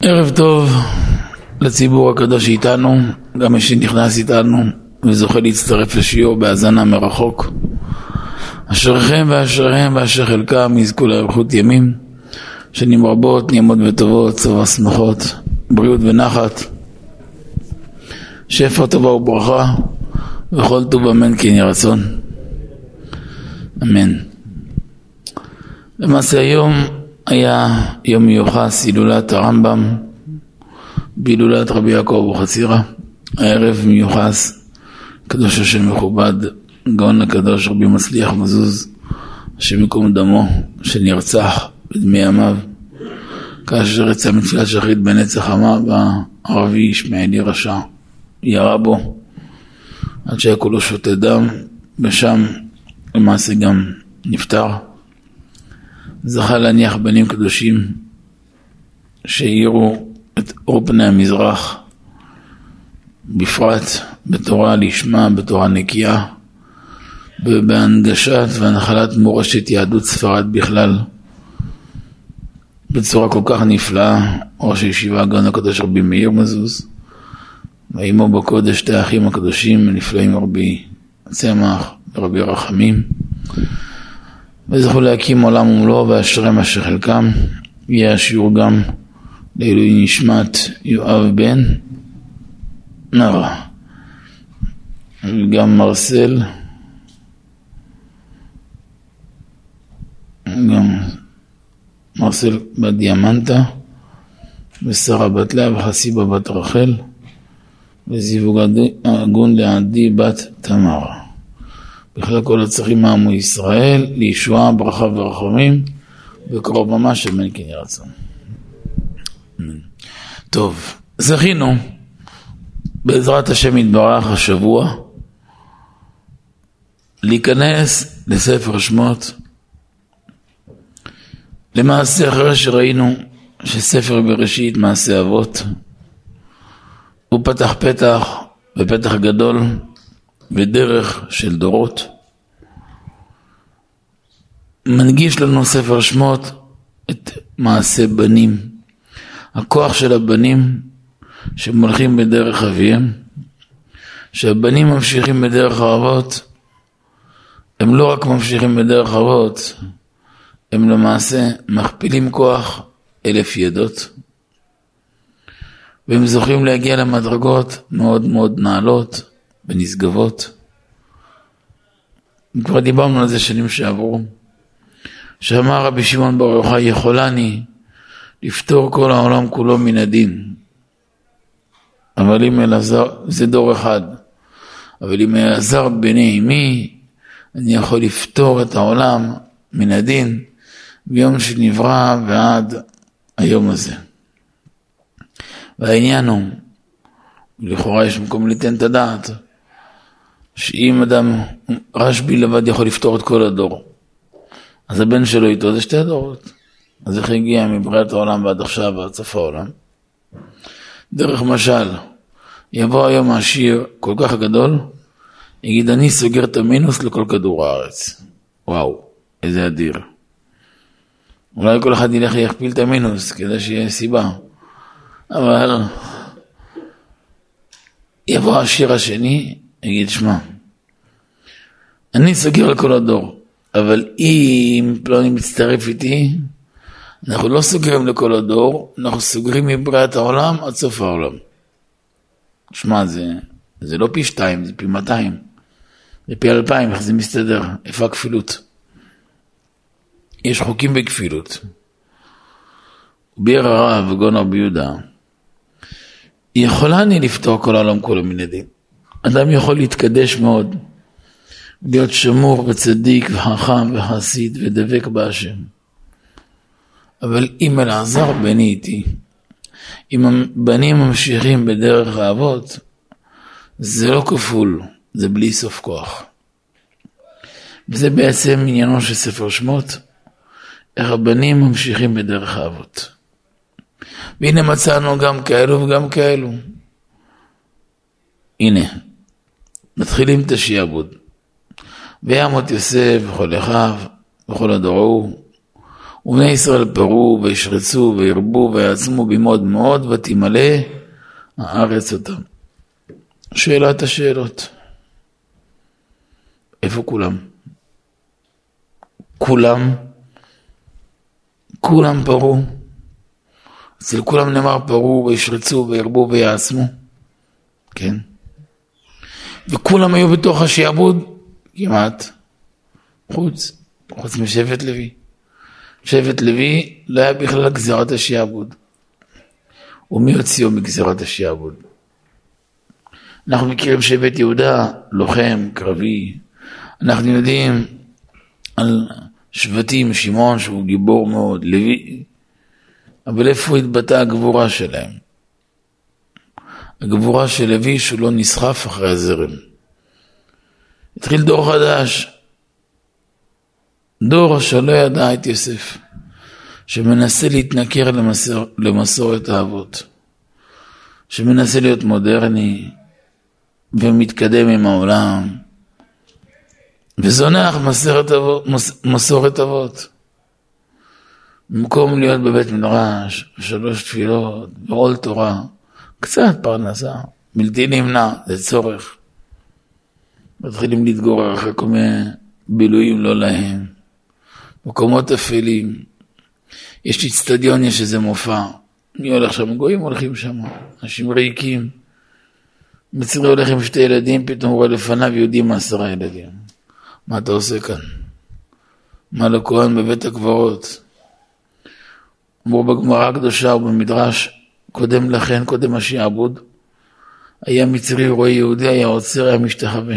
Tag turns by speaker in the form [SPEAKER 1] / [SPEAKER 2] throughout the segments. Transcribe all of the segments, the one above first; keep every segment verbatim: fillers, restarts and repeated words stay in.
[SPEAKER 1] ערב טוב לציבור הקדוש איתנו, גם מי שנכנס איתנו וזוכה להצטרף לשיעור בהאזנה מרחוק. אשריכם ואשריהם ואשר חלקם יזכו לאריכות ימים, שנים רבות, נעימות וטובות, צבא שמחות, בריאות ונחת, שפע טובה וברכה, וכל טוב אמן כן יהי רצון. אמן. למעשה היום היה יום מיוחס, הילולת הרמב"ם, בהילולת רבי יעקב אבוחצירא. הערב מיוחס, קדוש השם מכובד, גאון הקדוש רבי מצליח מזוז, השם יקום דמו, שנרצח בדמי ימיו, כאשר יצא מתפילת שחרית בנצח עמה, והערבי ישמעאלי רשע ירה בו, עד שהיה כולו שותה דם, ושם למעשה גם נפטר. זכה להניח בנים קדושים שהאירו את אור פני המזרח, בפרט בתורה לשמה, בתורה נקייה, ובהנגשת והנחלת מורשת יהדות ספרד בכלל, בצורה כל כך נפלאה. ראש הישיבה גאון הקדוש רבי מאיר מזוז, ואימו בקודש שתי האחים הקדושים הנפלאים רבי צמח ורבי רחמים, וזכו להקים עולם ומלואו, ואשריהם אשר חלקם. יהיה השיעור גם לעילוי נשמת יואב בן נרה, וגם מרסל, גם מרסל בת דיאמנטה, ושרה בת לאה, וחסיבה בת רחל, וזיווג הגון לעדי בת תמר. בכלל כל הצריכים מעמו ישראל, לישועה, ברכה ורחמים, בקרוב ממש אמן כן יהי רצון. טוב, זכינו בעזרת השם יתברך השבוע להיכנס לספר שמות. למעשה אחרי שראינו שספר בראשית מעשה אבות הוא פתח פתח ופתח גדול ודרך של דורות, מנגיש לנו ספר שמות את מעשה בנים, הכוח של הבנים שמולכים בדרך אביהם. שהבנים ממשיכים בדרך האבות, הם לא רק ממשיכים בדרך האבות, הם למעשה מכפילים כוח אלף ידות, והם זוכים להגיע למדרגות מאוד מאוד נעלות ונשגבות. כבר דיברנו על זה שנים שעברו, שאמר רבי שמעון בר יוחאי, יכולני לפתור כל העולם כולו מן הדין, אבל אם אלעזר, זה דור אחד, אבל אם אלעזר בני אמי, אני יכול לפתור את העולם מן הדין ביום שנברא ועד היום הזה. והעניין הוא, לכאורה יש מקום ליתן את הדעת, שאם אדם רשב"י לבד יכול לפתור את כל הדור, אז הבן שלו איתו זה שתי הדורות. אז איך הגיע מבריאת העולם ועד עכשיו ועד סוף העולם? דרך משל, יבוא היום העשיר כל כך גדול, יגיד אני סוגר את המינוס לכל כדור הארץ. וואו, איזה אדיר. אולי כל אחד ילך יכפיל את המינוס כדי שיהיה סיבה, אבל יבוא העשיר השני, יגיד שמע, אני סוגר לכל הדור, אבל אם פלוני מצטרף איתי, אנחנו לא סוגרים לכל הדור, אנחנו סוגרים מבריאת העולם עד סוף העולם. שמע, זה, זה לא פי שתיים, זה פי מאתיים, זה פי אלפיים, איך זה מסתדר? איפה הכפילות? יש חוקים בכפילות. ביאר הרב וגאון רבי יהודה, יכולני לפתור כל העולם כולו מן הדין. אדם יכול להתקדש מאוד, להיות שמור וצדיק וחכם וחסיד ודבק בהשם. אבל אם אלעזר בני איתי, אם הבנים ממשיכים בדרך האבות, זה לא כפול, זה בלי סוף כוח. וזה בעצם עניינו של ספר שמות, איך הבנים ממשיכים בדרך האבות. והנה מצאנו גם כאלו וגם כאלו. הנה, מתחילים את השיעבוד. וימות יוסף וכל אחיו וכל הדור ההוא, ובני ישראל פרו וישרצו וירבו ויעצמו במאוד מאוד ותמלא הארץ אותם. שאלת השאלות. איפה כולם? כולם? כולם פרו. אצל כולם נאמר פרו וישרצו וירבו ויעצמו. כן. וכולם היו בתוך השעבוד? כמעט. חוץ. חוץ משבט לוי. שבט לוי לא היה בכלל גזירת השעבוד. ומי הוציאו מגזירת השעבוד? אנחנו מכירים שבט יהודה, לוחם, קרבי. אנחנו יודעים על שבטים, שמעון שהוא גיבור מאוד, לוי. אבל איפה התבטאה הגבורה שלהם? הגבורה של לוי שהוא לא נסחף אחרי הזרם. התחיל דור חדש. דור שלא ידע את יוסף. שמנסה להתנכר למסור, למסורת האבות. שמנסה להיות מודרני. ומתקדם עם העולם. וזונח מסורת אבות. מסורת אבות. במקום להיות בבית מדרש, שלוש תפילות, ועול תורה, קצת פרנסה, בלתי נמנע, זה צורך. מתחילים להתגורר אחרי כל מיני בילויים לא להם, מקומות אפלים, יש לי צטדיון, יש איזה מופע, מי הולך שם? גויים הולכים שם, אנשים ריקים, מצרי הולך עם שתי ילדים, פתאום רואה לפניו יהודים עשרה ילדים. מה אתה עושה כאן? מה לכהן בבית הקברות? אמרו בגמרא הקדושה ובמדרש, קודם לכן, קודם השעבוד, היה מצרי רואה יהודי, היה עוצר, היה משתחווה.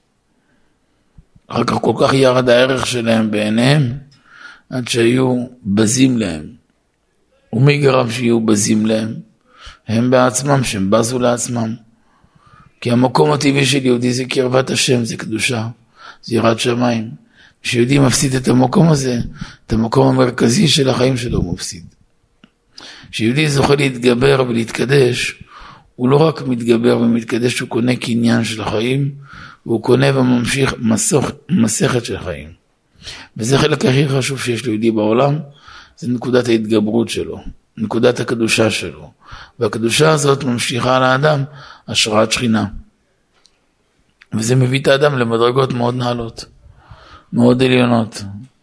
[SPEAKER 1] אחר כך כל כך ירד הערך שלהם בעיניהם, עד שהיו בזים להם. ומי גרם שיהיו בזים להם? הם בעצמם, שהם בזו לעצמם. כי המקום הטבעי של יהודי זה קרבת השם, זה קדושה, זה יראת שמיים. כשיהודי מפסיד את המקום הזה, את המקום המרכזי של החיים שלו הוא מפסיד. כשיהודי זוכה להתגבר ולהתקדש, הוא לא רק מתגבר ומתקדש, הוא קונה קניין של החיים, והוא קונה וממשיך מסוך, מסכת של חיים. וזה חלק הכי חשוב שיש ליהודי בעולם, זה נקודת ההתגברות שלו, נקודת הקדושה שלו. והקדושה הזאת ממשיכה על האדם השראת שכינה. וזה מביא את האדם למדרגות מאוד נעלות, מאוד עליונות.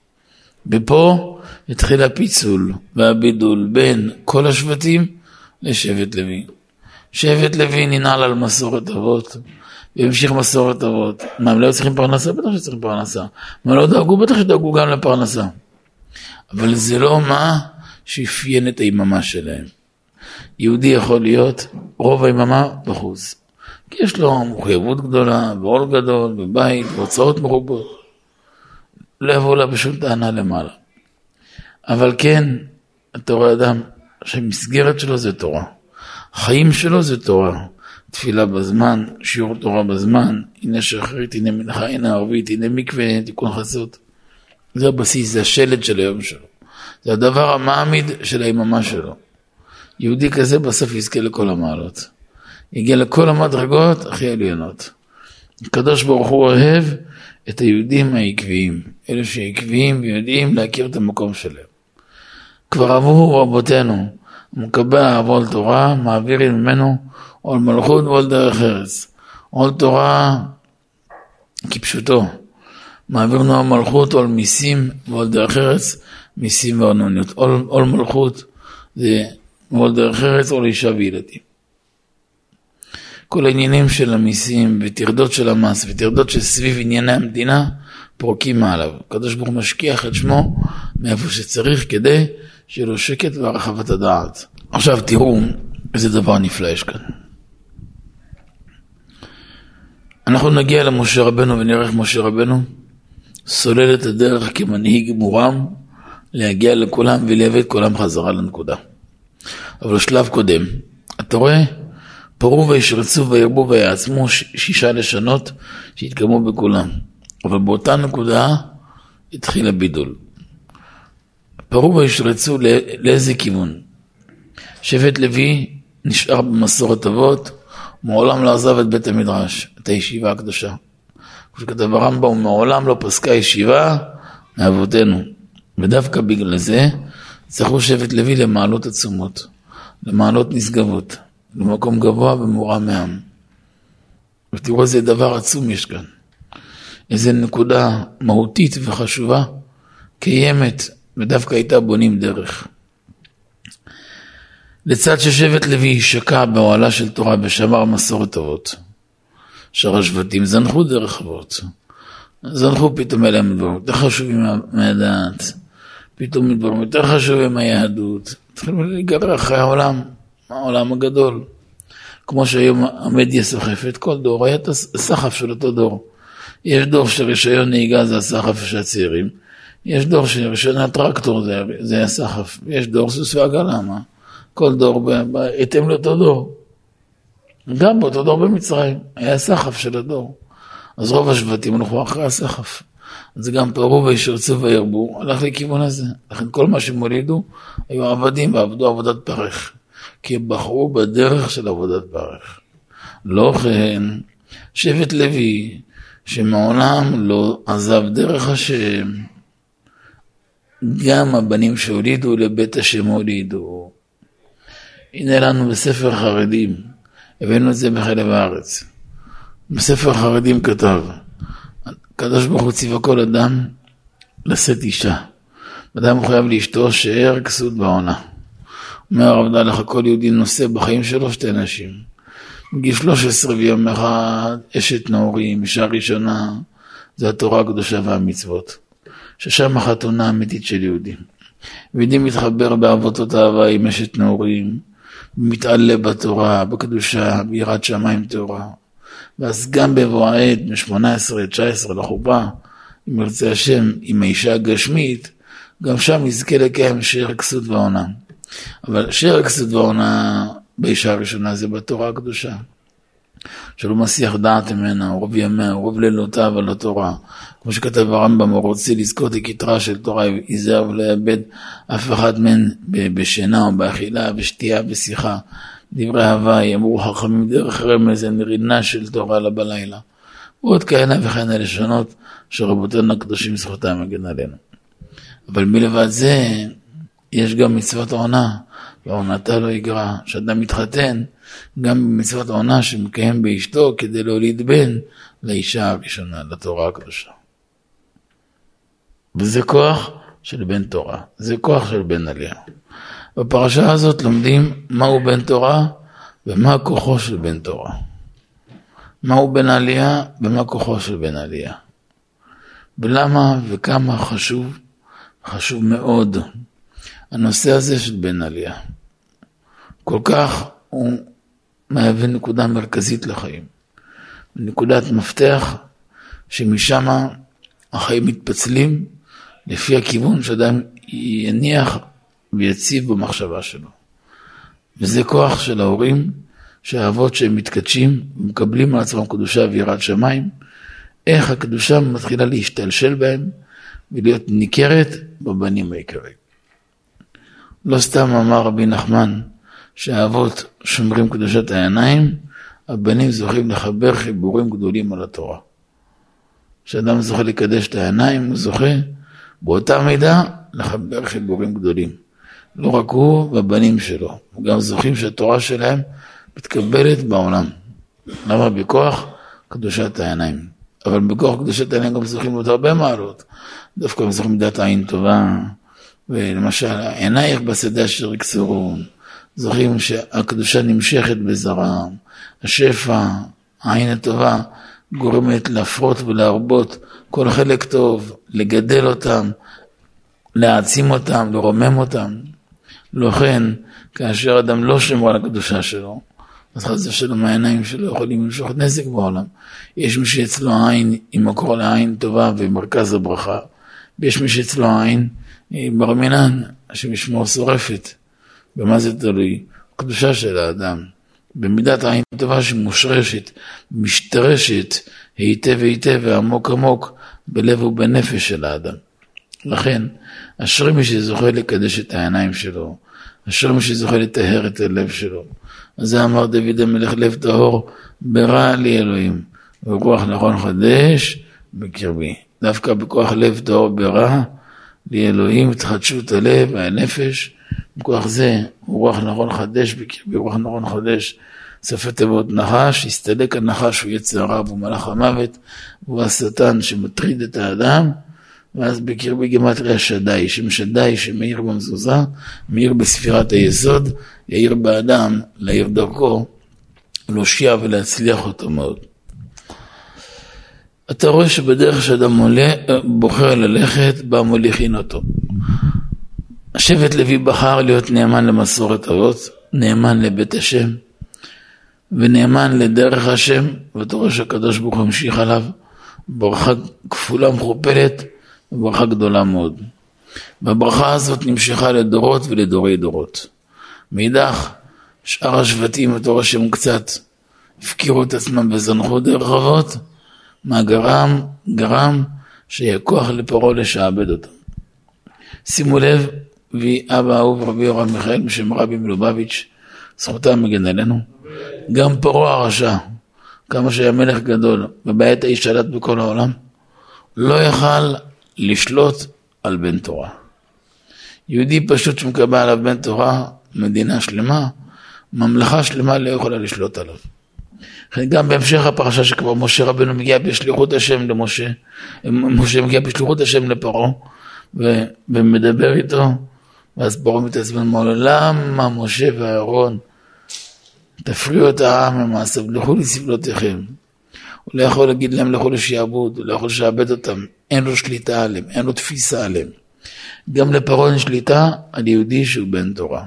[SPEAKER 1] ופה התחיל הפיצול והבידול בין כל השבטים לשבט לוי. שבט לוי ננעל על מסורת אבות, והמשיך מסורת אבות. מה, הם לא צריכים פרנסה? בטח שצריכים פרנסה. מה, לא דאגו? בטח שדאגו גם לפרנסה. אבל זה לא מה שאפיין את היממה שלהם. יהודי יכול להיות רוב היממה בחוץ. כי יש לו מחויבות גדולה, ועול גדול, בבית, והוצאות מרובות. לא יבוא לה בשום טענה למעלה. אבל כן, אתה רואה אדם שהמסגרת שלו זה תורה. חיים שלו זה תורה. תפילה בזמן, שיעור תורה בזמן, הנה שחרית, הנה מנחה, הנה ערבית, הנה מקווה, הנה תיקון חסות. זה הבסיס, זה השלד של היום שלו. זה הדבר המעמיד של היממה שלו. יהודי כזה בסוף יזכה לכל המעלות. יגיע לכל המדרגות הכי עליונות. הקדוש ברוך הוא אוהב את היהודים העקביים. אלה שעקביים ויודעים להכיר את המקום שלהם. כבר עברו רבותינו, מקבע עול תורה, מעבירים ממנו עול מלכות ועול דרך ארץ. עול תורה כפשוטו. מעבירנו עול מלכות, עול מיסים ועול דרך ארץ, מיסים וארנוניות. עול, עול מלכות זה עול דרך ארץ, עול אישה וילדים. כל העניינים של המיסים ותרדות של המס ותרדות שסביב ענייני המדינה פורקים מעליו. הקדוש ברוך הוא משכיח את שמו מאיפה שצריך כדי שיהיה לו שקט והרחבת הדעת. עכשיו תראו איזה דבר נפלא יש כאן. אנחנו נגיע למשה רבנו ונראה איך משה רבנו סולל את הדרך כמנהיג מורם להגיע לכולם ולהביא את כולם חזרה לנקודה. אבל שלב קודם, אתה רואה? פרו וישרצו וירבו ויעצמו שישה לשונות שהתקמו בכולם. אבל באותה נקודה התחיל הבידול. פרו וישרצו לאיזה כיוון? שבט לוי נשאר במסורת אבות, מעולם לא עזב את בית המדרש, את הישיבה הקדושה. כשכתב הרמב"ם, מעולם לא פסקה ישיבה מאבותינו. ודווקא בגלל זה זכו שבט לוי למעלות עצומות, למעלות נשגבות, למקום גבוה ומורם מעם. ותראו איזה דבר עצום יש כאן. איזה נקודה מהותית וחשובה, קיימת, ודווקא הייתה בונים דרך. לצד ששבט לוי שקע באוהלה של תורה ושמר מסורת אבות, שאר השבטים זנחו דרך אבות. זנחו פתאום אליהם דברים יותר חשובים מהדעת, פתאום דברים יותר חשובים מהיהדות, התחילו להיגרר אחרי העולם, העולם הגדול. כמו שהיום המדיה סוחפת, כל דור היה את הסחף של אותו דור. יש דור שרישיון נהיגה זה הסחף של הצעירים, יש דור שרישיון הטרקטור זה, זה הסחף, יש דור סוס ועגלה, מה? כל דור בהתאם לאותו דור. גם באותו דור במצרים, היה הסחף של הדור. אז רוב השבטים הלכו אחרי הסחף. אז גם פרו וישרצו וירבו, הלך לכיוון הזה. לכן כל מה שמולידו, היו עבדים ועבדו עבודת פרך. כי הם בחרו בדרך של עבודת פרך. לא כן, שבט לוי, שמעולם לא עזב דרך השם, גם הבנים שהולידו לבית השם הולידו. הנה לנו בספר חרדים, הבאנו את זה בחלב הארץ. בספר חרדים כתב, הקדוש ברוך הוא ציווה כל אדם לשאת אישה. אדם הוא חייב לאשתו שאר כסות בעונה. אומר הרב דלך, כל יהודי נושא בחיים שלו שתי נשים. מגיל שלוש עשרה ויום אחד, אשת נאורים, אישה ראשונה, זה התורה הקדושה והמצוות. ששם החתונה האמיתית של יהודים. ויהודים מתחבר באהבות אהבה עם אשת נאורים, מתעלה בתורה, בקדושה, ביראת שמיים תורה. ואז גם בבוא העת, מ-שמונה עשרה תשע עשרה לחופה, אם ירצה השם, עם האישה הגשמית, גם שם יזכה לקיים שאר כסות ועונה. אבל שאר כסות ועונה באישה הראשונה זה בתורה הקדושה. שלא מסיח דעת ממנה, רוב ימיה, רוב לילותיו על התורה. כמו שכתב הרמב"ם, הוא רוצה לזכות לכתרה של תורה, ייזהר ולא יאבד אף אחד מהן בשינה או באכילה, בשתייה, בשיחה. דברי הוואי, אמרו חכמים דרך רמז, נרינה של תורה לה בלילה. ועוד כהנה וכהנה לשונות, שרבותינו הקדושים זכותם מגן עלינו. אבל מלבד זה, יש גם מצוות העונה, והעונתה לא יגרע. שאדם מתחתן, גם במצוות העונה שמקיים באשתו, כדי להוליד בן לאישה הראשונה, לתורה הקדושה. וזה כוח של בן תורה, זה כוח של בן עלייה. בפרשה הזאת לומדים מהו בן תורה ומה כוחו של בן תורה. מהו בן עלייה ומה כוחו של בן עלייה. ולמה וכמה חשוב, חשוב מאוד, הנושא הזה של בן עלייה. כל כך הוא מהווה נקודה מרכזית לחיים. נקודת מפתח שמשם החיים מתפצלים לפי הכיוון שאדם יניח ויציב במחשבה שלו. וזה כוח של ההורים, שהאבות שהם מתקדשים ומקבלים על עצמם קדושה ויראת שמיים, איך הקדושה מתחילה להשתלשל בהם ולהיות ניכרת בבנים העיקריים. לא סתם אמר רבי נחמן שהאבות שומרים קדושת העיניים, הבנים זוכים לחבר חיבורים גדולים על התורה. כשאדם זוכה לקדש את העיניים, הוא זוכה באותה מידה לחבר חיבורים גדולים. לא רק הוא והבנים שלו, הוא גם זוכים שהתורה שלהם מתקבלת בעולם. למה? בכוח קדושת העיניים. אבל בכוח קדושת העיניים גם זוכים עוד הרבה מעלות. דווקא הם זוכים מידת עין טובה, ולמשל, עינייך בשדה אשר יקצרון, זוכים שהקדושה נמשכת בזרם, השפע, העין הטובה, גורמת להפרות ולהרבות כל חלק טוב, לגדל אותם, להעצים אותם, לרומם אותם. לא כן, כאשר אדם לא שמר על הקדושה שלו, אז חס ושלום העיניים שלו יכולים למשוך נזק בעולם. יש מי שאצלו העין היא מקור לעין טובה ומרכז הברכה, ויש מי שאצלו העין היא ברמינן, שמשמור שורפת. במה זה תלוי? קדושה של האדם. במידת העין טובה שמושרשת, משתרשת, היטב היטב ועמוק עמוק בלב ובנפש של האדם. לכן, אשרי מי שזוכה לקדש את העיניים שלו, אשרי מי שזוכה לטהר את הלב שלו. אז זה אמר דוד המלך, לב טהור ברא לי אלוהים, ורוח נכון חדש בקרבי. דווקא בכוח לב טהור ברא, לאלוהים התחדשות הלב והנפש, מכוח זה רוח נכון חדש, בקרבי רוח נכון חדש, סופי תיבות נחש, הסתלק הנחש הוא יצר הרע והוא מלאך המוות, והוא השטן שמטריד את האדם, ואז בקרבי גמטריה שדי, שם שדי שמאיר במזוזה, מאיר בספירת היסוד, יאיר באדם, להאיר דרכו, להושיע ולהצליח אותו מאוד. אתה רואה שבדרך שאדם מולה, בוחר ללכת, בה מוליכין אותו. השבט לוי בחר להיות נאמן למסורת אבות, נאמן לבית השם, ונאמן לדרך השם, ואתה רואה שהקדוש ברוך הוא המשיך עליו, ברכה כפולה מכופלת, וברכה גדולה מאוד. והברכה הזאת נמשכה לדורות ולדורי דורות. מאידך, שאר השבטים, אתה רואה שהם קצת הפקירו את עצמם וזנחו דרך אבות, מה גרם? גרם שיהיה כוח לפרעה לשעבד אותם. שימו לב, ואבא אהוב רבי יורם מיכאל בשם רבי מלובביץ', זכותם מגן עלינו. גם פרעה הרשע, כמה שהיה מלך גדול, ובעת האיש שלט בכל העולם, לא יכל לשלוט על בן תורה. יהודי פשוט שמקבל עליו בן תורה, מדינה שלמה, ממלכה שלמה לא יכולה לשלוט עליו. גם בהמשך הפרשה שכבר משה רבנו מגיע בשליחות השם למשה, משה מגיע בשליחות השם לפרעה, ומדבר איתו, ואז פרעה מתעצבן ואומר לו, למה משה ואהרון תפריעו את העם למעשה, לכו לסבלותיכם. הוא לא יכול להגיד להם לכו לשעבוד, הוא לא יכול לשעבד אותם, אין לו שליטה עליהם, אין לו תפיסה עליהם. גם לפרעה אין שליטה על יהודי שהוא בן תורה.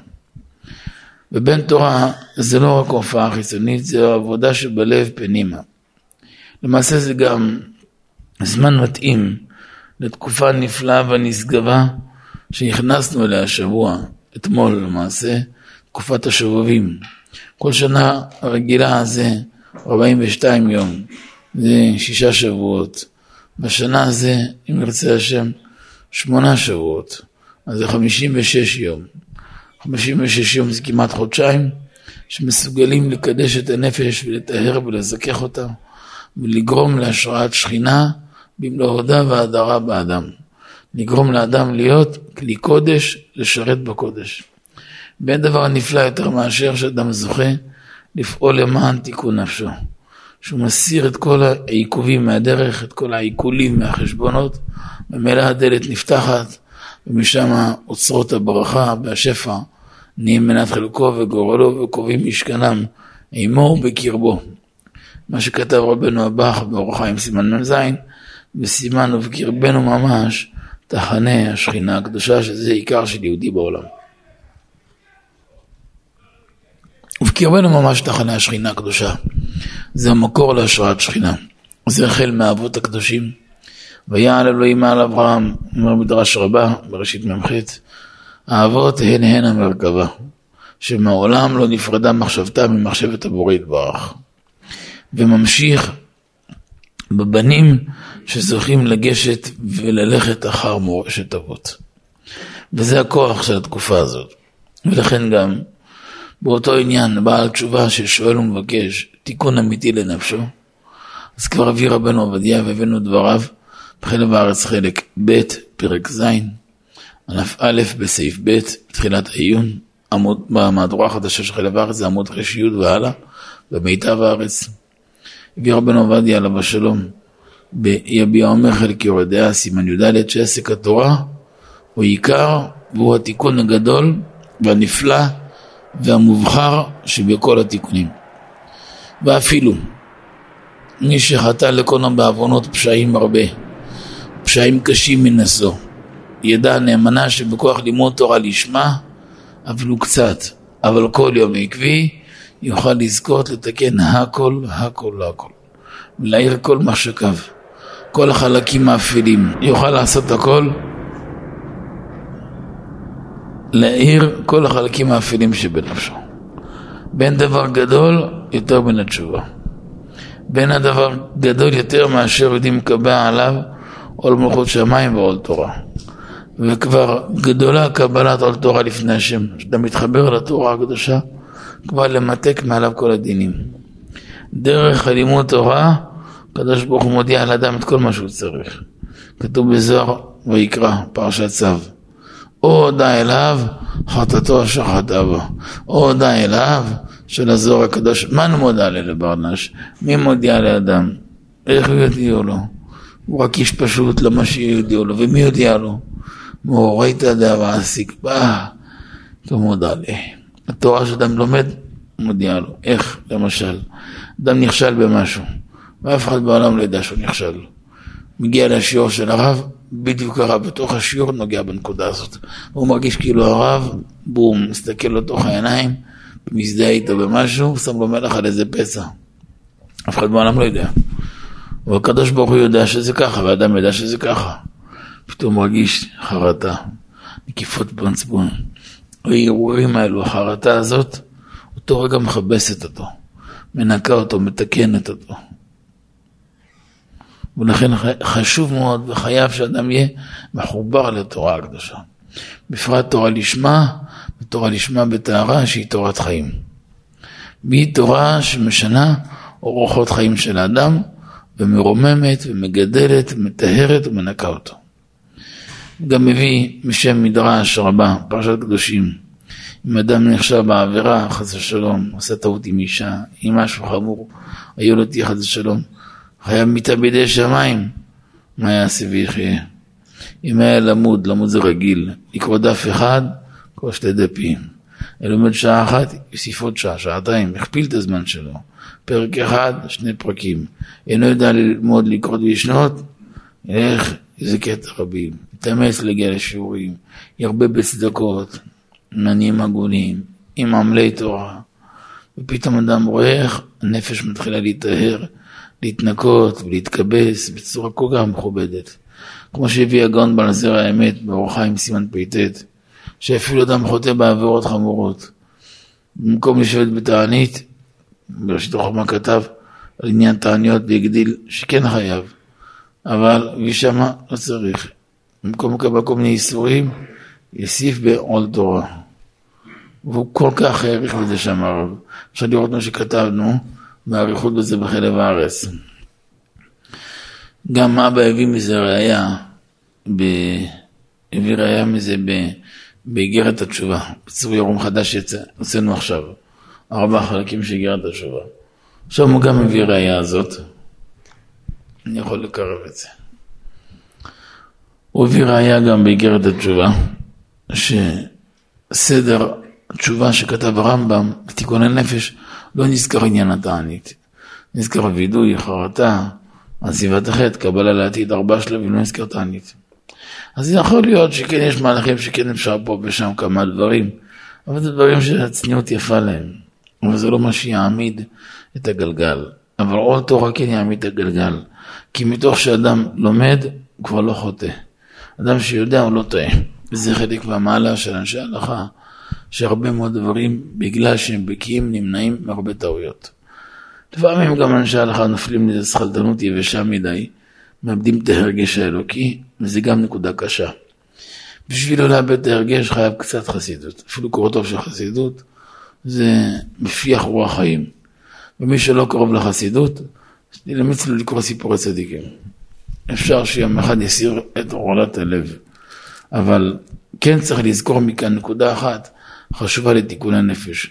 [SPEAKER 1] ובן תורה זה לא רק הופעה חיצונית, זה עבודה שבלב פנימה. למעשה זה גם זמן מתאים לתקופה נפלאה ונשגבה שנכנסנו אליה השבוע, אתמול למעשה, תקופת השובבים. כל שנה הרגילה זה ארבעים ושתיים יום, זה שישה שבועות. בשנה הזה, אם ירצה השם, שמונה שבועות, אז זה חמישים ושש יום. חמישים ושש יום זה כמעט חודשיים, שמסוגלים לקדש את הנפש ולטהר ולזכך אותה, ולגרום להשראת שכינה במלוא הודה והדרה באדם. לגרום לאדם להיות כלי קודש, לשרת בקודש. בין דבר נפלא יותר מאשר שאדם זוכה לפעול למען תיקון נפשו. שהוא מסיר את כל העיכובים מהדרך, את כל העיכולים מהחשבונות, ומילא הדלת נפתחת, ומשם אוצרות הברכה והשפע, נהיים מנת חלקו וגורלו וקובעים משכנם, עמו ובקרבו. מה שכתב רבנו הבח באורח חיים סימן מ"ז, בסימן ובקרבנו ממש, תחנה השכינה הקדושה, שזה עיקר של יהודי בעולם. ובקרבנו ממש תחנה השכינה הקדושה. זה המקור להשראת שכינה. זה החל מהאבות הקדושים. ויעל אלוהים על אברהם, אומר מדרש רבה, בראשית ממ"ח, האבות הן הן המרכבה, שמעולם לא נפרדה מחשבתה ממחשבת הבורא יתברך. וממשיך בבנים שזוכים לגשת וללכת אחר מורשת אבות. וזה הכוח של התקופה הזאת. ולכן גם באותו עניין, בעל תשובה ששואל ומבקש תיקון אמיתי לנפשו, אז כבר הביא רבנו עובדיה והבאנו דבריו, בחלק הארץ חלק ב' פרק ז', ענף א' בסעיף ב', בתחילת העיון, עמוד, במהדורה החדשה של חלק הארץ, זה עמוד חשיות והלאה, במיטב הארץ. הביא רבנו עובדיה עליו השלום, ביביע אומר חלק יורדיה, סימן י"ד, שעסק התורה הוא עיקר, והוא התיקון הגדול והנפלא והמובחר שבכל התיקונים. ואפילו מי שחטא לקונם בעוונות פשעים הרבה, פשעים קשים מנשוא, ידע נאמנה שבכוח לימוד תורה לשמה, אפילו קצת, אבל כל יום עקבי, יוכל לזכות לתקן הכל, הכל, הכל. ולהעיר כל מחשקיו, כל החלקים האפלים, יוכל לעשות הכל, להעיר כל החלקים האפלים שבנפשו. בין דבר גדול יותר בין התשובה. בין הדבר גדול יותר מאשר יודעים קבע עליו עול מלכות שמיים ועול תורה. וכבר גדולה קבלת עול תורה לפני השם. כשאתה מתחבר לתורה הקדושה, כבר למתק מעליו כל הדינים. דרך הלימוד תורה, הקדוש ברוך הוא מודיע על אדם את כל מה שהוא צריך. כתוב בזוהר ויקרא, פרשת צו. או הודע אליו, חטאתו אשר חטא בו. או הודע אליו, של הזוהר הקדוש. מה נמודע לברנש? מי מודיע לאדם? איך הוא יודיעו לו? הוא רק איש פשוט, למה שיודיעו לו. ומי יודיע לו? מאורייתא דהוה עסיק. בא, כמודע לי. התורה שאדם לומד, מודיע לו. איך? למשל, אדם נכשל במשהו, ואף אחד בעולם לא ידע שהוא נכשל. מגיע לשיעור של הרב, בדיוק הרב בתוך השיעור נוגע בנקודה הזאת. הוא מרגיש כאילו הרב, בום, מסתכל לו תוך העיניים, מזדהה איתו במשהו, שם לו מלח על איזה פצע. אף אחד בעולם לא יודע. והקדוש ברוך הוא יודע שזה ככה, והאדם יודע שזה ככה. פתאום מרגיש חרטה, נקיפות במצפון. הערעורים האלו, החרטה הזאת, אותו רגע מכבסת אותו, מנקה אותו, מתקנת אותו. ולכן חשוב מאוד וחייב שאדם יהיה מחובר לתורה הקדושה. בפרט תורה לשמה, ותורה לשמה בתארה שהיא תורת חיים. והיא תורה שמשנה אורחות חיים של האדם, ומרוממת ומגדלת ומטהרת ומנקה אותו. גם מביא משם מדרש רבה, פרשת קדושים. אם אדם נחשב בעבירה, חס ושלום, עושה טעות עם אישה, עם משהו חמור, היו לו תהיה חס ושלום, חייב מיתה בידי שמיים, מה יעשה ויחיה? אם היה למוד, למוד זה רגיל, לקרוא דף אחד, כל שתי דפים. לומד שעה אחת, יוסיף עוד שעה, שעתיים, הכפיל את הזמן שלו. פרק אחד, שני פרקים. אינו יודע ללמוד לקרוא וישנות, ילך, איזה קטע רבים. יתאמץ להגיע לשיעורים, ירבה בצדקות, עניים הגונים, עם עמלי תורה. ופתאום אדם רואה איך הנפש מתחילה להתאהר, להתנקות ולהתקבס בצורה כל כך מכובדת. כמו שהביא הגאון בעל זרע האמת באור חיים סימן פ"ט, שאפילו אדם חוטא בעבירות חמורות. במקום לשבת בתענית, בראשית החוכמה כתב על עניין תעניות והגדיל שכן חייב, אבל ושמה לא צריך. במקום לקבל כל מיני איסורים, יוסיף בעול תורה. והוא כל כך העריך בזה שם הרב. אפשר לראות מה שכתבנו, בעריכות בזה בחלב הארץ. גם אבא הביא מזה ראיה, ב... הביא ראיה מזה ב... באיגרת התשובה, בציווי ירום חדש שיצא, עשינו עכשיו, ארבעה חלקים של איגרת התשובה. עכשיו הוא גם הביא ראיה הזאת, אני יכול לקרב את זה. הוא הביא ראיה גם באיגרת התשובה, שסדר התשובה שכתב הרמב"ם, בתיקון הנפש, לא נזכר עניין התענית. נזכר וידוי, חרטה, עזיבת החטא, קבלה לעתיד, ארבע שלבים, לא נזכר תענית. אז יכול להיות שכן יש מהלכים שכן אפשר פה ושם כמה דברים, אבל זה דברים שהצניעות יפה להם. אבל זה לא מה שיעמיד את הגלגל. אבל עוד תורה כן יעמיד את הגלגל. כי מתוך שאדם לומד, הוא כבר לא חוטא. אדם שיודע הוא לא טועה. וזה חלק מהמעלה של אנשי ההלכה, שהרבה מאוד דברים, בגלל שהם בקיאים, נמנעים מהרבה טעויות. לפעמים גם אנשי ההלכה נופלים לזה שכלתנות יבשה מדי, מאבדים את ההרגש האלוקי, וזה גם נקודה קשה. בשביל לא לאבד את ההרגש חייב קצת חסידות. אפילו קורא טוב של חסידות, זה מפיח רוח חיים. ומי שלא קרוב לחסידות, נלמץ לו לקרוא סיפורי צדיקים. אפשר שיום אחד יסיר את עורלת הלב. אבל כן צריך לזכור מכאן נקודה אחת, חשובה לתיקון הנפש.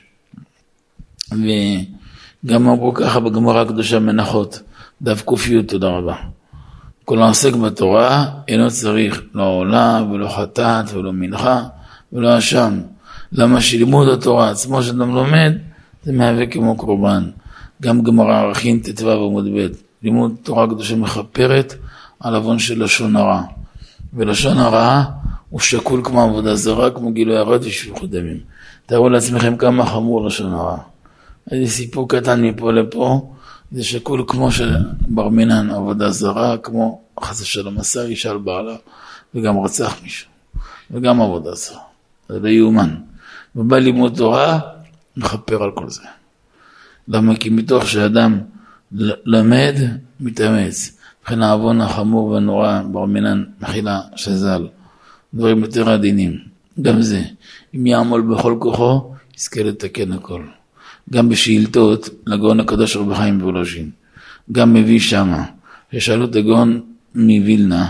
[SPEAKER 1] וגם אמרו ככה בגמרא הקדושה מנחות, דף קופיות, תודה רבה. כל העוסק בתורה אינו צריך לא עולה ולא חטאת ולא מנחה ולא אשם. למה שלימוד התורה עצמו שאדם לומד, זה מהווה כמו קורבן. גם גמרא ערכין ט"ו עמוד ב', לימוד תורה קדושה מכפרת על עוון של לשון הרע. ולשון הרע הוא שקול כמו עבודה זרה, כמו גילוי עריות ושפיכות דמים. תארו לעצמכם כמה חמור לשון הרע. איזה סיפור קטן מפה לפה, זה שקול כמו של בר מינן, עבודה זרה, כמו חס ושלום עשה אישה על בעלה, וגם רצח מישהו, וגם עבודה זרה. זה לא יאומן. ובא לימוד תורה, מחפר על כל זה. למה? כי מתוך שאדם למד, מתאמץ. לכן העוון החמור והנורא, בר מינן, מחילה שזל, דברים יותר עדינים. גם זה, אם יעמול בכל כוחו, יזכה לתקן הכל. גם בשאילתות, לגאון הקדוש רבי חיים וולוז'ין. גם מביא שמה, ששאלו את הגאון מווילנה,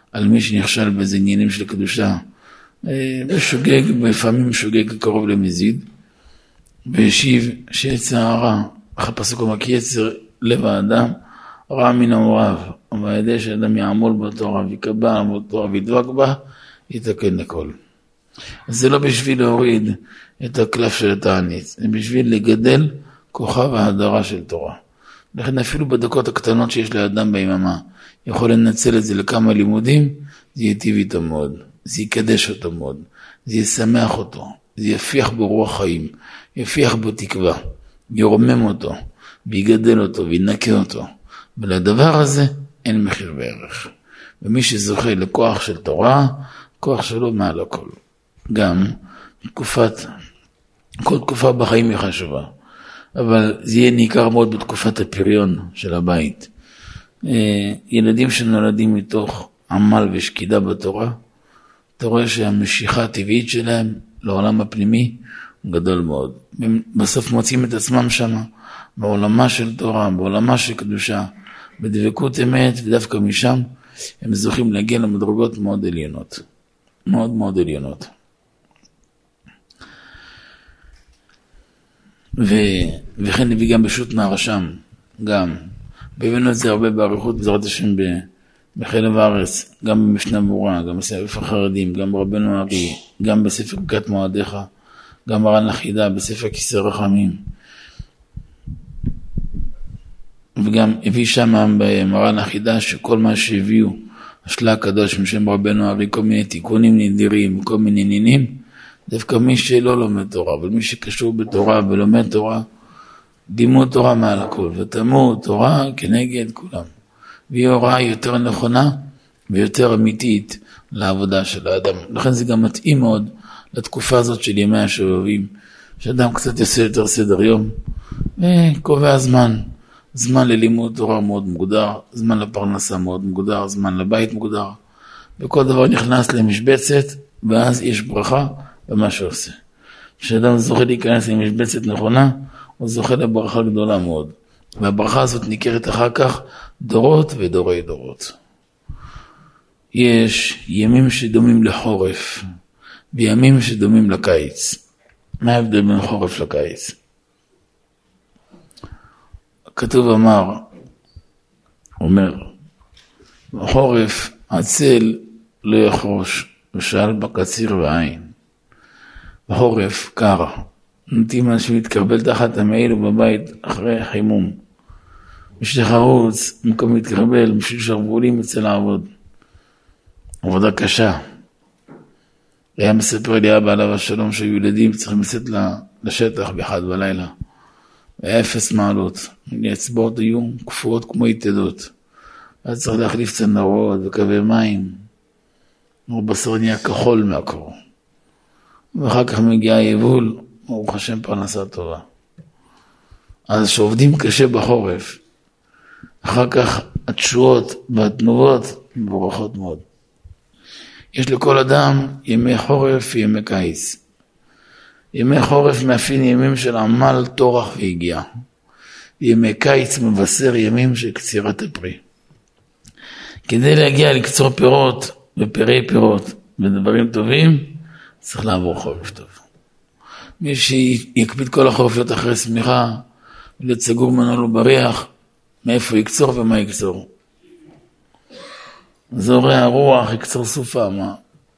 [SPEAKER 1] על מי שנכשל באיזה עניינים של קדושה, ושוגג, לפעמים שוגג קרוב למזיד, והשיב שיצר הרע, אחר פסוק אומר, כי יצר לב האדם, רע מן הוריו, אבל ידי שאדם יעמול בתורה, ויקבע בתורה, וידבק בה, יתקן לכל. אז זה לא בשביל להוריד את הקלף של התענית, זה בשביל לגדל כוחה וההדרה של תורה. לכן אפילו בדקות הקטנות שיש לאדם ביממה, יכול לנצל את זה לכמה לימודים, זה ייטיב איתו מאוד, זה יקדש אותו מאוד, זה ישמח אותו, זה יפיח בו רוח חיים, יפיח בו תקווה, ירומם אותו, ויגדל אותו, וינקה אותו. ולדבר הזה אין מחיר וערך. ומי שזוכה לכוח של תורה, כוח שלו מעל הכל. גם תקופת, כל תקופה בחיים היא חשובה. אבל זה יהיה ניכר מאוד בתקופת הפריון של הבית. ילדים שנולדים מתוך עמל ושקידה בתורה, אתה רואה שהמשיכה הטבעית שלהם לעולם הפנימי הוא גדול מאוד. בסוף מוצאים את עצמם שם, בעולמה של תורה, בעולמה של קדושה, בדבקות אמת, ודווקא משם הם זוכים להגיע למדרגות מאוד עליונות. מאוד מאוד עליונות. ו... וכן נביא גם בשו"ת מהרש"ם, גם. והבאנו את זה הרבה בעריכות בעזרת השם ב... בחלב הארץ, גם במשנה ברורה, גם בספר החרדים, גם ברבנו הארי, גם בספר ברכת מועדיך, גם מרן החידה, בספר כיסא רחמים. וגם הביא שם במרן החידה שכל מה שהביאו, השלה הקדוש משם רבנו הארי, כל מיני תיקונים נדירים, כל מיני עניינים, דווקא מי שלא לומד תורה, אבל מי שקשור בתורה ולומד תורה, לימוד תורה מעל הכל, ותלמוד תורה כנגד כולם. והיא הוראה יותר נכונה ויותר אמיתית לעבודה של האדם. לכן זה גם מתאים מאוד לתקופה הזאת של ימי השובבים, שאדם קצת יעשה יותר סדר יום, וקובע זמן, זמן ללימוד תורה מאוד מוגדר, זמן לפרנסה מאוד מוגדר, זמן לבית מוגדר, וכל דבר נכנס למשבצת, ואז יש ברכה במה שעושה. כשאדם זוכה להיכנס למשבצת נכונה, הוא זוכה לברכה גדולה מאוד. והברכה הזאת ניכרת אחר כך דורות ודורי דורות. יש ימים שדומים לחורף, וימים שדומים לקיץ. מה ההבדל בין חורף לקיץ? הכתוב אמר, אומר, בחורף הצל לא יחרוש, ושאל בקציר ועין. בחורף קר, נוטים אנשים להתקרבל תחת המעיל ובבית אחרי חימום. מי שחרוץ, במקום להתקרבל, בשביל שרבולים אצל לעבוד. עבודה קשה. היה מספר לי אבא עליו השלום שהיו ילדים צריכים לצאת לשטח באחד בלילה. היה אפס מעלות. האצבעות היו קפואות כמו יתדות. אז צריך להחליף צנרות וקווי מים. הבשר נהיה כחול מהקור. ואחר כך מגיע היבול, ברוך השם פרנסה טובה. אז שעובדים קשה בחורף, אחר כך התשואות והתנובות מבורכות מאוד. יש לכל אדם ימי חורף וימי קיץ. ימי חורף מאפיין ימים של עמל, תורח והגיעה. ימי קיץ מבשר ימים של קצירת הפרי. כדי להגיע לקצור פירות ופרי פירות ודברים טובים, צריך לעבור חורף טוב. מי שיקפיד כל החורפיות אחרי סמיכה, להיות סגור ממנו לו בריח, מאיפה יקצור ומה יקצור. זורע הרוח, יקצור סופה, מה?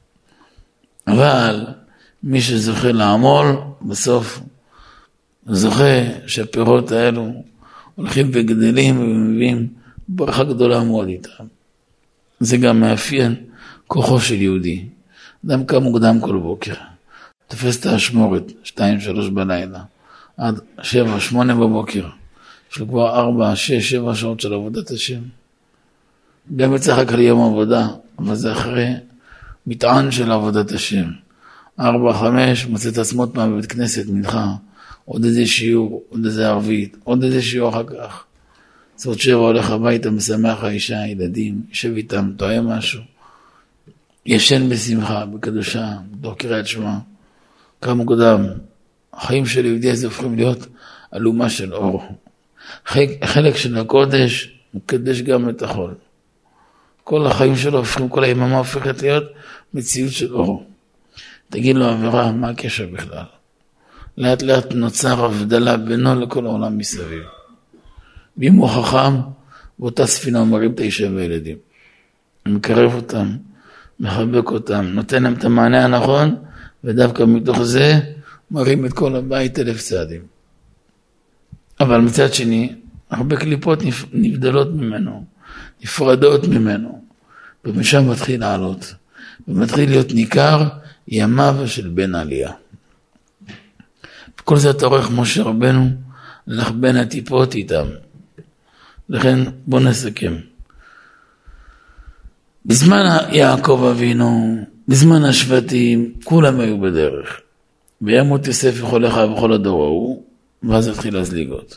[SPEAKER 1] אבל מי שזוכה לעמול, בסוף זוכה שהפירות האלו הולכים וגדלים ומביאים ברכה גדולה מאוד איתם. זה גם מאפיין כוחו של יהודי. אדם קם מוקדם כל בוקר, תופס את האשמורת, שתיים, שלוש בלילה, עד שבע, שמונה בבוקר. יש לו כבר ארבע, שש, שבע שעות של עבודת השם. גם יצא אחר כך ליום עבודה, אבל זה אחרי מטען של עבודת השם. ארבע, חמש, מוצא את עצמו פעם בבית כנסת, מנחה, עוד איזה שיעור, עוד איזה ערבית, עוד איזה שיעור אחר כך. זאת שבע הולך הביתה, משמח האישה, הילדים, יושב איתם, טועה משהו. ישן בשמחה, בקדושה, בתוך קריאת שמע. קם מוקדם. החיים של יהודי הזה הופכים להיות אלומה של אור. חלק של הקודש מקדש גם את החול. כל החיים שלו הופכים, כל היממה הופכת להיות מציאות של אור. תגיד לו עבירה, מה הקשר בכלל? לאט לאט נוצר הבדלה בינו לכל העולם מסביב. ואם הוא חכם, באותה ספינה הוא מרים את האישה והילדים. הוא מקרב אותם, מחבק אותם, נותן להם את המענה הנכון, ודווקא מתוך זה מרים את כל הבית אלף צעדים. אבל מצד שני, הרבה קליפות נבדלות ממנו, נפרדות ממנו, ומשם מתחיל לעלות, ומתחיל להיות ניכר ימיו של בן עלייה. וכל זה התארך משה רבנו, הלך בין הטיפות איתם. לכן בוא נסכם. בזמן יעקב אבינו, בזמן השבטים, כולם היו בדרך. וימות יוסף וכל אחיו וכל הדור ההוא, ואז התחיל הזליגות.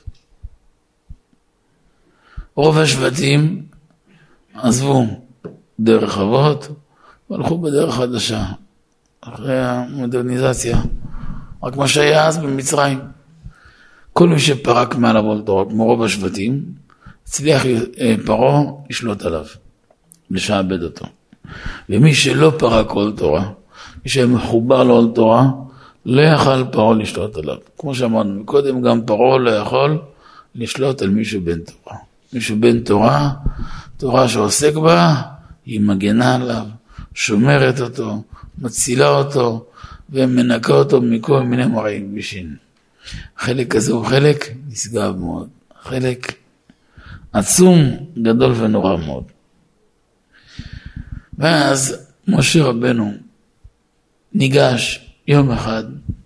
[SPEAKER 1] רוב השבטים עזבו דרך אבות, והלכו בדרך חדשה, אחרי המודרניזציה. רק מה שהיה אז במצרים. כל מי שפרק מעל עול תורה, כמו רוב השבטים, הצליח פרעה לשלוט עליו, לשעבד אותו. ומי שלא פרק עול תורה, מי שמחובר לעול תורה, לא יכל פרעה לשלוט עליו. כמו שאמרנו מקודם, גם פרעה לא יכול לשלוט על מישהו בן תורה. מישהו בן תורה, תורה שעוסק בה, היא מגנה עליו, שומרת אותו, מצילה אותו, ומנקה אותו מכל מיני מרעים גבישים. החלק הזה הוא חלק נשגב מאוד. חלק עצום, גדול ונורא מאוד. ואז משה רבנו ניגש יום אחד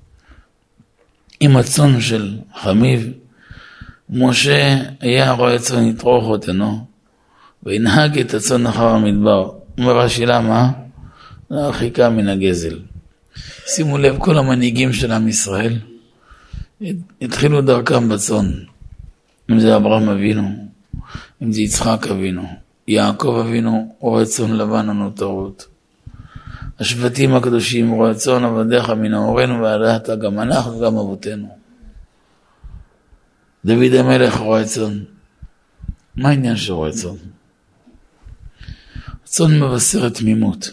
[SPEAKER 1] עם הצאן של חמיב. משה היה רואה צאן יטרוך אותנו, וינהג את הצאן אחר המדבר. אומר רש"י למה? הרחיקה מן הגזל. שימו לב, כל המנהיגים של עם ישראל התחילו דרכם בצאן. אם זה אברהם אבינו, אם זה יצחק אבינו, יעקב אבינו, רואה צאן לבן הנותרות. השבטים הקדושים רואה צאן עבדיך מן האורנו ועדת, גם אנחנו וגם אבותינו. דוד המלך רואה צאן. מה העניין של רואה צאן? הצאן מבשר תמימות.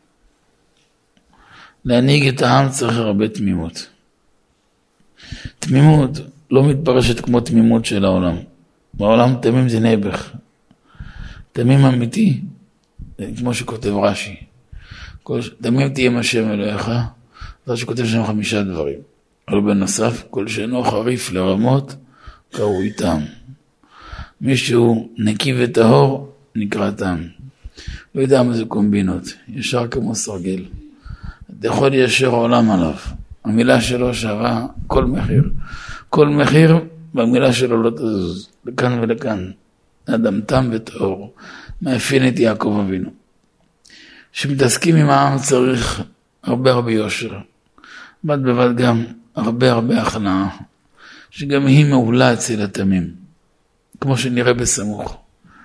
[SPEAKER 1] להנהיג את העם צריך הרבה תמימות. תמימות לא מתפרשת כמו תמימות של העולם. בעולם תמים זה נעבך. תמים אמיתי, כמו שכותב רש"י. תמים תהיה השם אלוהיך, זה שכותב שם חמישה דברים. אבל בנוסף, כל שאינו חריף לרמות, קראו איתם. מישהו נקי וטהור, נקרא תם. לא יודע מה זה קומבינות, ישר כמו סרגל. אתה יכול ישר עולם עליו. המילה שלו שווה כל מחיר. כל מחיר, והמילה שלו לא תזוז, לכאן ולכאן. אדם תם וטהור, מאפיין את יעקב אבינו. שמתעסקים עם העם צריך הרבה הרבה יושר. בד בבד גם הרבה הרבה הכנעה, שגם היא מעולה אצל התמים, כמו שנראה בסמוך.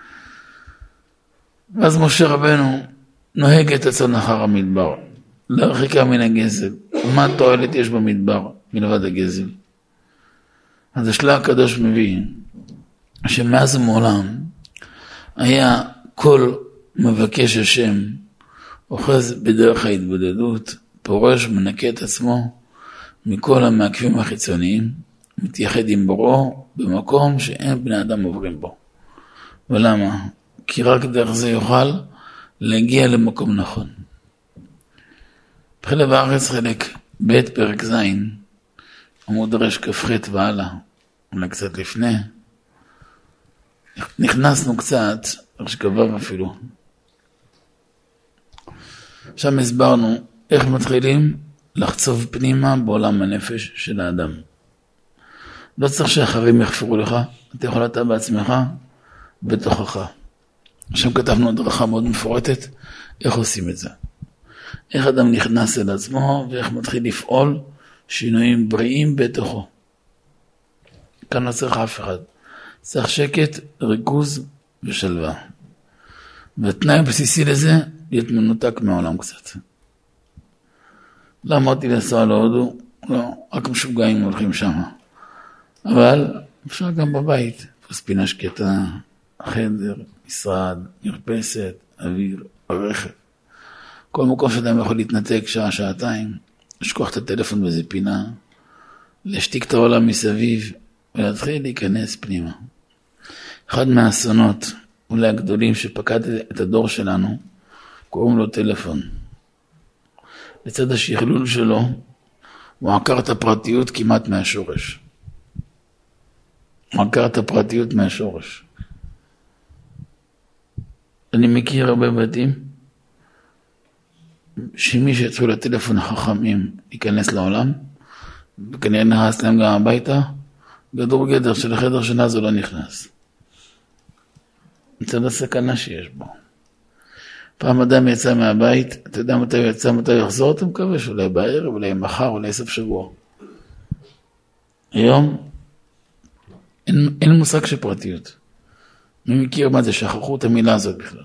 [SPEAKER 1] ואז משה רבנו נוהג את הצאן אחר המדבר, להרחיקה מן הגזל. מה תועלת יש במדבר מלבד הגזל? אז השלה הקדוש מביא שמאז ומעולם היה כל מבקש השם אוחז בדרך ההתבודדות, פורש, מנקה את עצמו מכל המעכבים החיצוניים, מתייחד עם בוראו במקום שאין בני אדם עוברים בו. ולמה? כי רק דרך זה יוכל להגיע למקום נכון. בחלק הארץ חלק ב' פרק ז', עמוד רש כ"ח והלאה, אולי קצת לפני, נכנסנו קצת, רש כ"ו אפילו. שם הסברנו איך מתחילים לחצוב פנימה בעולם הנפש של האדם. לא צריך שאחרים יחפרו לך, אתה יכול אתה בעצמך בתוכך. שם כתבנו הדרכה מאוד מפורטת, איך עושים את זה. איך אדם נכנס אל עצמו ואיך מתחיל לפעול שינויים בריאים בתוכו. כאן לא צריך אף אחד. צריך שקט, ריכוז ושלווה. והתנאי הבסיסי לזה, להיות מנותק מהעולם קצת. לא אמרתי לנסוע להודו, לא, רק משוגעים הולכים שם. אבל אפשר גם בבית, ספינה שקטה, חדר, משרד, מרפסת, אוויר, רכב. כל מקום שאדם יכול להתנתק שעה, שעתיים, לשכוח את הטלפון באיזה פינה, להשתיק את העולם מסביב, ולהתחיל להיכנס פנימה. אחד מהאסונות, אולי הגדולים שפקד את הדור שלנו, קוראים לו טלפון. לצד השכלול שלו, הוא עקר את הפרטיות כמעט מהשורש. הוא עקר את הפרטיות מהשורש. אני מכיר הרבה בתים, שמי שיצאו לטלפון החכמים ייכנס לעולם, וכנראה נכנס להם גם הביתה, גדור גדר של החדר שנה זו לא נכנס. מצד הסכנה שיש בו. פעם אדם יצא מהבית, אתה יודע מתי הוא יצא, מתי הוא יחזור, אתה מקווה שאולי בערב, אולי מחר, אולי סוף שבוע. היום אין, אין מושג של פרטיות. מי מכיר מה זה? שכחו את המילה הזאת בכלל.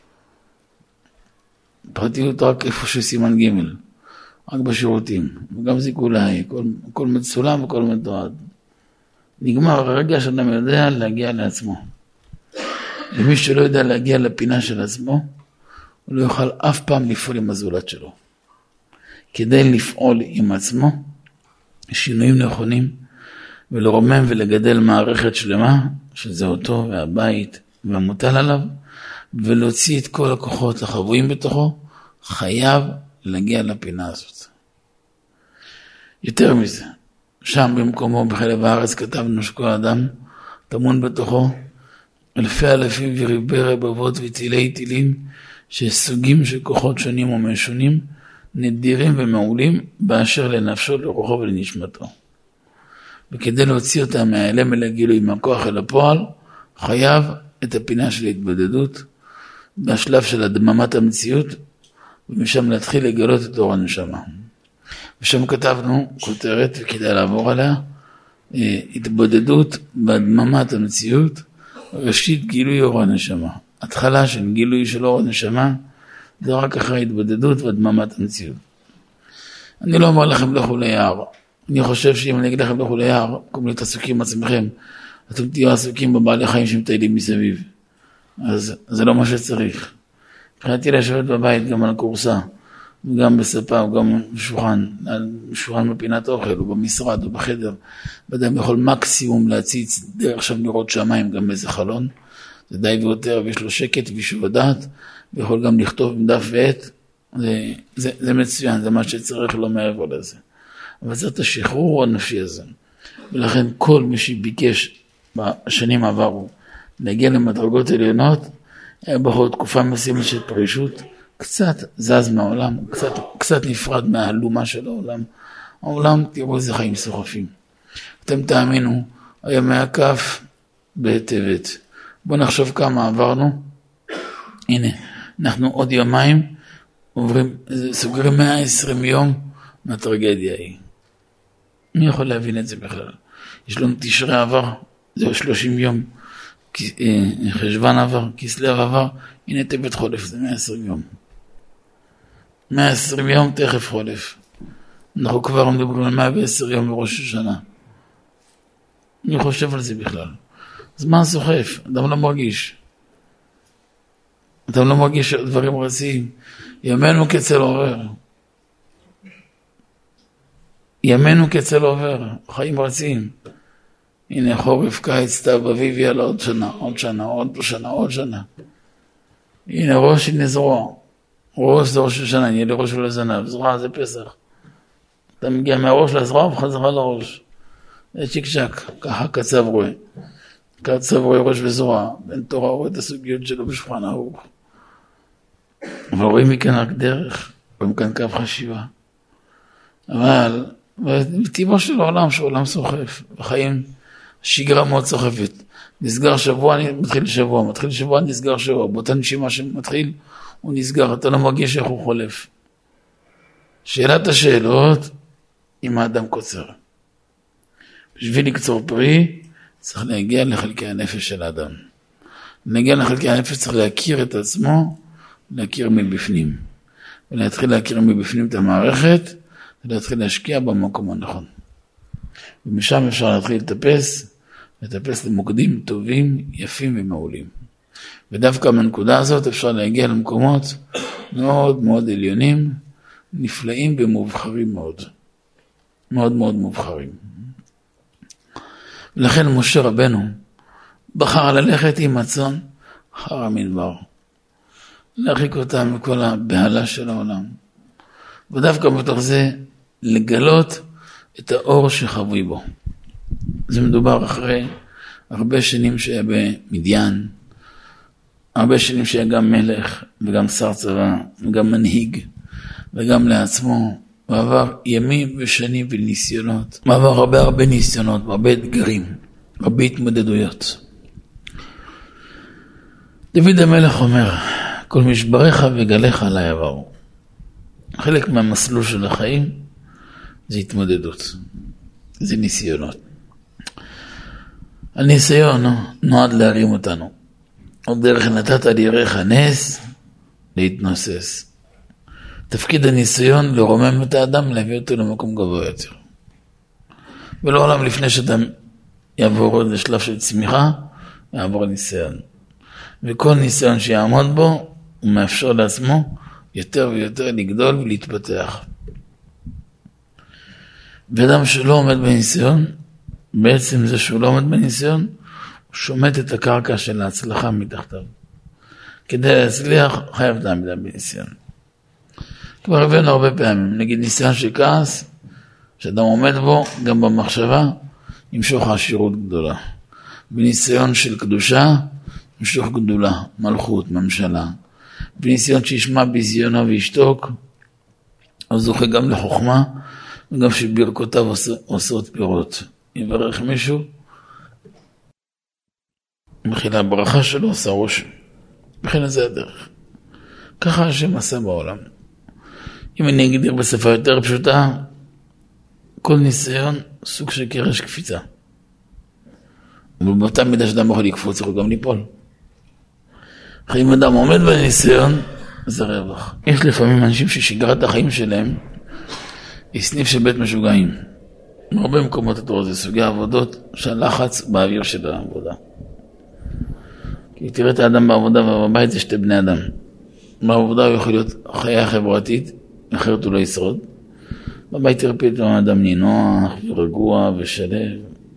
[SPEAKER 1] פרטיות רק איפה שסימן ג', רק בשירותים, וגם זיכולי, כל, כל מצולם וכל מתועד. נגמר הרגע שאדם יודע להגיע לעצמו. ומי שלא יודע להגיע לפינה של עצמו, הוא לא יוכל אף פעם לפעול עם הזולת שלו. כדי לפעול עם עצמו, שינויים נכונים, ולרומם ולגדל מערכת שלמה, שזה אותו והבית והמוטל עליו, ולהוציא את כל הכוחות החבויים בתוכו, חייב להגיע לפינה הזאת. יותר מזה, שם במקומו בחלב הארץ כתבנו שכל אדם טמון בתוכו, אלפי אלפים וריבי רבבות וטילי טילים, שסוגים של כוחות שונים ומשונים, נדירים ומעולים, באשר לנפשו, לרוחו ולנשמתו. וכדי להוציא אותם מהאלם אל הגילוי, מהכוח אל הפועל, חייב את הפינה של התבודדות, בשלב של הדממת המציאות, ומשם להתחיל לגלות את אור הנשמה. ושם כתבנו כותרת, וכדאי לעבור עליה, התבודדות בהדממת המציאות, ראשית גילוי אור הנשמה. התחלה של גילוי של אור הנשמה, זה רק אחרי התבודדות והדממת המציאות. אני לא אומר לכם לכו ליער. אני חושב שאם אני אגיד לכם לכו ליער, קום להיות עסוקים עצמכם, אתם תהיו עסוקים בבעלי חיים שמטיילים מסביב. אז זה לא מה שצריך. מבחינתי לשבת בבית גם על הקורסה, וגם בספה, וגם בשולחן, בשולחן בפינת אוכל, או במשרד, או בחדר, ואדם יכול מקסימום להציץ דרך שם לראות שמיים גם באיזה חלון, זה די ויותר, ויש לו שקט וישוב הדעת, ויכול גם לכתוב עם דף ועט, זה, זה, זה מצוין, זה מה שצריך לא מעבר לזה. אבל זאת השחרור הנפשי הזה. ולכן כל מי שביקש בשנים עברו, להגיע למדרגות עליונות, היה בכל תקופה מסוימת של פרישות, קצת זז מהעולם, קצת, קצת נפרד מההלומה של העולם. העולם, תראו איזה חיים סוחפים. אתם תאמינו, היה מהכף בטבת. בואו נחשוב כמה עברנו. הנה, אנחנו עוד יומיים עוברים, סוגרים מאה ועשרים יום מהטרגדיה היא. מי יכול להבין את זה בכלל? יש לנו תשרי עבר, זהו שלושים יום. חשבן עבר, כסלו עבר, הנה טבת חולף, זה מאה ועשרים יום. מאה ועשרים יום תכף חולף. אנחנו כבר מדברים על מאה ועשרים יום מראש השנה. אני חושב על זה בכלל. זמן סוחף, אדם לא מרגיש. אדם לא מרגיש דברים רצים. ימינו כצל עובר. ימינו כצל עובר, חיים רצים. הנה חורף, קיץ, סתיו, אביב, יאללה עוד שנה, עוד שנה, עוד שנה, עוד שנה. הנה ראש, הנה זרוע. ראש זה ראש השנה, נהיה לראש ולזנב. זרוע זה פסח. אתה מגיע מהראש לזרוע וחזרה לראש. זה צ'יק צ'ק, ככה קצב רואה. קצב רואה ראש וזרוע. בן תורה רואה את הסוגיות שלו בשולחן ערוך. אבל רואים מכאן רק דרך, רואים כאן קו חשיבה. אבל, בטבעו של העולם, שעולם סוחף, בחיים שגרה מאוד סוחפת. נסגר שבוע, אני מתחיל שבוע, מתחיל שבוע, נסגר שבוע. באותה נשימה שמתחיל, הוא נסגר, אתה לא מרגיש איך הוא חולף. שאלת השאלות, אם האדם קוצר. בשביל לקצור פרי, צריך להגיע לחלקי הנפש של האדם. להגיע לחלקי הנפש צריך להכיר את עצמו, להכיר מבפנים. ולהתחיל להכיר מבפנים את המערכת, ולהתחיל להשקיע במקום הנכון. ומשם אפשר להתחיל לטפס, לטפס למוקדים טובים, יפים ומעולים. ודווקא מהנקודה הזאת אפשר להגיע למקומות מאוד מאוד עליונים, נפלאים ומובחרים מאוד. מאוד מאוד מובחרים. ולכן משה רבנו בחר ללכת עם הצאן אחר המדבר. להרחיק אותם מכל הבהלה של העולם. ודווקא מתוך זה לגלות את האור שחבוי בו. זה מדובר אחרי הרבה שנים שהיה במדיין, הרבה שנים שהיה גם מלך וגם שר צבא וגם מנהיג וגם לעצמו. הוא עבר ימים ושנים וניסיונות. הוא עבר הרבה הרבה ניסיונות, הרבה אתגרים, הרבה התמודדויות. דוד המלך אומר, כל משבריך וגליך עלי עברו. חלק מהמסלול של החיים זה התמודדות, זה ניסיונות. הניסיון נועד להרים אותנו. עוד דרך נתת על ירך הנס להתנוסס. תפקיד הניסיון לרומם את האדם, להביא אותו למקום גבוה יותר. ולעולם לפני שאדם יעבור עוד לשלב של צמיחה, יעבור ניסיון. וכל ניסיון שיעמוד בו, הוא מאפשר לעצמו יותר ויותר לגדול ולהתפתח. ואדם שלא עומד בניסיון, בעצם זה שהוא לא עומד בניסיון, הוא שומט את הקרקע של ההצלחה מתחתיו. כדי להצליח, חייב לעמידה בניסיון. כבר הבאנו הרבה פעמים, נגיד ניסיון של כעס, שאדם עומד בו, גם במחשבה, ימשוך עשירות גדולה. בניסיון של קדושה, ימשוך גדולה, מלכות, ממשלה. בניסיון שישמע בזיונו וישתוק, הוא זוכה גם לחוכמה, וגם שברכותיו עושות פירות. יברך מישהו, מכילה הברכה שלו עושה ראש. מכילה זה הדרך. ככה השם עשה בעולם. אם אני אגדיר בשפה יותר פשוטה, כל ניסיון סוג של קרש קפיצה. אבל באותה מידה שאדם יכול לקפוץ, יכול גם ליפול. אם אדם עומד בניסיון, זה רווח. יש לפעמים אנשים ששגרת החיים שלהם, היא סניף של בית משוגעים. הרבה מקומות התורה זה סוגי עבודות שהלחץ באוויר של העבודה. כי תראה את האדם בעבודה ובבית זה שתי בני אדם. בעבודה הוא יכול להיות חיה חברתית, אחרת הוא לא ישרוד. בבית תראה פתאום האדם נינוח ורגוע ושלב.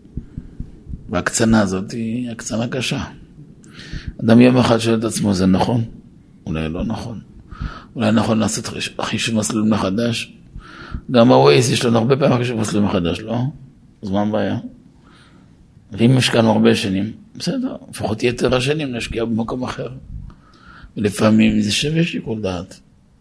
[SPEAKER 1] והקצנה הזאת היא הקצנה קשה. אדם יום אחד שואל את עצמו, זה נכון? אולי לא נכון. אולי נכון לעשות חישוב מסלול מחדש. גם הווייז יש לנו הרבה פעמים חישוב מסלול מחדש, לא? אז מה הבעיה? ואם השקענו הרבה שנים, בסדר, לפחות יתר השנים נשקיע במקום אחר. ולפעמים זה שווה שיקול דעת.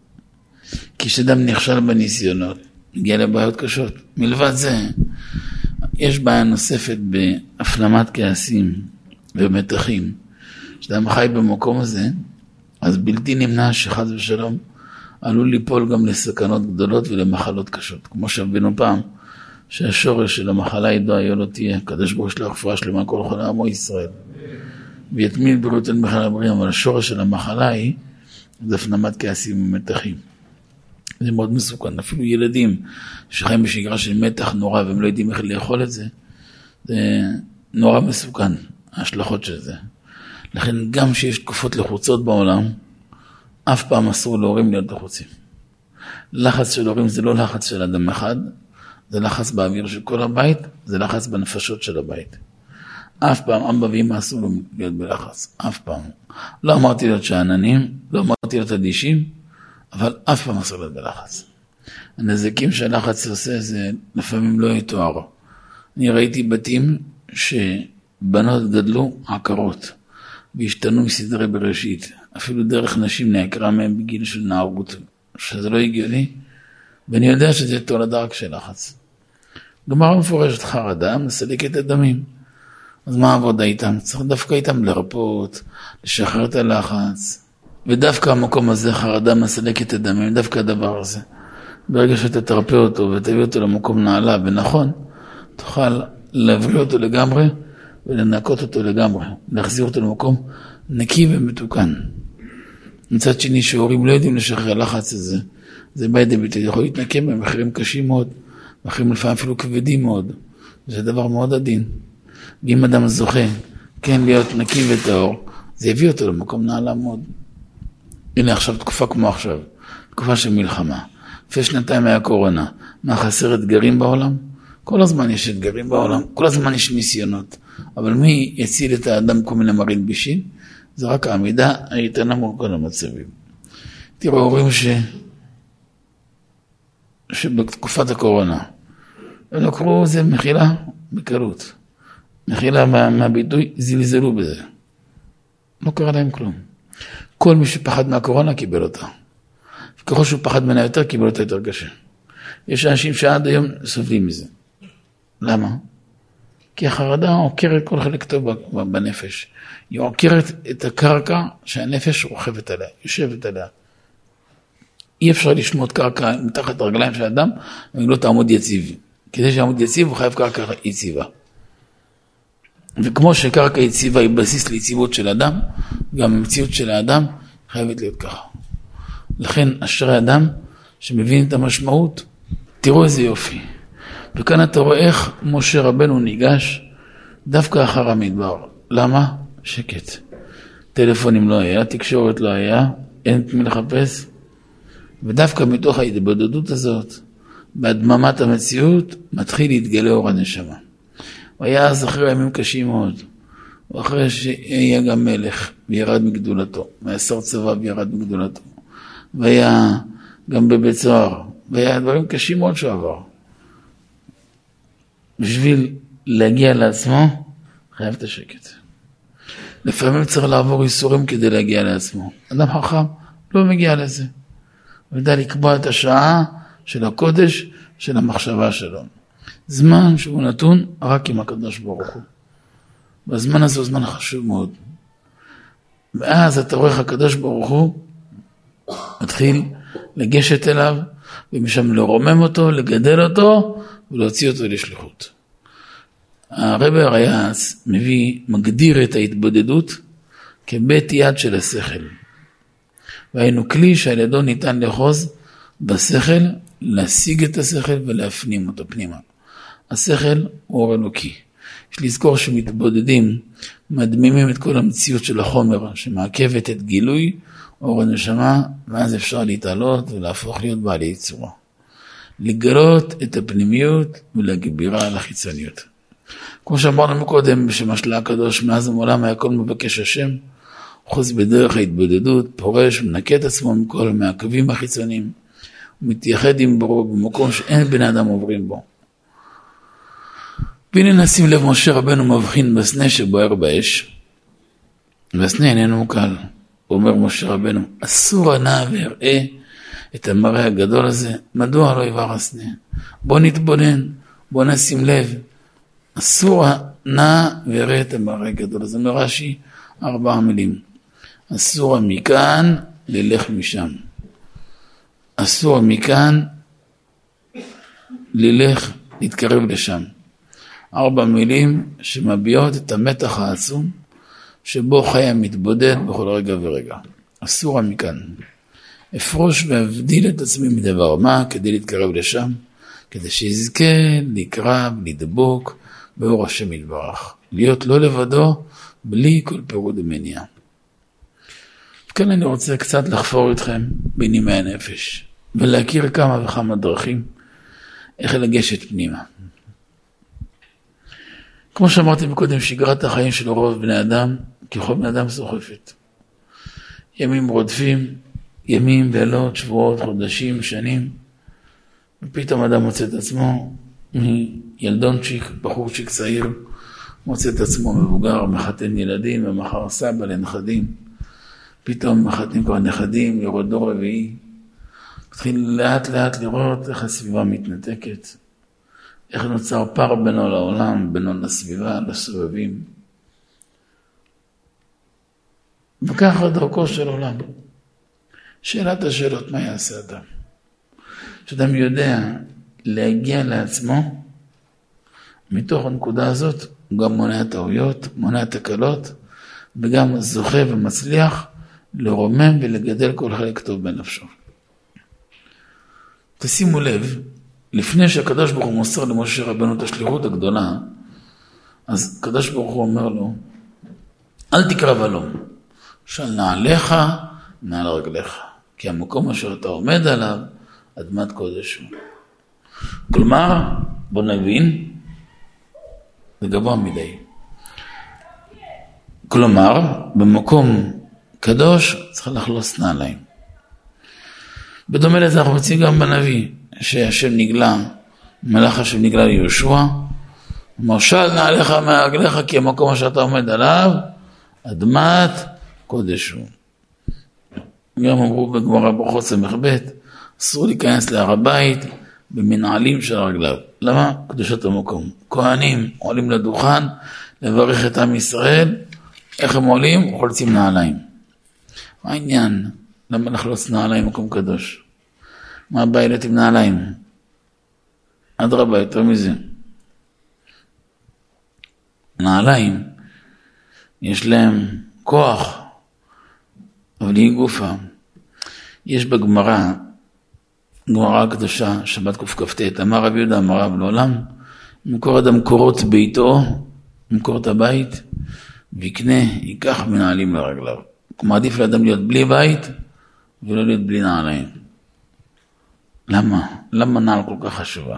[SPEAKER 1] כי כשאדם נכשל בניסיונות, מגיע לבעיות קשות. מלבד זה, יש בעיה נוספת בהפנמת כעסים ומתחים. כשאדם חי במקום הזה, אז בלתי נמנע שחד ושלום עלול ליפול גם לסכנות גדולות ולמחלות קשות. כמו שהבאנו פעם, שהשורש של המחלה ידוע היה לא תהיה, קדוש ברוך הוא שלח רפואה שלמה כל חולי עמו ישראל. ויתמיד בריאות אל מחלה בריאה, אבל השורש של המחלה היא, זה הפנמת כעסים ומתחים. זה מאוד מסוכן. אפילו ילדים שחיים בשגרה של מתח נורא, והם לא יודעים איך לאכול את זה, זה נורא מסוכן, ההשלכות של זה. לכן גם שיש תקופות לחוצות בעולם, אף פעם אסור להורים להיות לחוצים. לחץ של הורים זה לא לחץ של אדם אחד, זה לחץ באוויר של כל הבית, זה לחץ בנפשות של הבית. אף פעם אבא ואמא אסור להיות בלחץ, אף פעם. לא אמרתי להיות שעננים, לא אמרתי להיות אדישים, אבל אף פעם אסור להיות בלחץ. הנזקים שהלחץ עושה זה לפעמים לא יתואר. אני ראיתי בתים שבנות גדלו עקרות, והשתנו מסדרי בראשית. אפילו דרך נשים נעקרה מהם בגיל של נערות, שזה לא הגיוני, ואני יודע שזה תולדה רק של לחץ. גמרא מפורשת חרדה, מסלקת את הדמים. אז מה העבודה איתם? צריך דווקא איתם לרפות, לשחרר את הלחץ, ודווקא המקום הזה חרדה מסלקת את הדמים, דווקא הדבר הזה. ברגע שאתה תרפא אותו ותביא אותו למקום נעלה ונכון, תוכל להבריא אותו לגמרי ולנקות אותו לגמרי, להחזיר אותו למקום נקי ומתוקן. מצד שני שהורים לא יודעים לשחרר לחץ הזה, זה בא ידי ביטוי, יכול להתנקם במחירים קשים מאוד, מחירים לפעמים אפילו כבדים מאוד, זה דבר מאוד עדין. ואם אדם זוכה, כן להיות נקי וטהור, זה הביא אותו למקום נעלה מאוד. הנה עכשיו תקופה כמו עכשיו, תקופה של מלחמה. לפני שנתיים היה קורונה. מה חסר אתגרים בעולם? כל הזמן יש אתגרים בעולם, כל הזמן יש ניסיונות. אבל מי יציל את האדם כל מיני מרעין בישין? זה רק העמידה האיתנה מול כל המצבים. תראו, אומרים ש... שבתקופת הקורונה, הם לקחו זה מחילה בקלות. מחילה מה, מהביטוי, זלזלו בזה. לא קרה להם כלום. כל מי שפחד מהקורונה קיבל אותה. ככל שהוא פחד ממנה יותר, קיבל אותה יותר קשה. יש אנשים שעד היום סובלים מזה. למה? כי החרדה עוקרת כל חלק טוב בנפש. היא עוקרת את הקרקע שהנפש רוכבת עליה, יושבת עליה. אי אפשר לשמות קרקע מתחת הרגליים של האדם, אם לא תעמוד יציב. כדי שיעמוד יציב, הוא חייב קרקע יציבה. וכמו שקרקע יציבה היא בסיס ליציבות של אדם, גם המציאות של האדם חייבת להיות ככה. לכן, אשרי אדם שמבין את המשמעות, תראו איזה יופי. וכאן אתה רואה איך משה רבנו ניגש דווקא אחר המדבר. למה? שקט. טלפונים לא היה, תקשורת לא היה, אין את מי לחפש. ודווקא מתוך ההתבודדות הזאת, בהדממת המציאות, מתחיל להתגלה אור הנשמה. הוא היה אז אחרי ימים קשים מאוד. הוא אחרי שהיה גם מלך וירד מגדולתו. והיה שר צבא וירד מגדולתו. והיה גם בבית סוהר. והיה דברים קשים מאוד שעבר. בשביל להגיע לעצמו, חייב את השקט. לפעמים צריך לעבור איסורים כדי להגיע לעצמו. אדם חכם לא מגיע לזה. הוא יודע לקבוע את השעה של הקודש, של המחשבה שלו. זמן שהוא נתון רק עם הקדוש ברוך הוא. והזמן הזה הוא זמן חשוב מאוד. ואז אתה רואה הקדוש ברוך הוא מתחיל לגשת אליו, ומשם לרומם אותו, לגדל אותו, ולהוציא אותו לשליחות. הרב הריי"צ מביא, מגדיר את ההתבודדות כבית יד של השכל. והיינו כלי שעל ידו ניתן לחוז בשכל, להשיג את השכל ולהפנים אותו פנימה. השכל הוא אור אלוקי. יש לזכור שמתבודדים, מדמימים את כל המציאות של החומר, שמעכבת את גילוי אור הנשמה, ואז אפשר להתעלות ולהפוך להיות בעלי צורה. לגלות את הפנימיות ולהגבירה על החיצוניות. כמו שאמרנו מקודם, שמשלה הקדוש מאז ומעולם היה כל מבקש השם, חוז בדרך ההתבודדות, פורש, מנקה את עצמו מכל המעכבים החיצוניים, ומתייחד עם ברו במקום שאין בני אדם עוברים בו. והנה נשים לב, משה רבנו מבחין בסנה שבוער באש, והסנה איננו קל. הוא אומר משה רבנו, אסור הנע ויראה את המראה הגדול הזה, מדוע לא יבר הסנה? בוא נתבונן, בוא נשים לב, אסור הנע ויראה את המראה הגדול הזה. מרש"י ארבע מילים, אסור מכאן ללך משם, אסור מכאן ללך להתקרב לשם. ארבע מילים שמביעות את המתח העצום שבו חיה מתבודד בכל רגע ורגע. אסור מכאן. אפרוש והבדיל את עצמי מדבר מה כדי להתקרב לשם, כדי שיזכה לקרב, לדבוק באור השם יתברך. להיות לא לבדו בלי כל פירוד ומניע. וכאן אני רוצה קצת לחפור אתכם בנימי הנפש, ולהכיר כמה וכמה דרכים איך לגשת פנימה. כמו שאמרתי מקודם, שגרת החיים של רוב בני אדם, ככל בני אדם סוחפת. ימים רודפים, ימים, לילות, שבועות, חודשים, שנים, ופתאום אדם מוצא את עצמו, מילדונצ'יק, בחורצ'יק צעיר, מוצא את עצמו מבוגר, מחתן ילדים, ומחר סבא לנכדים, פתאום מחתנים כבר נכדים, יורד דור רביעי, מתחיל לאט לאט לראות איך הסביבה מתנתקת, איך נוצר פער בינו לעולם, בינו לסביבה, לסובבים. וככה דרכו של עולם. שאלת השאלות, מה יעשה אדם? שאדם יודע להגיע לעצמו, מתוך הנקודה הזאת, הוא גם מונע טעויות, מונע תקלות, וגם זוכה ומצליח לרומם ולגדל כל חלק טוב בנפשו. תשימו לב, לפני שהקדוש ברוך הוא מוסר למשה רבנו את השליחות הגדולה, אז הקדוש ברוך הוא אומר לו, אל תקרב הלום. של נעליך, נעל רגליך. כי המקום אשר אתה עומד עליו, אדמת קודש הוא. כלומר, בוא נבין, זה גבוה מדי. כלומר, במקום קדוש צריך לחלוץ נעליים. בדומה לזה אנחנו מציעים גם בנביא, שהשם נגלה, מלאך השם נגלה ליהושע, מושל נעליך מהרגליך, כי המקום אשר אתה עומד עליו, אדמת קודש הוא. גם אמרו בגמרא ברכות סמך ב', אסור להיכנס להר הבית במנעלים של הרגליו. למה? קדושת המקום. כהנים עולים לדוכן לברך את עם ישראל, איך הם עולים? חולצים נעליים. מה העניין? למה לחלוץ נעליים במקום קדוש? מה הבעיה עם נעליים? אדרבה, יותר מזה. נעליים, יש להם כוח, אבל היא גופה. יש בגמרא, גמרא הקדושה, שבת קכ"ט, אמר רבי יהודה, אמר רב לעולם, מקור אדם קורות ביתו, מקור את הבית, ויקנה, ייקח מנעלים לרגליו. מעדיף לאדם להיות בלי בית, ולא להיות בלי נעליים. למה? למה נעל כל כך חשובה?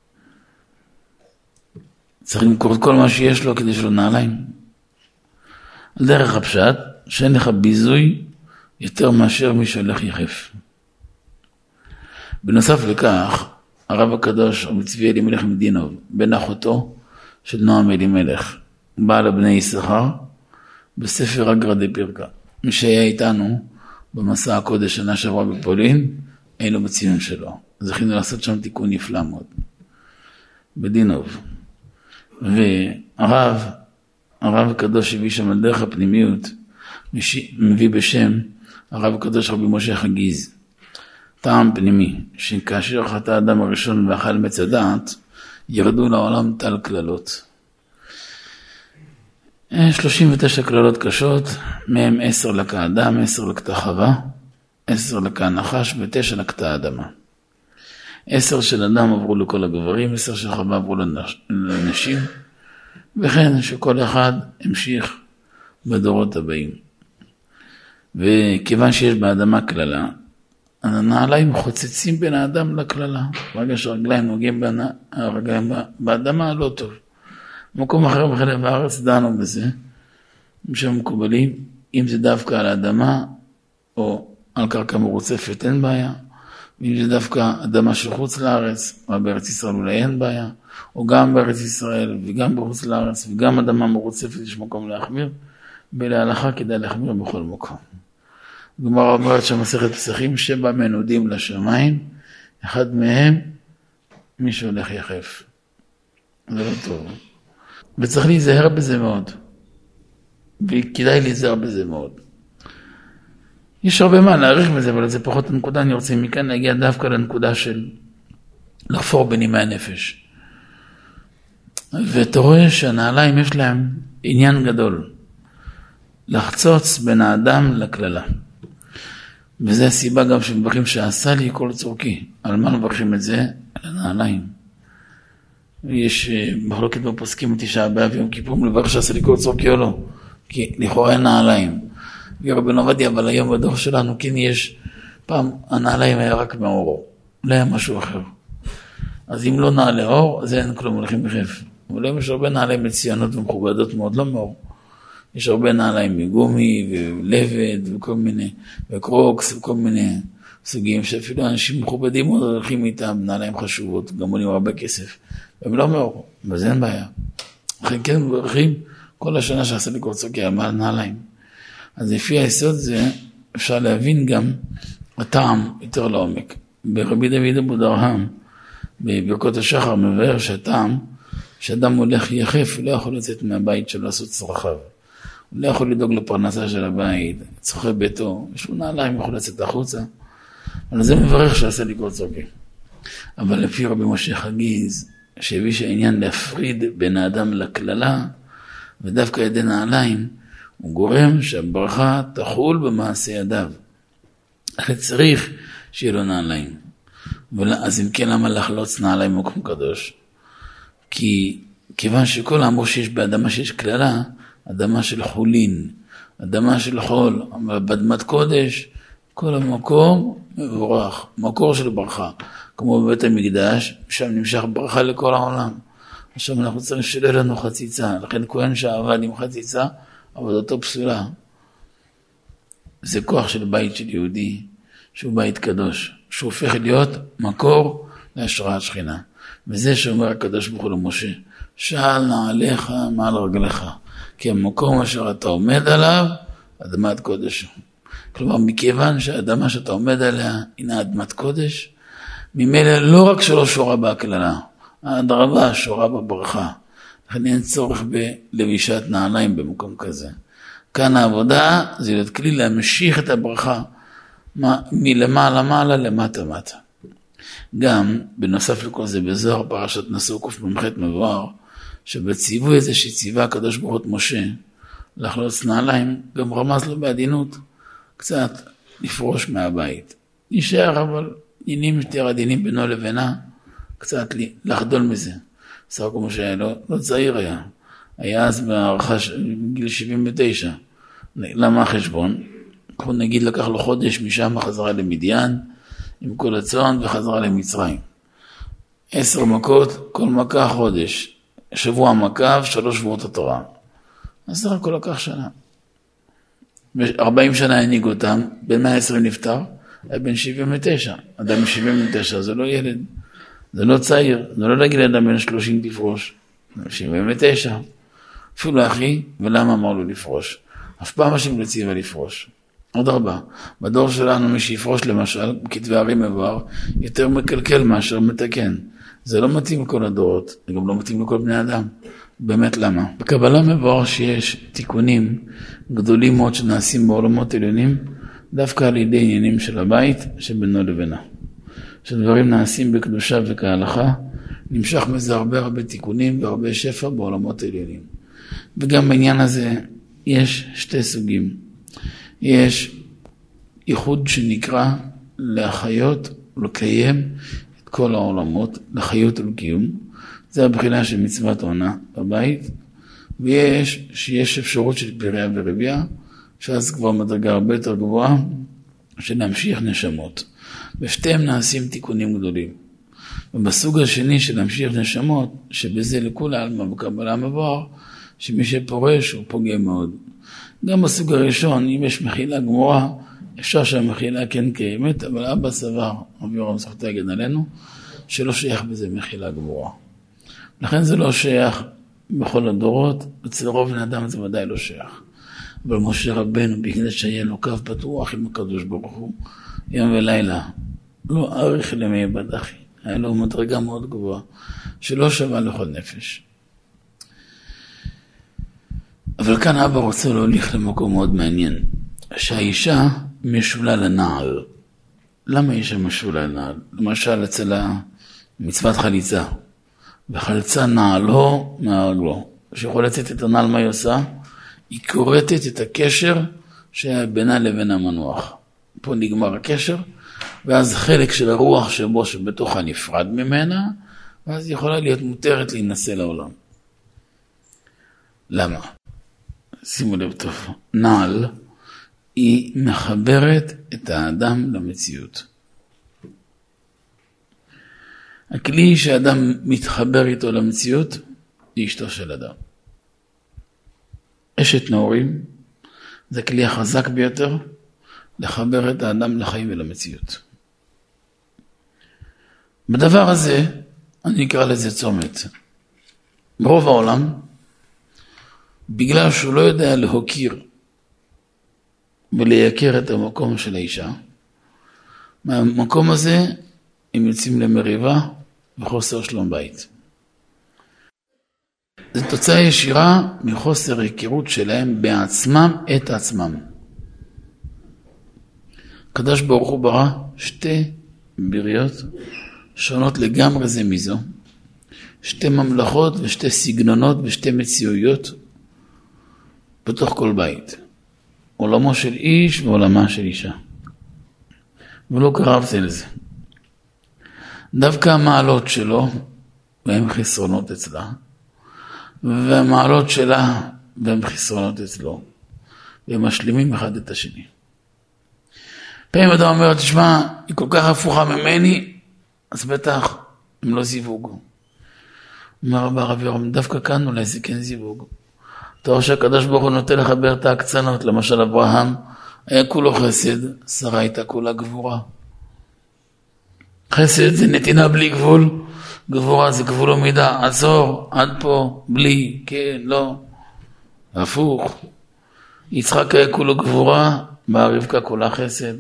[SPEAKER 1] צריך למכור את כל מה שיש לו כדי שלו נעליים. על דרך הפשט, שאין לך ביזוי יותר מאשר מי שהולך יחף. בנוסף לכך, הרב הקדוש, רבי צבי אלימלך מדינוב, בן אחותו של נועם אלימלך, בעל הבני יששכר, בספר אגרא דפירקה. מי שהיה איתנו במסע הקודש שנה שעברה בפולין, היינו בציון שלו. זכינו לעשות שם תיקון נפלא מאוד. בדינוב. והרב, הרב הקדוש הביא שם על דרך הפנימיות, מביא בשם הרב הקדוש רבי משה חגיז. טעם פנימי, שכאשר חטא האדם הראשון ואכל מעץ הדעת, ירדו לעולם טל כללות. שלושים ותשע כללות קשות, מהם עשר לקה אדם, עשר לקתה חווה, עשר לקה נחש ותשע לקתה אדמה. עשר של אדם עברו לכל הגברים, עשר של חווה עברו לנשים, וכן שכל אחד המשיך בדורות הבאים. וכיוון שיש באדמה כללה, הנעליים חוצצים בין האדם לכללה. ברגע שהרגליים נוגעים הרגליים באדמה, לא טוב. במקום אחר בחלק הארץ דנו בזה, שם מקובלים, אם זה דווקא על האדמה או על קרקע מרוצפת, אין בעיה. ואם זה דווקא אדמה של חוץ לארץ, או בארץ ישראל אולי אין בעיה, או גם בארץ ישראל וגם בחוץ לארץ וגם אדמה מרוצפת, יש מקום להחמיר, ולהלכה כדאי להחמיר בכל מקום. גמרא אומרת שמסכת פסחים, שבע מנודים לשמיים, אחד מהם מי שהולך יחף. זה לא טוב. וצריך להיזהר בזה מאוד. וכדאי להיזהר בזה מאוד. יש הרבה מה להעריך בזה, אבל זה פחות הנקודה. אני רוצה מכאן להגיע דווקא לנקודה של לחפור בנימי הנפש. ואתה רואה שהנעליים יש להם עניין גדול. לחצוץ בין האדם לכללה. וזה הסיבה גם שמברכים שעשה לי כל צורכי. על מה מברכים את זה? על הנעליים. יש מחלוקת בפוסקים תשעה באב יום כיפור לברך שעשה לי כל צורכי או לא. כי לכאורה אין נעליים. רבי עובדיה, אבל היום בדור שלנו כן יש, פעם הנעליים היה רק מהאור, לא היה משהו אחר. אז אם לא נעלי אור, אז אין כלום, הולכים בחף. אבל היום יש הרבה נעליים מצוינות ומכובדות מאוד, לא מאור. יש הרבה נעליים מגומי ולבד וכל מיני, וקרוקס וכל מיני סוגים, שאפילו אנשים מכובדים מאוד הולכים איתם, נעליים חשובות, גם עולים הרבה כסף. והם לא מאור, אבל אין בעיה. אחרי כן מברכים כל השנה שעשה לי כל צורכי על מה נעליים. אז לפי היסוד זה אפשר להבין גם הטעם יותר לעומק. ברבי דוד אבו דרהם, בברכות השחר, מבאר שהטעם, שאדם הולך יחף, הוא לא יכול לצאת מהבית שלו לעשות צרכיו. הוא לא יכול לדאוג לפרנסה של הבית, צורכי ביתו, יש לו נעליים, יכול לצאת החוצה. אבל זה מברך שעשה לי כל צורכי. אבל לפי רבי משה חגיז, שהביא שהעניין להפריד בין האדם לכללה, ודווקא ידי נעליים, הוא גורם שהברכה תחול במעשה ידיו. אחרי צריך שיהיה לו נעליים. אז אם כן, למה לחלוץ נעליים במקום קדוש? כי כיוון שכל האמור שיש באדמה שיש כללה, אדמה של חולין, אדמה של חול, באדמת קודש, כל המקום מבורך, מקור של ברכה, כמו בבית המקדש, שם נמשך ברכה לכל העולם. עכשיו אנחנו צריכים שיהיה לנו חציצה, לכן כהן שעבד עם חציצה, עבודתו פסולה. זה כוח של בית של יהודי, שהוא בית קדוש, שהוא הופך להיות מקור להשראת שכינה. וזה שאומר הקדוש ברוך הוא למשה, שאל נעליך מעל רגליך, כי המקום אשר אתה עומד עליו, אדמת קודש. כלומר, מכיוון שהאדמה שאתה עומד עליה, הנה אדמת קודש, ממילא לא רק שלא שורה בהקללה, האדרבה שורה בברכה. לכן אין צורך בלבישת נעליים במקום כזה. כאן העבודה זה להיות כלי להמשיך את הברכה מלמעלה מעלה למטה מטה. גם בנוסף לכל זה בזוהר פרשת נשוא קמ"ח מבואר, שבציווי הזה שציווה הקדוש ברוך הוא את משה לחלוץ נעליים, גם רמז לו בעדינות קצת לפרוש מהבית. נשאר אבל עניינים יותר עדינים בינו לבינה, קצת לחדול מזה. סך הכל משה היה לא, לא צעיר היה. היה אז בהערכה בגיל שבעים ותשע. למה החשבון? אנחנו נגיד לקח לו חודש משם חזרה למדיין, עם כל הצוען וחזרה למצרים. עשר מכות, כל מכה חודש. שבוע מכה ושלוש שבועות התורה. אז סך הכל לקח שנה. ארבעים שנה הנהיג אותם, בין מאה ועשרים נפטר, היה בן שבעים ותשע. אדם שבעים ותשע זה לא ילד, זה לא צעיר, זה לא להגיד לאדם בן שלושים לפרוש. שבעים ותשע. אפילו אחי, ולמה אמר לו לפרוש? אף פעם השם לציווה לפרוש. עוד ארבע. בדור שלנו מי שיפרוש למשל, בכתבי הרים מבואר, יותר מקלקל מאשר מתקן. זה לא מתאים לכל הדורות, זה גם לא מתאים לכל בני אדם. באמת למה? בקבלה מבואר שיש תיקונים גדולים מאוד שנעשים בעולמות עליונים, דווקא על ידי עניינים של הבית שבינו לבינה. שדברים נעשים בקדושה וכהלכה, נמשך מזה הרבה הרבה תיקונים והרבה שפע בעולמות עליונים. וגם בעניין הזה יש שתי סוגים. יש ייחוד שנקרא להחיות ולקיים את כל העולמות, לחיות ולקיום. זה הבחינה של מצוות עונה בבית. ויש שיש אפשרות של פריה ורבייה, שאז כבר מדרגה הרבה יותר גבוהה, של להמשיך נשמות. ושתיהם נעשים תיקונים גדולים. ובסוג השני של להמשיך נשמות, שבזה לכול העלמה בקבלה מבואר, שמי שפורש הוא פוגע מאוד. גם בסוג הראשון, אם יש מחילה גמורה, אפשר שהמחילה כן קיימת, אבל אבא סבר, רבי יורם זכותו יגן עלינו, שלא שייך בזה מחילה גמורה. לכן זה לא שייך בכל הדורות, אצל רוב בן אדם זה ודאי לא שייך. אבל משה רבנו, בגלל שהיה לו קו פתוח עם הקדוש ברוך הוא, יום ולילה, לא אריך למי בדחי, היה לו מדרגה מאוד גבוהה, שלא שווה לכל נפש. אבל כאן אבא רוצה להוליך למקום מאוד מעניין, שהאישה משולה לנעל. למה אישה משולה לנעל? למשל אצל מצוות חליצה, וחלצה נעלו מהרגלו. כשיכול לצאת את הנעל מה היא עושה? היא קורטת את הקשר שהיה בינה לבין המנוח. פה נגמר הקשר, ואז חלק של הרוח שבו שבתוכה נפרד ממנה, ואז היא יכולה להיות מותרת להינשא לעולם. למה? שימו לב טוב, נעל היא מחברת את האדם למציאות. הכלי שאדם מתחבר איתו למציאות, היא אשתו של אדם. אשת נעורים, זה הכלי החזק ביותר, לחבר את האדם לחיים ולמציאות. בדבר הזה, אני אקרא לזה צומת. ברוב העולם, בגלל שהוא לא יודע להוקיר ולייקר את המקום של האישה, מהמקום הזה הם יוצאים למריבה וחוסר שלום בית. זו תוצאה ישירה מחוסר היכרות שלהם בעצמם את עצמם. הקדוש ברוך הוא ברא שתי בריות שונות לגמרי זה מזו, שתי ממלכות ושתי סגנונות ושתי מציאויות בתוך כל בית. עולמו של איש ועולמה של אישה. ולא קרבתי לזה. דווקא המעלות שלו, והם חסרונות אצלה, והמעלות שלה, והם חסרונות אצלו. והם משלימים אחד את השני. פעמים אדם אומר, תשמע, היא כל כך הפוכה ממני, אז בטח הם לא זיווג. אומר רבי הרב יורם, דווקא כאן אולי זה כן זיווג. אתה רואה שהקדוש ברוך הוא נוטה לחבר את ההקצנות, למשל אברהם, היה כולו חסד, שרה הייתה כולה גבורה. חסד זה נתינה בלי גבול, גבורה זה גבול ומידה, עצור, עד פה, בלי, כן, לא, הפוך. יצחק היה כולו גבורה, באה רבקה כולה חסד.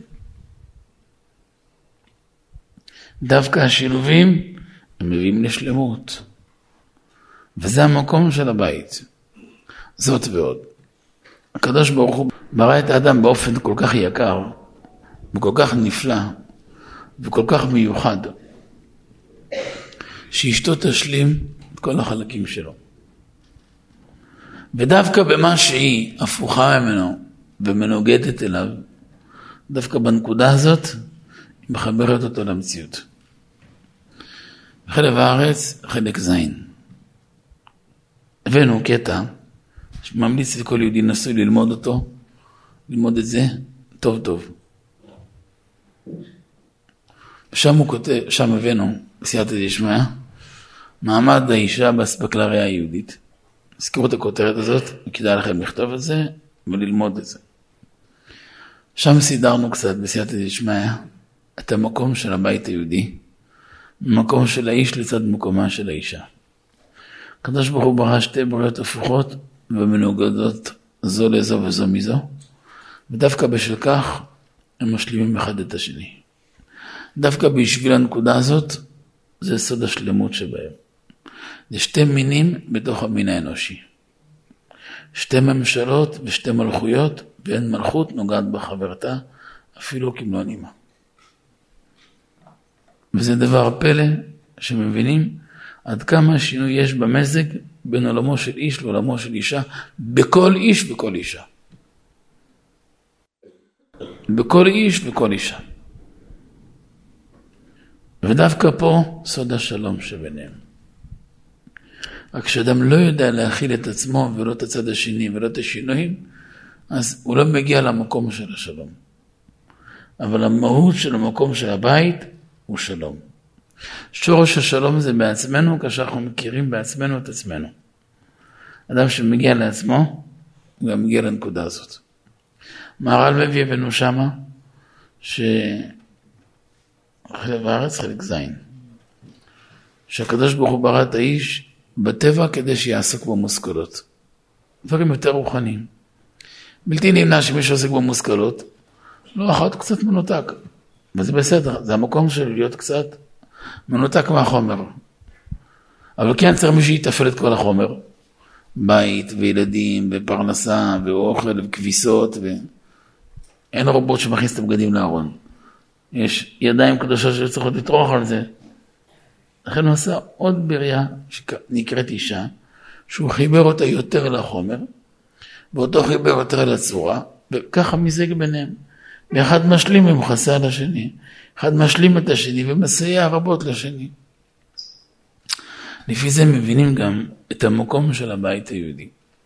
[SPEAKER 1] דווקא השילובים הם מביאים לשלמות. וזה המקום של הבית. זאת ועוד. הקדוש ברוך הוא ברא את האדם באופן כל כך יקר, וכל כך נפלא, וכל כך מיוחד, שאשתו תשלים את כל החלקים שלו. ודווקא במה שהיא הפוכה ממנו ומנוגדת אליו, דווקא בנקודה הזאת, היא מחברת אותו למציאות. בחלב הארץ, חלק זין. הבאנו קטע, שממליץ לכל יהודי נשוי ללמוד אותו, ללמוד את זה טוב טוב. ושם הוא כותב, שם הבאנו, בסייעתא דשמיא, מעמד האישה באספקלריה היהודית. הזכירו את הכותרת הזאת, וכדאי לכם לכתוב את זה וללמוד את זה. שם סידרנו קצת בסייעתא דשמיא את המקום של הבית היהודי, מקום של האיש לצד מקומה של האישה. הקדוש ברוך הוא ברא שתי בריאות הפוכות ומנוגדות זו לזו וזו מזו, ודווקא בשל כך הם משלימים אחד את השני. דווקא בשביל הנקודה הזאת, זה סוד השלמות שבהם. זה שתי מינים בתוך המין האנושי. שתי ממשלות ושתי מלכויות, ואין מלכות נוגעת בחברתה, אפילו כמלוא נימה. וזה דבר פלא שמבינים עד כמה שינוי יש במזג בין עולמו של איש לעולמו של אישה, בכל איש וכל אישה. בכל איש וכל אישה. ודווקא פה סוד השלום שביניהם. רק כשאדם לא יודע להכיל את עצמו ולא את הצד השני ולא את השינויים, אז הוא לא מגיע למקום של השלום. אבל המהות של המקום של הבית הוא שלום. שורש השלום זה בעצמנו, כאשר אנחנו מכירים בעצמנו את עצמנו. אדם שמגיע לעצמו, הוא גם מגיע לנקודה הזאת. מהר"ל מביא הבאנו שמה, שחלב הארץ חלק זין. שהקדוש ברוך הוא ברא את האיש בטבע כדי שיעסוק במושכלות. דברים יותר רוחניים. בלתי נמנע שמי שעוסק במושכלות, לא אחת קצת מנותק. וזה בסדר, זה המקום של להיות קצת מנותק מהחומר. אבל כן צריך מי שיתפעל את כל החומר. בית וילדים ופרנסה ואוכל וכביסות ואין רובוט שמכניס את הבגדים לארון. יש ידיים קדושות שצריכות לטרוח על זה. לכן הוא עשה עוד בריאה שנקראת אישה, שהוא חיבר אותה יותר לחומר, ואותו חיבר יותר לצורה, וככה מזג ביניהם. ואחד משלים ומחסה על השני, אחד משלים את השני ומסייע רבות לשני. לפי זה מבינים גם את המקום של הבית היהודי.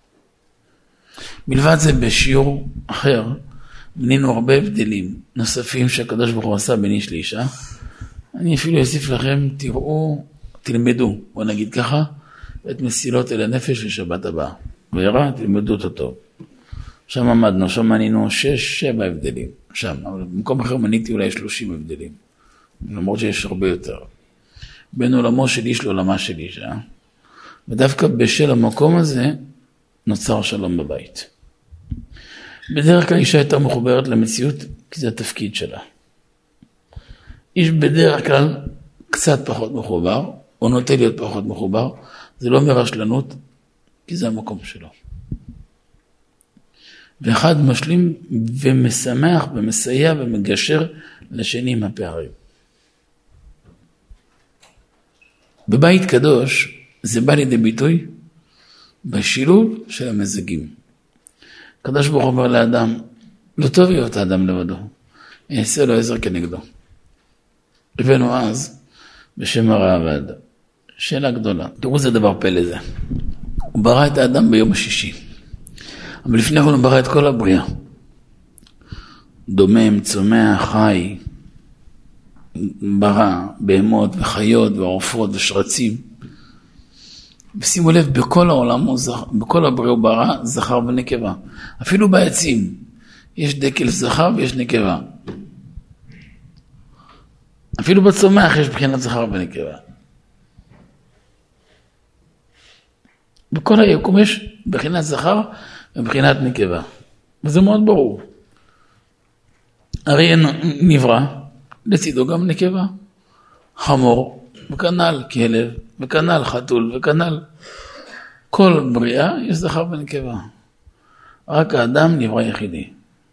[SPEAKER 1] מלבד זה בשיעור אחר, בנינו הרבה הבדלים נוספים שהקדוש ברוך הוא עשה בין איש לאישה. אני אפילו אוסיף לכם, תראו, תלמדו, בוא נגיד ככה, את מסילות אל הנפש לשבת הבאה. ויראה, תלמדו אותו טוב. שם עמדנו, שם מנינו שש, שבע הבדלים. שם, אבל במקום אחר מניתי אולי שלושים הבדלים. למרות שיש הרבה יותר. בין עולמו של איש לעולמה של אישה. ודווקא בשל המקום הזה, נוצר שלום בבית. בדרך כלל אישה יותר מחוברת למציאות, כי זה התפקיד שלה. איש בדרך כלל קצת פחות מחובר, או נוטה להיות פחות מחובר, זה לא מרשלנות, כי זה המקום שלו. ואחד משלים ומשמח ומסייע ומגשר לשני עם הפערים. בבית קדוש זה בא לידי ביטוי בשילוב של המזגים. הקדוש ברוך הוא אומר לאדם, לא טוב להיות האדם לבדו, יעשה לו עזר כנגדו. הבאנו אז בשם הרעב"ד, שאלה גדולה. תראו זה דבר פלא זה. הוא ברא את האדם ביום השישי. אבל לפני הכל הוא ברא את כל הבריאה. דומם, צומח, חי, ברא, בהמות וחיות ועופות ושרצים. ושימו לב, בכל העולם, בכל הבריאה הוא ברא זכר ונקבה. אפילו בעצים, יש דקל זכר ויש נקבה. אפילו בצומח יש בחינת זכר ונקבה. בכל היקום יש בחינת זכר ובחינת נקבה. וזה מאוד ברור. הרי נברא, לצידו גם נקבה. חמור, וכנל כלב, וכנל חתול, וכנל. כל בריאה יש זכר ונקבה. רק האדם נברא יחידי.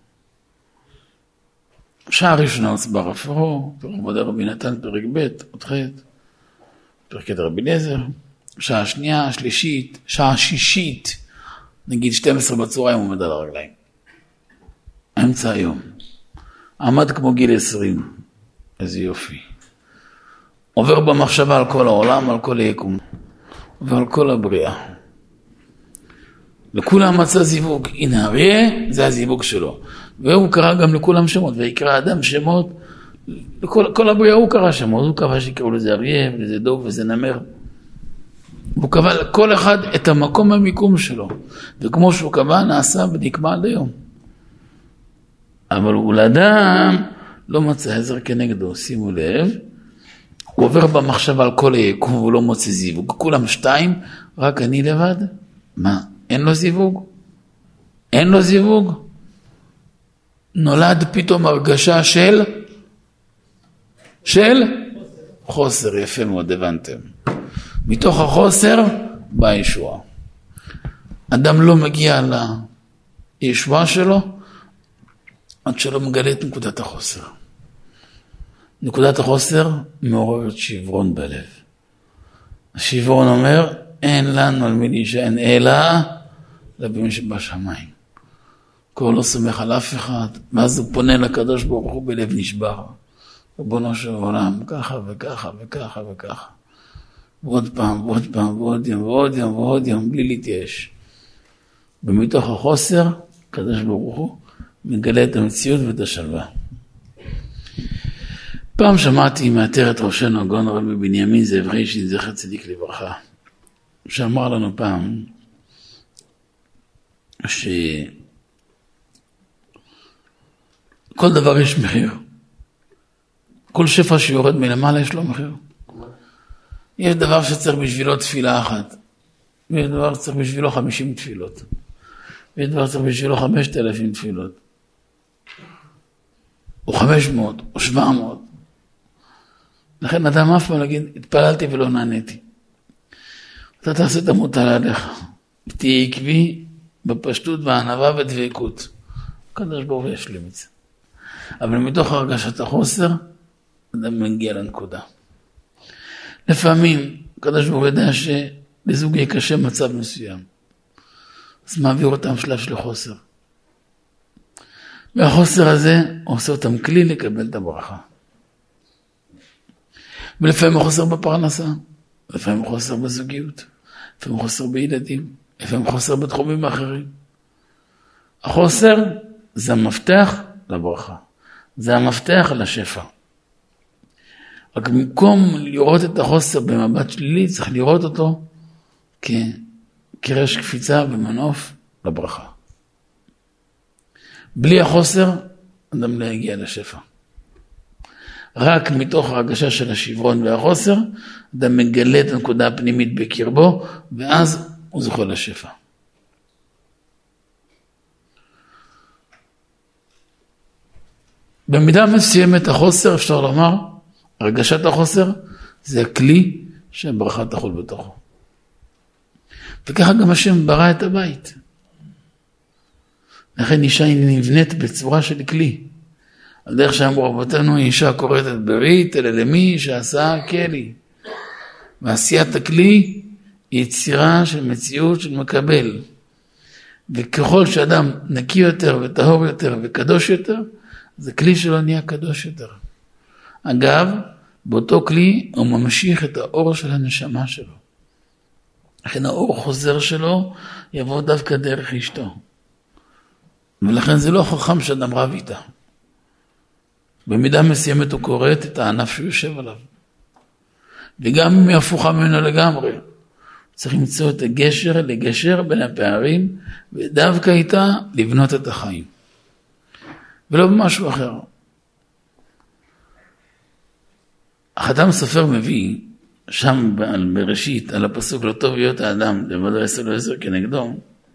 [SPEAKER 1] שעה ראשונה הוצבע רפאו, פרק עבודי רבי נתן, פרק ב', עוד ח', פרק את רבי אליעזר, שעה שנייה, שלישית, שעה שישית, נגיד שתים עשרה בצהריים הוא עומד על הרגליים. אמצע היום. עמד כמו גיל עשרים. איזה יופי. עובר במחשבה על כל העולם, על כל היקום. ועל כל הבריאה. לכולם מצא זיווג. הנה אריה, זה הזיווג שלו. והוא קרא גם לכולם שמות. ויקרא אדם שמות. לכל כל הבריאה הוא קרא שמות. הוא קבע שיקראו לזה אריה, וזה דוב, וזה נמר. הוא קבע לכל אחד את המקום המיקום שלו. וכמו שהוא קבע, נעשה ונקבע עד היום. אבל הוא לאדם לא מצא עזר כנגדו. שימו לב. הוא עובר במחשבה על כל היקום, והוא לא מוצא זיווג. כולם שתיים, רק אני לבד. מה? אין לו זיווג? אין לו זיווג? נולד פתאום הרגשה של? של? חוסר, יפה מאוד, הבנתם. מתוך החוסר בא הישועה. אדם לא מגיע לישועה שלו, עד שלא מגלה את נקודת החוסר. נקודת החוסר מעוררת שברון בלב. השברון אומר, אין לנו על מי להישען, אלא לבין שבשמיים. כל לא סומך על אף אחד, ואז הוא פונה לקדוש ברוך הוא בלב נשבר. ריבונו של עולם, ככה וככה וככה וככה. ועוד פעם, ועוד פעם, ועוד יום, ועוד יום, ועוד יום, בלי להתייאש. ומתוך החוסר, הקדוש ברוך הוא מגלה את המציאות ואת השלווה. פעם שמעתי מאתר את ראשנו הגאון רבי בנימין זאב רישין זכר צדיק לברכה, שאמר לנו פעם שכל דבר יש מחיר. כל שפע שיורד מלמעלה יש לו מחיר. יש דבר שצריך בשבילו תפילה אחת. יש דבר שצריך בשבילו חמישים תפילות. יש דבר שצריך בשבילו חמשת אלפים תפילות. או חמש מאות, או שבע מאות. לכן אדם אף פעם להגיד, התפללתי ולא נעניתי. אתה תעשה את המוטל עליך. תהיה עקבי בפשטות והענווה ודבקות. הקדוש ברוך הוא ישלים את זה. אבל מתוך הרגשת החוסר, אדם מגיע לנקודה. לפעמים, הקדוש ברוך הוא יודע שלזוג יהיה קשה מצב מסוים. אז מעביר אותם שלב של חוסר. והחוסר הזה עושה אותם כלי לקבל את הברכה. ולפעמים חוסר בפרנסה, לפעמים חוסר בזוגיות, לפעמים חוסר בילדים, לפעמים חוסר בתחומים האחרים. החוסר זה המפתח לברכה, זה המפתח לשפע. רק במקום לראות את החוסר במבט שלילי, צריך לראות אותו כקרש קפיצה ומנוף לברכה. בלי החוסר, אדם לא יגיע לשפע. רק מתוך ההרגשה של השברון והחוסר, אדם מגלה את הנקודה הפנימית בקרבו, ואז הוא זוכה לשפע. במידה מסוימת החוסר, אפשר לומר, הרגשת החוסר, זה הכלי שהברכה תחול בתוכו. וככה גם השם ברא את הבית. לכן אישה היא נבנית בצורה של כלי. על דרך שאמרו רבותינו, אישה קוראת את ברית, אלא למי שעשה כלי. ועשיית הכלי היא יצירה של מציאות של מקבל. וככל שאדם נקי יותר וטהור יותר וקדוש יותר, אז הכלי שלו נהיה קדוש יותר. אגב, באותו כלי הוא ממשיך את האור של הנשמה שלו. לכן האור חוזר שלו יבוא דווקא דרך אשתו. ולכן זה לא חכם שאדם רב איתה. במידה מסוימת הוא קוראת את הענף שהוא יושב עליו. וגם אם היא הפוכה ממנו לגמרי, צריך למצוא את הגשר, לגשר בין הפערים, ודווקא איתה לבנות את החיים. ולא במשהו אחר. החתם סופר מביא, שם בראשית, על הפסוק לא טוב להיות האדם, לבדו עשר לא עשר כנגדו,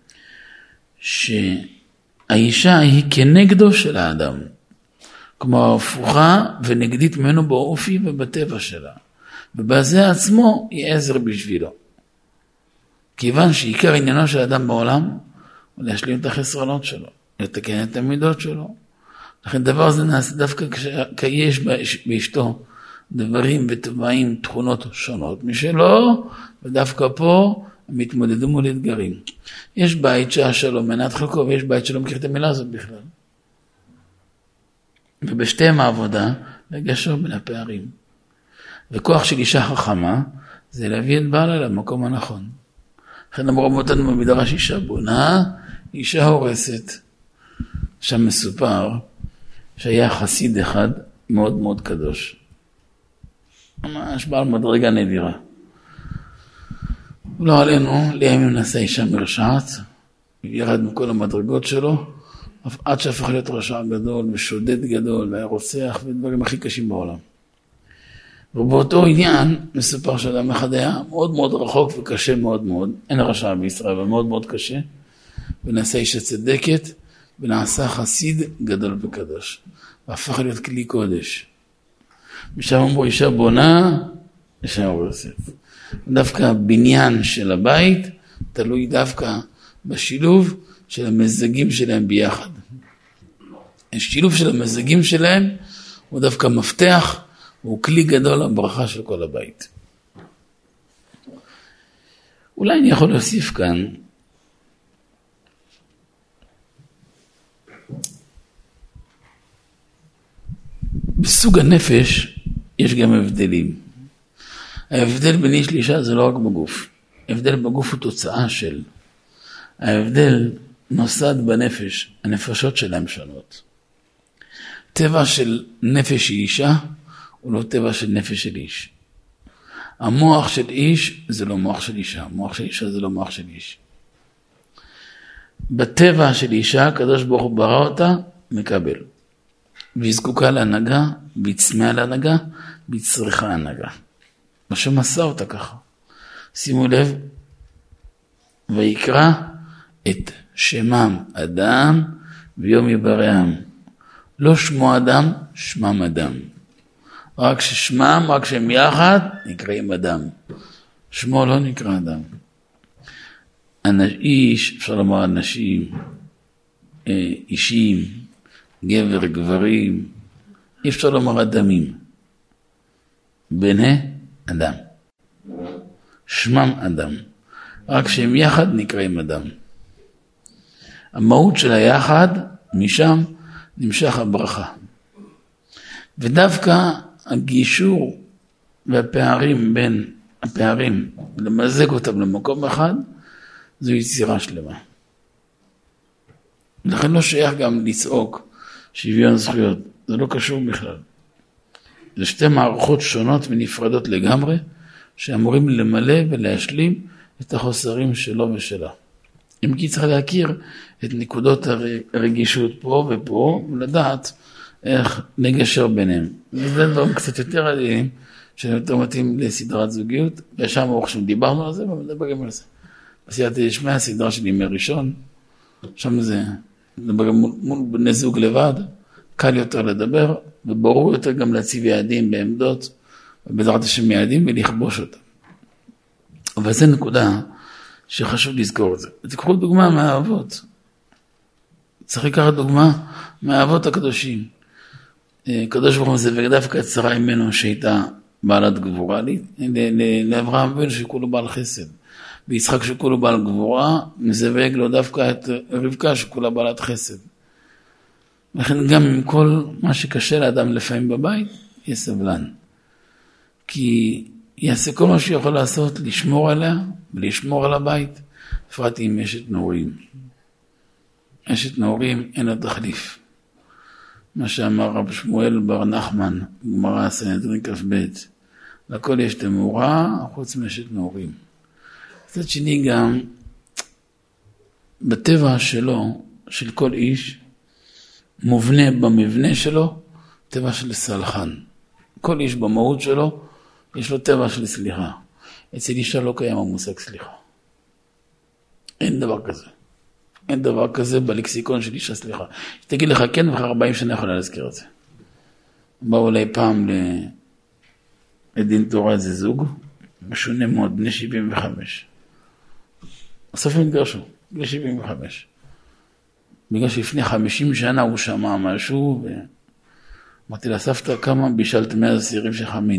[SPEAKER 1] שהאישה היא כנגדו של האדם. כמו הפוכה ונגדית ממנו באופי ובטבע שלה. ובזה עצמו היא עזר בשבילו. כיוון שעיקר עניינו של האדם בעולם, הוא להשלים את החסרונות שלו, לתקן את המידות שלו. לכן דבר זה נעשה דווקא כשיש באשתו דברים וטבעים, תכונות שונות משלו, ודווקא פה הם מתמודדים מול אתגרים. יש בית שהשלום מנת חלקו, ויש בית שלא מכיר את המילה הזאת בכלל. ובשתיהם העבודה, לגשר בין הפערים. וכוח של אישה חכמה, זה להביא את בעלה למקום הנכון. לכן אמרו אותנו במדרש אישה בונה, אישה הורסת. שם מסופר שהיה חסיד אחד מאוד מאוד קדוש. ממש בעל מדרגה נדירה. לא עלינו, לימים נעשה אישה מרשעת, ירד מכל המדרגות שלו, עד שהפך להיות רשע גדול ושודד גדול והיה רוצח ודברים הכי קשים בעולם. ובאותו עניין מסופר שאדם אחד היה מאוד מאוד רחוק וקשה מאוד מאוד, אין רשע בישראל, אבל מאוד מאוד קשה, ונעשה אישה צדקת, ונעשה חסיד גדול וקדוש, והפך להיות כלי קודש. משם אמרו אישה בונה, אישה הורסת. דווקא הבניין של הבית תלוי דווקא בשילוב של המזגים שלהם ביחד. השילוב של המזגים שלהם הוא דווקא מפתח, הוא כלי גדול לברכה של כל הבית. אולי אני יכול להוסיף כאן, בסוג הנפש יש גם הבדלים. ההבדל בין איש לאישה זה לא רק בגוף. ההבדל בגוף הוא תוצאה של. ההבדל נוסד בנפש, הנפשות שלהם שונות. טבע של נפש של אישה הוא לא טבע של נפש של איש. המוח של איש זה לא מוח של אישה, המוח של אישה זה לא מוח של איש. בטבע של אישה, הקדוש ברוך הוא ברא אותה, מקבל. והיא זקוקה להנהגה, והיא צמאה להנהגה, והיא צריכה להנהגה. מה שמסע אותה ככה. שימו לב, ויקרא את שמם אדם ויום יברעם. לא שמו אדם, שמם אדם. רק ששמם, רק שהם יחד, נקראים אדם. שמו לא נקרא אדם. איש, אפשר לומר אנשים, אישים, גבר, גברים, אי אפשר לומר אדמים. בני אדם. שמם אדם. רק שהם יחד נקראים אדם. המהות של היחד, משם נמשך הברכה. ודווקא הגישור והפערים בין הפערים, למזג אותם למקום אחד, זו יצירה שלמה. לכן לא שייך גם לצעוק שוויון זכויות, זה לא קשור בכלל. זה שתי מערכות שונות ונפרדות לגמרי, שאמורים למלא ולהשלים את החוסרים שלו ושלה. אם כי צריך להכיר את נקודות הרגישות פה ופה, ולדעת איך לגשר ביניהם. וזה דברים קצת יותר עדינים, שיותר מתאים לסדרת זוגיות, ושם אורחים דיברנו על זה, ומדברים על זה. בסייעת ישמע, הסדרה של ימי ראשון, שם זה, מדברים מול, מול בני זוג לבד, קל יותר לדבר, וברור יותר גם להציב יעדים בעמדות, ובעזרת השם יעדים ולכבוש אותם. אבל זו נקודה שחשוב לזכור את זה. תקחו דוגמה מהאבות. צריך לקחת דוגמה מהאבות הקדושים. קדוש ברוך הוא זה ודווקא צרה ממנו שהייתה בעלת גבורה, לאברהם אבינו שכולו בעל חסד. ויצחק שכולו בעל גבורה, מזווג לו דווקא את רבקה שכולה בעלת חסד. לכן גם עם כל מה שקשה לאדם לפעמים בבית, יהיה סבלן. כי יעשה כל מה שיכול לעשות, לשמור עליה ולשמור על הבית, בפרט אם יש את נורים. אשת נעורים אין לה תחליף. מה שאמר רב שמואל בר נחמן, גמרא סנהדרין כ"ב, לכל יש תמורה חוץ מאשת נעורים. מצד שני גם, בטבע שלו, של כל איש, מובנה במבנה שלו, טבע של סלחן. כל איש במהות שלו, יש לו טבע של סליחה. אצל אישה לא קיים המושג סליחה. אין דבר כזה. אין דבר כזה בלקסיקון של אישה סליחה. תגיד לך כן, ואחר ארבעים שנה יכולה להזכיר את זה. באו אולי פעם לדין תורה איזה זוג, משונה מאוד, בני שבעים וחמש. בסוף הם התגרשו, בני שבעים וחמש. בגלל שלפני חמישים שנה הוא שמע משהו, ואמרתי לה, סבתא, כמה בישלת מאז הסירים שחמין?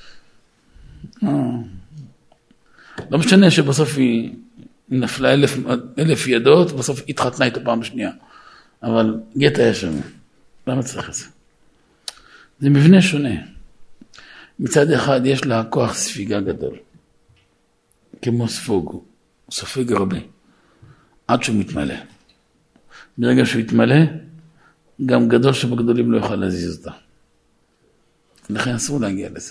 [SPEAKER 1] לא משנה שבסוף היא נפלה אלף, אלף ידות, בסוף התחתנה איתו פעם שנייה. אבל גט היה שם. למה צריך את זה? זה מבנה שונה. מצד אחד יש לה כוח ספיגה גדול. כמו ספוג. הוא סופג הרבה. עד שהוא מתמלא. ברגע שהוא יתמלא, גם גדול שבגדולים לא יוכל להזיז אותה. לכן אסור להגיע לזה.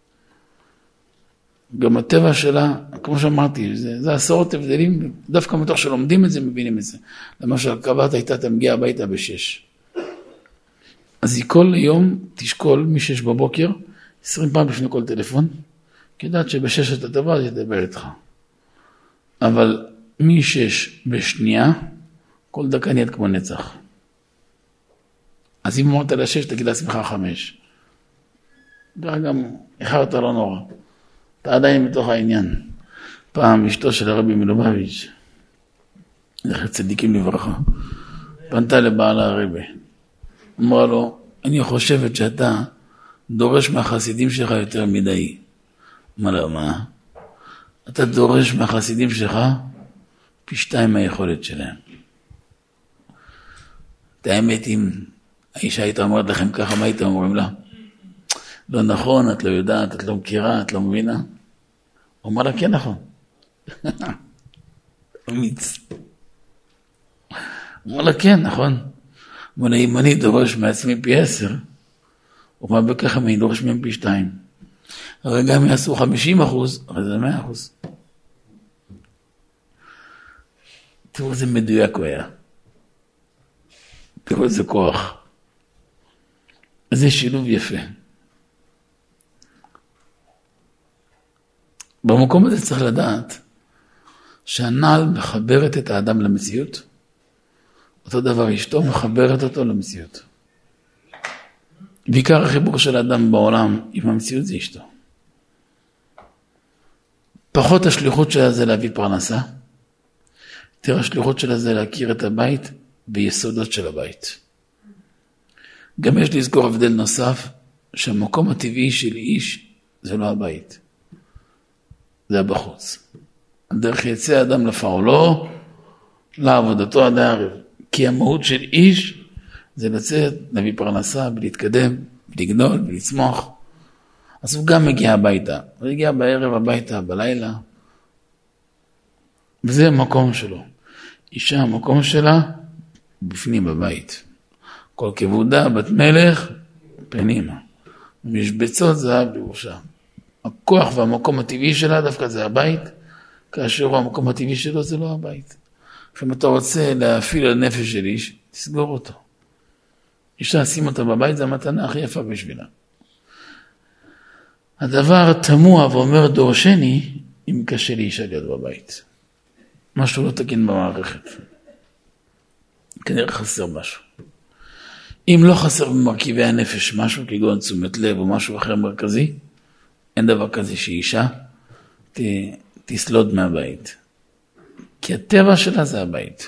[SPEAKER 1] גם הטבע שלה, כמו שאמרתי, זה, זה עשרות הבדלים, דווקא מתוך שלומדים את זה, מבינים את זה. למשל, קבעת הייתה, אתה מגיע הביתה בשש. אז היא כל יום תשקול משש בבוקר, עשרים פעם לפני כל טלפון, כי יודעת שבשש אתה תבוא, אז ידבר איתך. אבל משש בשנייה, כל דקה נהיית כמו נצח. אז אם אמרת לשש, תגיד לעצמך חמש. גם איחרת לא נורא. אתה עדיין בתוך העניין. פעם אשתו של הרבי מלובביץ', זכר צדיקים לברכה, פנתה לבעלה הרבי. אמרה לו, אני חושבת שאתה דורש מהחסידים שלך יותר מדי. אמר לה, מה? אתה דורש מהחסידים שלך פי שתיים מהיכולת שלהם. את האמת, אם האישה הייתה אומרת לכם ככה, מה הייתם אומרים לה? לא נכון, את לא יודעת, את לא מכירה, את לא מבינה. הוא אמר לה, כן נכון. אמיץ. הוא אמר לה, כן, נכון. אמר לה, אם אני דורש מעצמי פי עשר, הוא אמר בככה, אני דורש מהם פי שתיים. הרי גם יעשו חמישים אחוז, הרי זה מאה אחוז. תראו איזה מדויק הוא היה. תראו איזה כוח. זה שילוב יפה. במקום הזה צריך לדעת שהנעל מחברת את האדם למציאות, אותו דבר אשתו מחברת אותו למציאות. בעיקר החיבור של האדם בעולם עם המציאות זה אשתו. פחות השליחות שלה זה להביא פרנסה, יותר השליחות שלה זה להכיר את הבית ביסודות של הבית. גם יש לזכור הבדל נוסף, שהמקום הטבעי של איש זה לא הבית. זה הבחוץ. הדרך יצא האדם לפעולו, לעבודתו עד הערב. כי המהות של איש זה לצאת, להביא פרנסה, ולהתקדם, ולגדול, ולצמוח. אז הוא גם מגיע הביתה. הוא הגיע בערב הביתה, בלילה. וזה המקום שלו. אישה, המקום שלה, בפנים בבית. כל כבודה, בת מלך, פנימה. משבצות זהב לראשה. הכוח והמקום הטבעי שלה דווקא זה הבית, כאשר הוא המקום הטבעי שלו זה לא הבית. אם אתה רוצה להפעיל על נפש של איש, תסגור אותו. אישה, שים אותה בבית, זה המתנה הכי יפה בשבילה. הדבר תמוה ואומר דורשני, אם קשה לאישה להיות בבית. משהו לא תקין במערכת. כנראה חסר משהו. אם לא חסר במרכיבי הנפש משהו, כגון תשומת לב או משהו אחר מרכזי, אין דבר כזה שאישה ת, תסלוד מהבית. כי הטבע שלה זה הבית.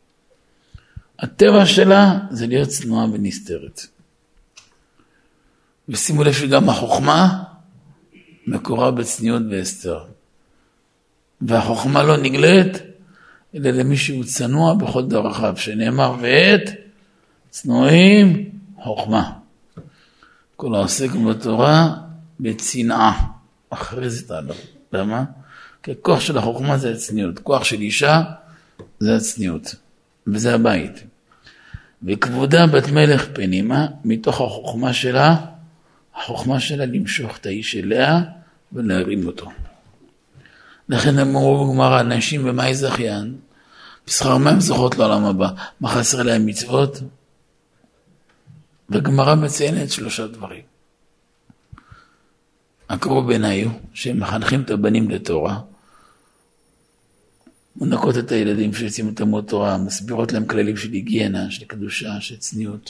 [SPEAKER 1] הטבע שלה זה להיות צנועה ונסתרת. ושימו לב שגם החוכמה מקורה בצניעות והסתר. והחוכמה לא נגלית, אלא למי שהוא צנוע בכל דרכיו, שנאמר ועת צנועים חוכמה. כל העוסק בתורה בצנעה, אחרי זה תעלו. למה? כי הכוח של החוכמה זה הצניעות, כוח של אישה זה הצניעות, וזה הבית. וכבודה בת מלך פנימה, מתוך החוכמה שלה, החוכמה שלה למשוך את האיש אליה ולהרים אותו. לכן אמרו בגמרא, נשים במאי זכיין, בשכר מה הם זוכות לעולם הבא? מה חסר להם מצוות? והגמרא מציינת שלושה דברים. הקרוב בעיניי הוא שהם מחנכים את הבנים לתורה, מונקות את הילדים שיוצאים את תלמוד תורה, מסבירות להם כללים של היגיינה, של קדושה, של צניעות.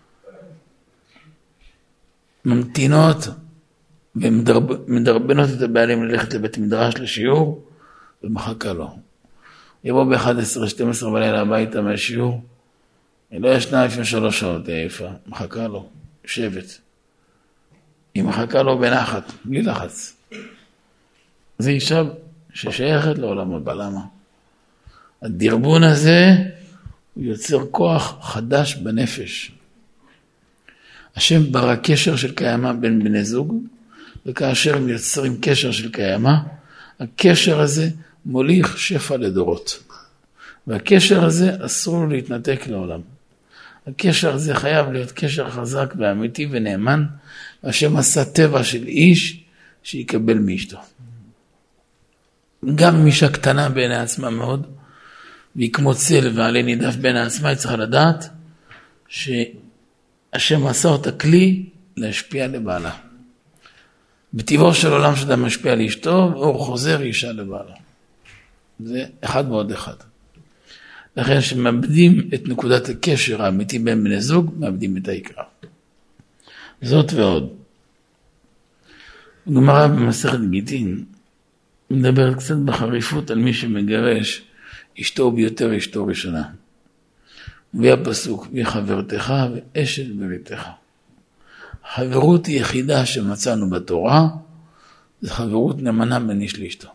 [SPEAKER 1] ממתינות ומדרבנות את הבעלים ללכת לבית מדרש לשיעור, ומחכה לו. יבוא ב-אחת עשרה שתים עשרה בלילה הביתה מהשיעור, היא לא ישנה לפני שלוש שעות, היא עייפה, מחכה לו, יושבת. היא מחכה לו בנחת, בלי לחץ. זה אישה ששייכת לעולם הבא, למה? הדרבון הזה הוא יוצר כוח חדש בנפש. השם ברא קשר של קיימה בין בני זוג, וכאשר הם יוצרים קשר של קיימה, הקשר הזה מוליך שפע לדורות. והקשר הזה אסור לו להתנתק לעולם. הקשר הזה חייב להיות קשר חזק ואמיתי ונאמן, והשם עשה טבע של איש שיקבל מאשתו. גם אם אישה קטנה בעיני עצמה מאוד, והיא כמו צל ועלי נידף בעיני עצמה, היא צריכה לדעת שהשם עשה אותה כלי להשפיע לבעלה. בטבעו של עולם שאדם משפיע לאשתו, והוא חוזר אישה לבעלה. זה אחד ועוד אחד. לכן שמאבדים את נקודת הקשר האמיתי בין בני זוג, מאבדים את העיקר. זאת ועוד. גמרא במסכת גיטין, מדברת קצת בחריפות על מי שמגרש אשתו ביותר אשתו ראשונה. והפסוק, וחברתך ואשת בריתך. חברות יחידה שמצאנו בתורה, זה חברות נאמנה בין איש לאשתו.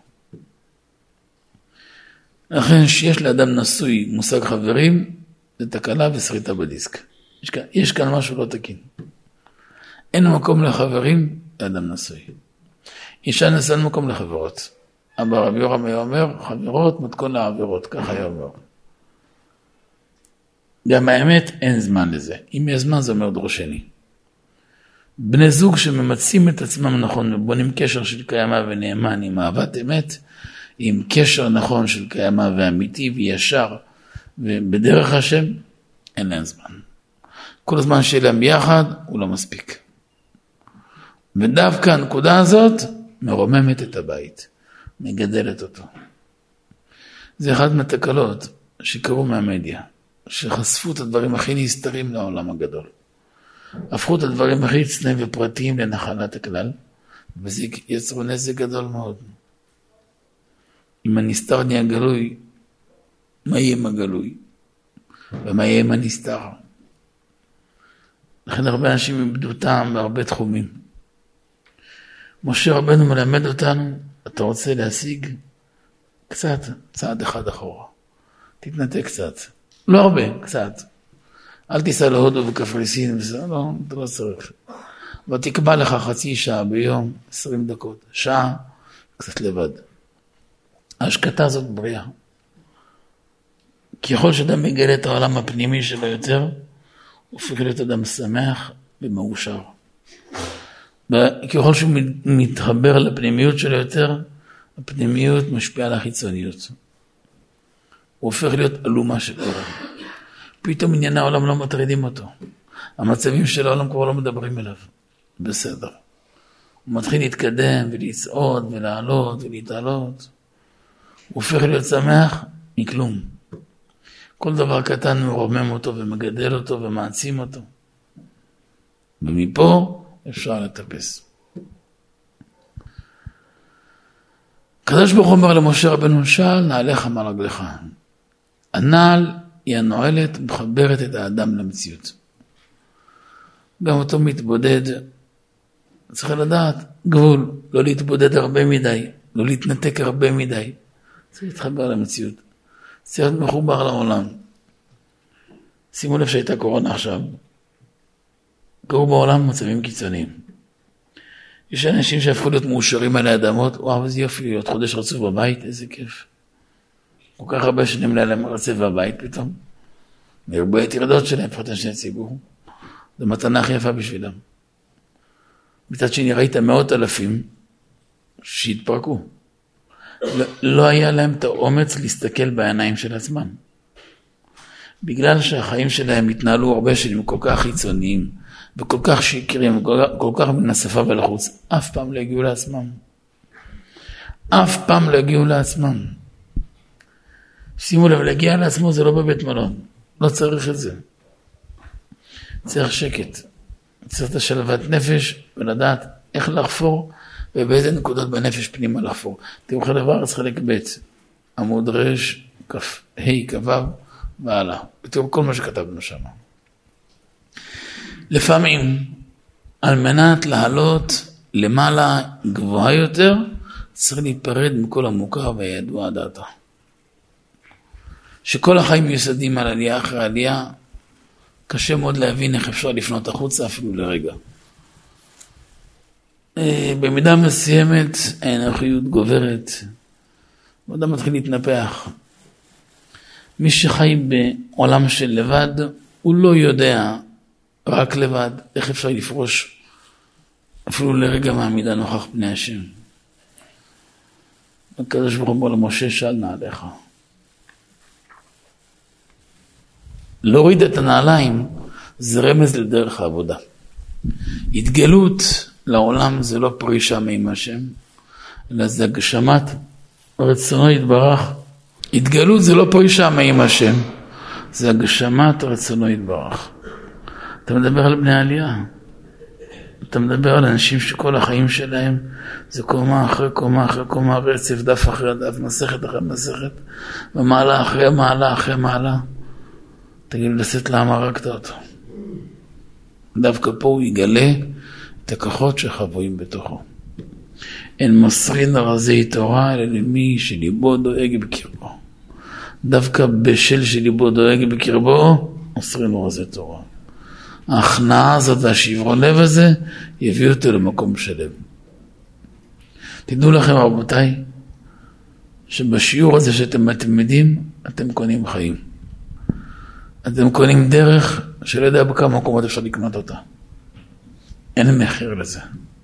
[SPEAKER 1] לכן שיש לאדם נשוי מושג חברים, זה תקלה וסריטה בדיסק. יש כאן, יש כאן משהו לא תקין. אין מקום לחברים לאדם נשוי. אישה נשאה מקום לחברות. אבא רבי יורם היה אומר, חברות מתכון לעבירות, ככה היה אומר. גם האמת, אין זמן לזה. אם יש זמן, זה אומר דרושני. בני זוג שממצים את עצמם נכון, ובונים קשר של קיימה ונאמן עם אהבת אמת, עם קשר נכון של קיימה ואמיתי וישר, ובדרך השם, אין להם זמן. כל הזמן שלהם ביחד, הוא לא מספיק. ודווקא הנקודה הזאת, מרוממת את הבית, מגדלת אותו. זה אחד מהתקלות שקרו מהמדיה, שחשפו את הדברים הכי נסתרים לעולם הגדול. הפכו את הדברים הכי צנעים ופרטיים לנחלת הכלל, וזה יצרו נזק גדול מאוד. אם הנסתר נהיה גלוי, מה יהיה עם הגלוי? ומה יהיה עם הנסתר? לכן הרבה אנשים איבדו טעם בהרבה תחומים. משה רבנו מלמד אותנו, אתה רוצה להשיג קצת, צעד אחד אחורה. תתנתק קצת. לא הרבה, קצת. אל תיסע להודו וקפריסין, וזה, לא, אתה לא צריך. ותקבע לך חצי שעה ביום, עשרים דקות, שעה, קצת לבד. ההשקטה הזאת בריאה. ככל שאדם מגלה את העולם הפנימי שלו יותר, הוא הופך להיות אדם שמח ומאושר. וככל שהוא מתחבר לפנימיות שלו יותר, הפנימיות משפיעה על החיצוניות. הוא הופך להיות אלומה של אור. פתאום ענייני העולם לא מטרידים אותו. המצבים של העולם כבר לא מדברים אליו. בסדר. הוא מתחיל להתקדם ולצעוד ולעלות ולהתעלות. הוא הופך להיות שמח מכלום. כל דבר קטן מרומם אותו ומגדל אותו ומעצים אותו. ומפה אפשר לטפס. הקדוש ברוך הוא אומר למשה רבנו, שאל נעליך מה רגליך. הנעל היא הנועלת ומחברת את האדם למציאות. גם אותו מתבודד, צריך לדעת גבול, לא להתבודד הרבה מדי, לא להתנתק הרבה מדי. צריך להתחבר למציאות. צריך להיות מחובר לעולם. שימו לב שהייתה קורונה עכשיו. קרו בעולם מצבים קיצוניים. יש אנשים שהפכו להיות מאושרים על האדמות, וואו, איזה יופי להיות חודש רצוף בבית, איזה כיף. כל כך הרבה שנים להם רצף בבית פתאום. מרבוי התירדות שלהם, פחות אנשי ציבור. זו מתנה הכי יפה בשבילם. מצד שני ראית מאות אלפים שהתפרקו. לא, לא היה להם את האומץ להסתכל בעיניים של עצמם. בגלל שהחיים שלהם התנהלו הרבה שנים כל כך חיצוניים, וכל כך שיקרים, כל, כל כך מן השפה ולחוץ, אף פעם לא הגיעו לעצמם. אף פעם לא הגיעו לעצמם. שימו לב, להגיע לעצמו זה לא בבית מלון. לא צריך את זה. צריך שקט. צריך את השלוות נפש ולדעת איך לחפור ובאיזה נקודות בנפש פנימה לחפור. תראו חלק בארץ חלק ב' עמוד רש, כף, ה' כבב והלאה. ותראו כל מה שכתבנו שם. לפעמים, על מנת לעלות למעלה גבוהה יותר, צריך להיפרד מכל המוכר והידוע דעתה. שכל החיים מיוסדים על עלייה אחרי עלייה, קשה מאוד להבין איך אפשר לפנות החוצה אפילו לרגע. במידה מסוימת האנוכיות גוברת, ואדם מתחיל להתנפח. מי שחי בעולם של לבד, הוא לא יודע רק לבד איך אפשר לפרוש אפילו לרגע מעמידה נוכח פני השם. הקדוש ברוך הוא למשה של נעליך. להוריד את הנעליים זה רמז לדרך העבודה. התגלות לעולם זה לא פרישה מעם השם, אלא זה הגשמת רצונו יתברך. התגלות זה לא פרישה מעם השם, זה הגשמת רצונו יתברך. אתה מדבר על בני העלייה. אתה מדבר על אנשים שכל החיים שלהם זה קומה אחרי קומה אחרי קומה, רצף, דף אחרי דף, מסכת אחרי מסכת, ומעלה אחרי מעלה אחרי מעלה. תגיד לשאת למה הרגת אותו. דווקא פה הוא יגלה את הכוחות שחבויים בתוכו. אין מוסרין רזי תורה אלא למי שליבו דואג בקרבו. דווקא בשל שליבו דואג בקרבו, מוסרין רזי תורה. ההכנעה הזאת והשברון לב הזה יביא אותו למקום שלם. תדעו לכם רבותיי, שבשיעור הזה שאתם מתלמדים, אתם קונים חיים. אתם קונים דרך שלא יודע בכמה מקומות אפשר לקנות אותה. אין מחיר לזה.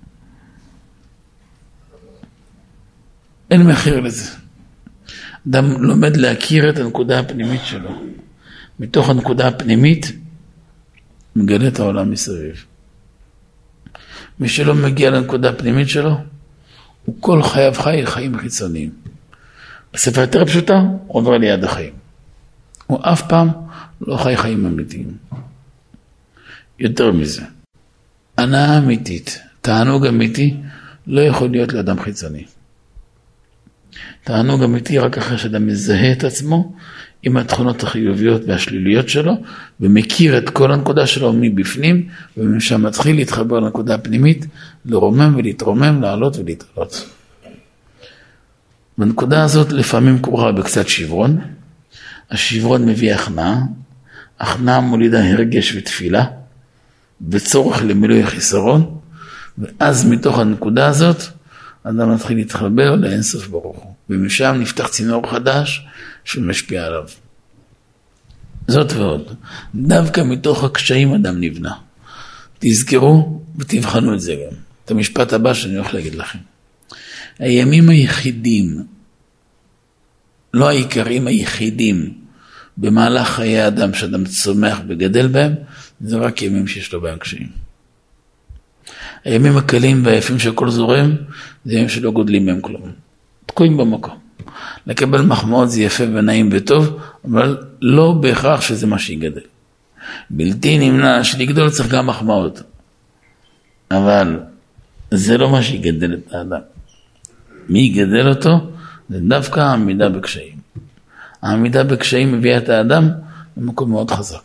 [SPEAKER 1] אין מחיר לזה. אדם לומד להכיר את הנקודה הפנימית שלו. מתוך הנקודה הפנימית, מגלה את העולם מסביב. מי שלא מגיע לנקודה הפנימית שלו, הוא כל חייו חי חיים חיצוניים. בספר יותר פשוטה, עובר ליד החיים. הוא אף פעם לא חי חיים אמיתיים. יותר מזה. הנאה אמיתית, תענוג אמיתי, לא יכול להיות לאדם חיצוני. תענוג אמיתי רק אחרי שאדם מזהה את עצמו, עם התכונות החיוביות והשליליות שלו, ומכיר את כל הנקודה שלו מבפנים, ומשם מתחיל להתחבר לנקודה הפנימית, לרומם ולהתרומם, לעלות ולהתעלות. בנקודה הזאת לפעמים קורה בקצת שברון, השברון מביא הכנעה, הכנעה מולידה הרגש ותפילה, וצורך למילוי חיסרון, ואז מתוך הנקודה הזאת, אדם מתחיל להתחבר לאינסוף ברוך הוא, ומשם נפתח צינור חדש שמשפיע עליו. זאת ועוד, דווקא מתוך הקשיים אדם נבנה. תזכרו ותבחנו את זה גם. את המשפט הבא שאני הולך להגיד לכם. הימים היחידים, לא העיקרים היחידים, במהלך חיי אדם שאדם צומח וגדל בהם, זה רק ימים שיש לו בהם קשיים. הימים הקלים והיפים שהכל זורם, זה ימים שלא גודלים מהם כלום. תקועים במקום. לקבל מחמאות זה יפה ונעים וטוב, אבל לא בהכרח שזה מה שיגדל. בלתי נמנע שלגדול צריך גם מחמאות. אבל זה לא מה שיגדל את האדם. מי יגדל אותו? זה דווקא העמידה בקשיים. העמידה בקשיים מביאה את האדם למקום מאוד חזק.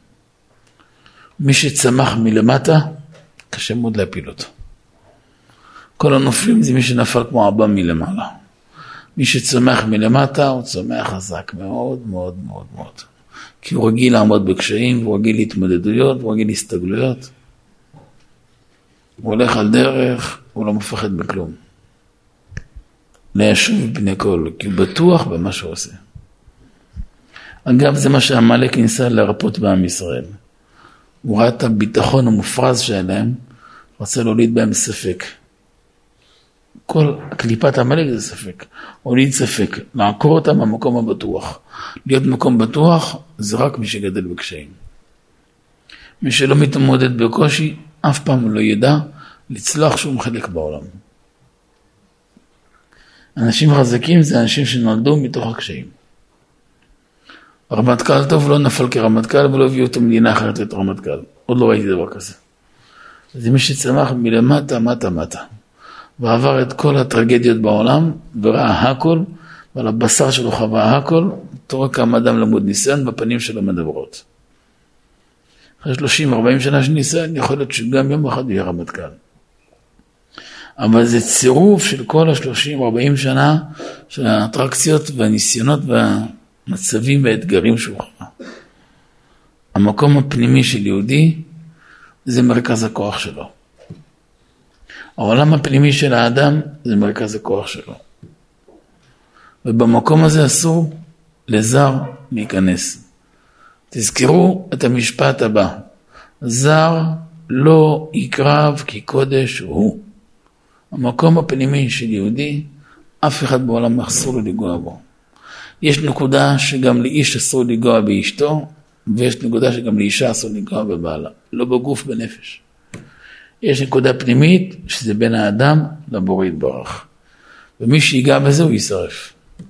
[SPEAKER 1] מי שצמח מלמטה, קשה מאוד להפיל אותו. כל הנופלים זה מי שנפל כמו אבא מלמעלה. מי שצומח מלמטה הוא צומח חזק מאוד מאוד מאוד מאוד. כי הוא רגיל לעמוד בקשיים, הוא רגיל להתמודדויות, הוא רגיל להסתגלויות. הוא הולך על דרך, הוא לא מפחד בכלום. להשוב בפני כל, כי הוא בטוח במה שהוא עושה. אגב, זה מה שהמלאק ניסה להרפות בעם ישראל. הוא ראה את הביטחון המופרז שלהם, רצה להוליד בהם ספק. כל קליפת המלאק זה ספק. הוליד ספק, לעקור אותם במקום הבטוח. להיות מקום בטוח זה רק מי שגדל בקשיים. מי שלא מתמודד בקושי, אף פעם לא ידע לצלוח שום חלק בעולם. אנשים חזקים זה אנשים שנולדו מתוך הקשיים. רמטכ"ל טוב לא נפל כרמטכ"ל ולא הביאו את המדינה אחרת את רמטכ"ל. עוד לא ראיתי דבר כזה. זה מי שצמח מלמטה, מטה, מטה. ועבר את כל הטרגדיות בעולם וראה הכל, ועל הבשר שלו חווה הכל, תורא כמה אדם למוד ניסיון בפנים שלו מדברות. אחרי שלושים ארבעים שנה של ניסיון, יכול להיות שגם יום אחד יהיה רמטכ"ל. אבל זה צירוף של כל ה-שלושים ארבעים שנה של האטרקציות והניסיונות והמצבים והאתגרים שהוא חווה. המקום הפנימי של יהודי זה מרכז הכוח שלו. העולם הפנימי של האדם זה מרכז הכוח שלו. ובמקום הזה אסור לזר להיכנס. תזכרו את המשפט הבא. זר לא יקרב כי קודש הוא. המקום הפנימי של יהודי, אף אחד בעולם אסור לו לגוע בו. יש נקודה שגם לאיש אסור לגוע באשתו, ויש נקודה שגם לאישה אסור לגוע בבעלה. לא בגוף, בנפש. יש נקודה פנימית שזה בין האדם לבורא יתברך. ומי שיגע בזה הוא יישרף.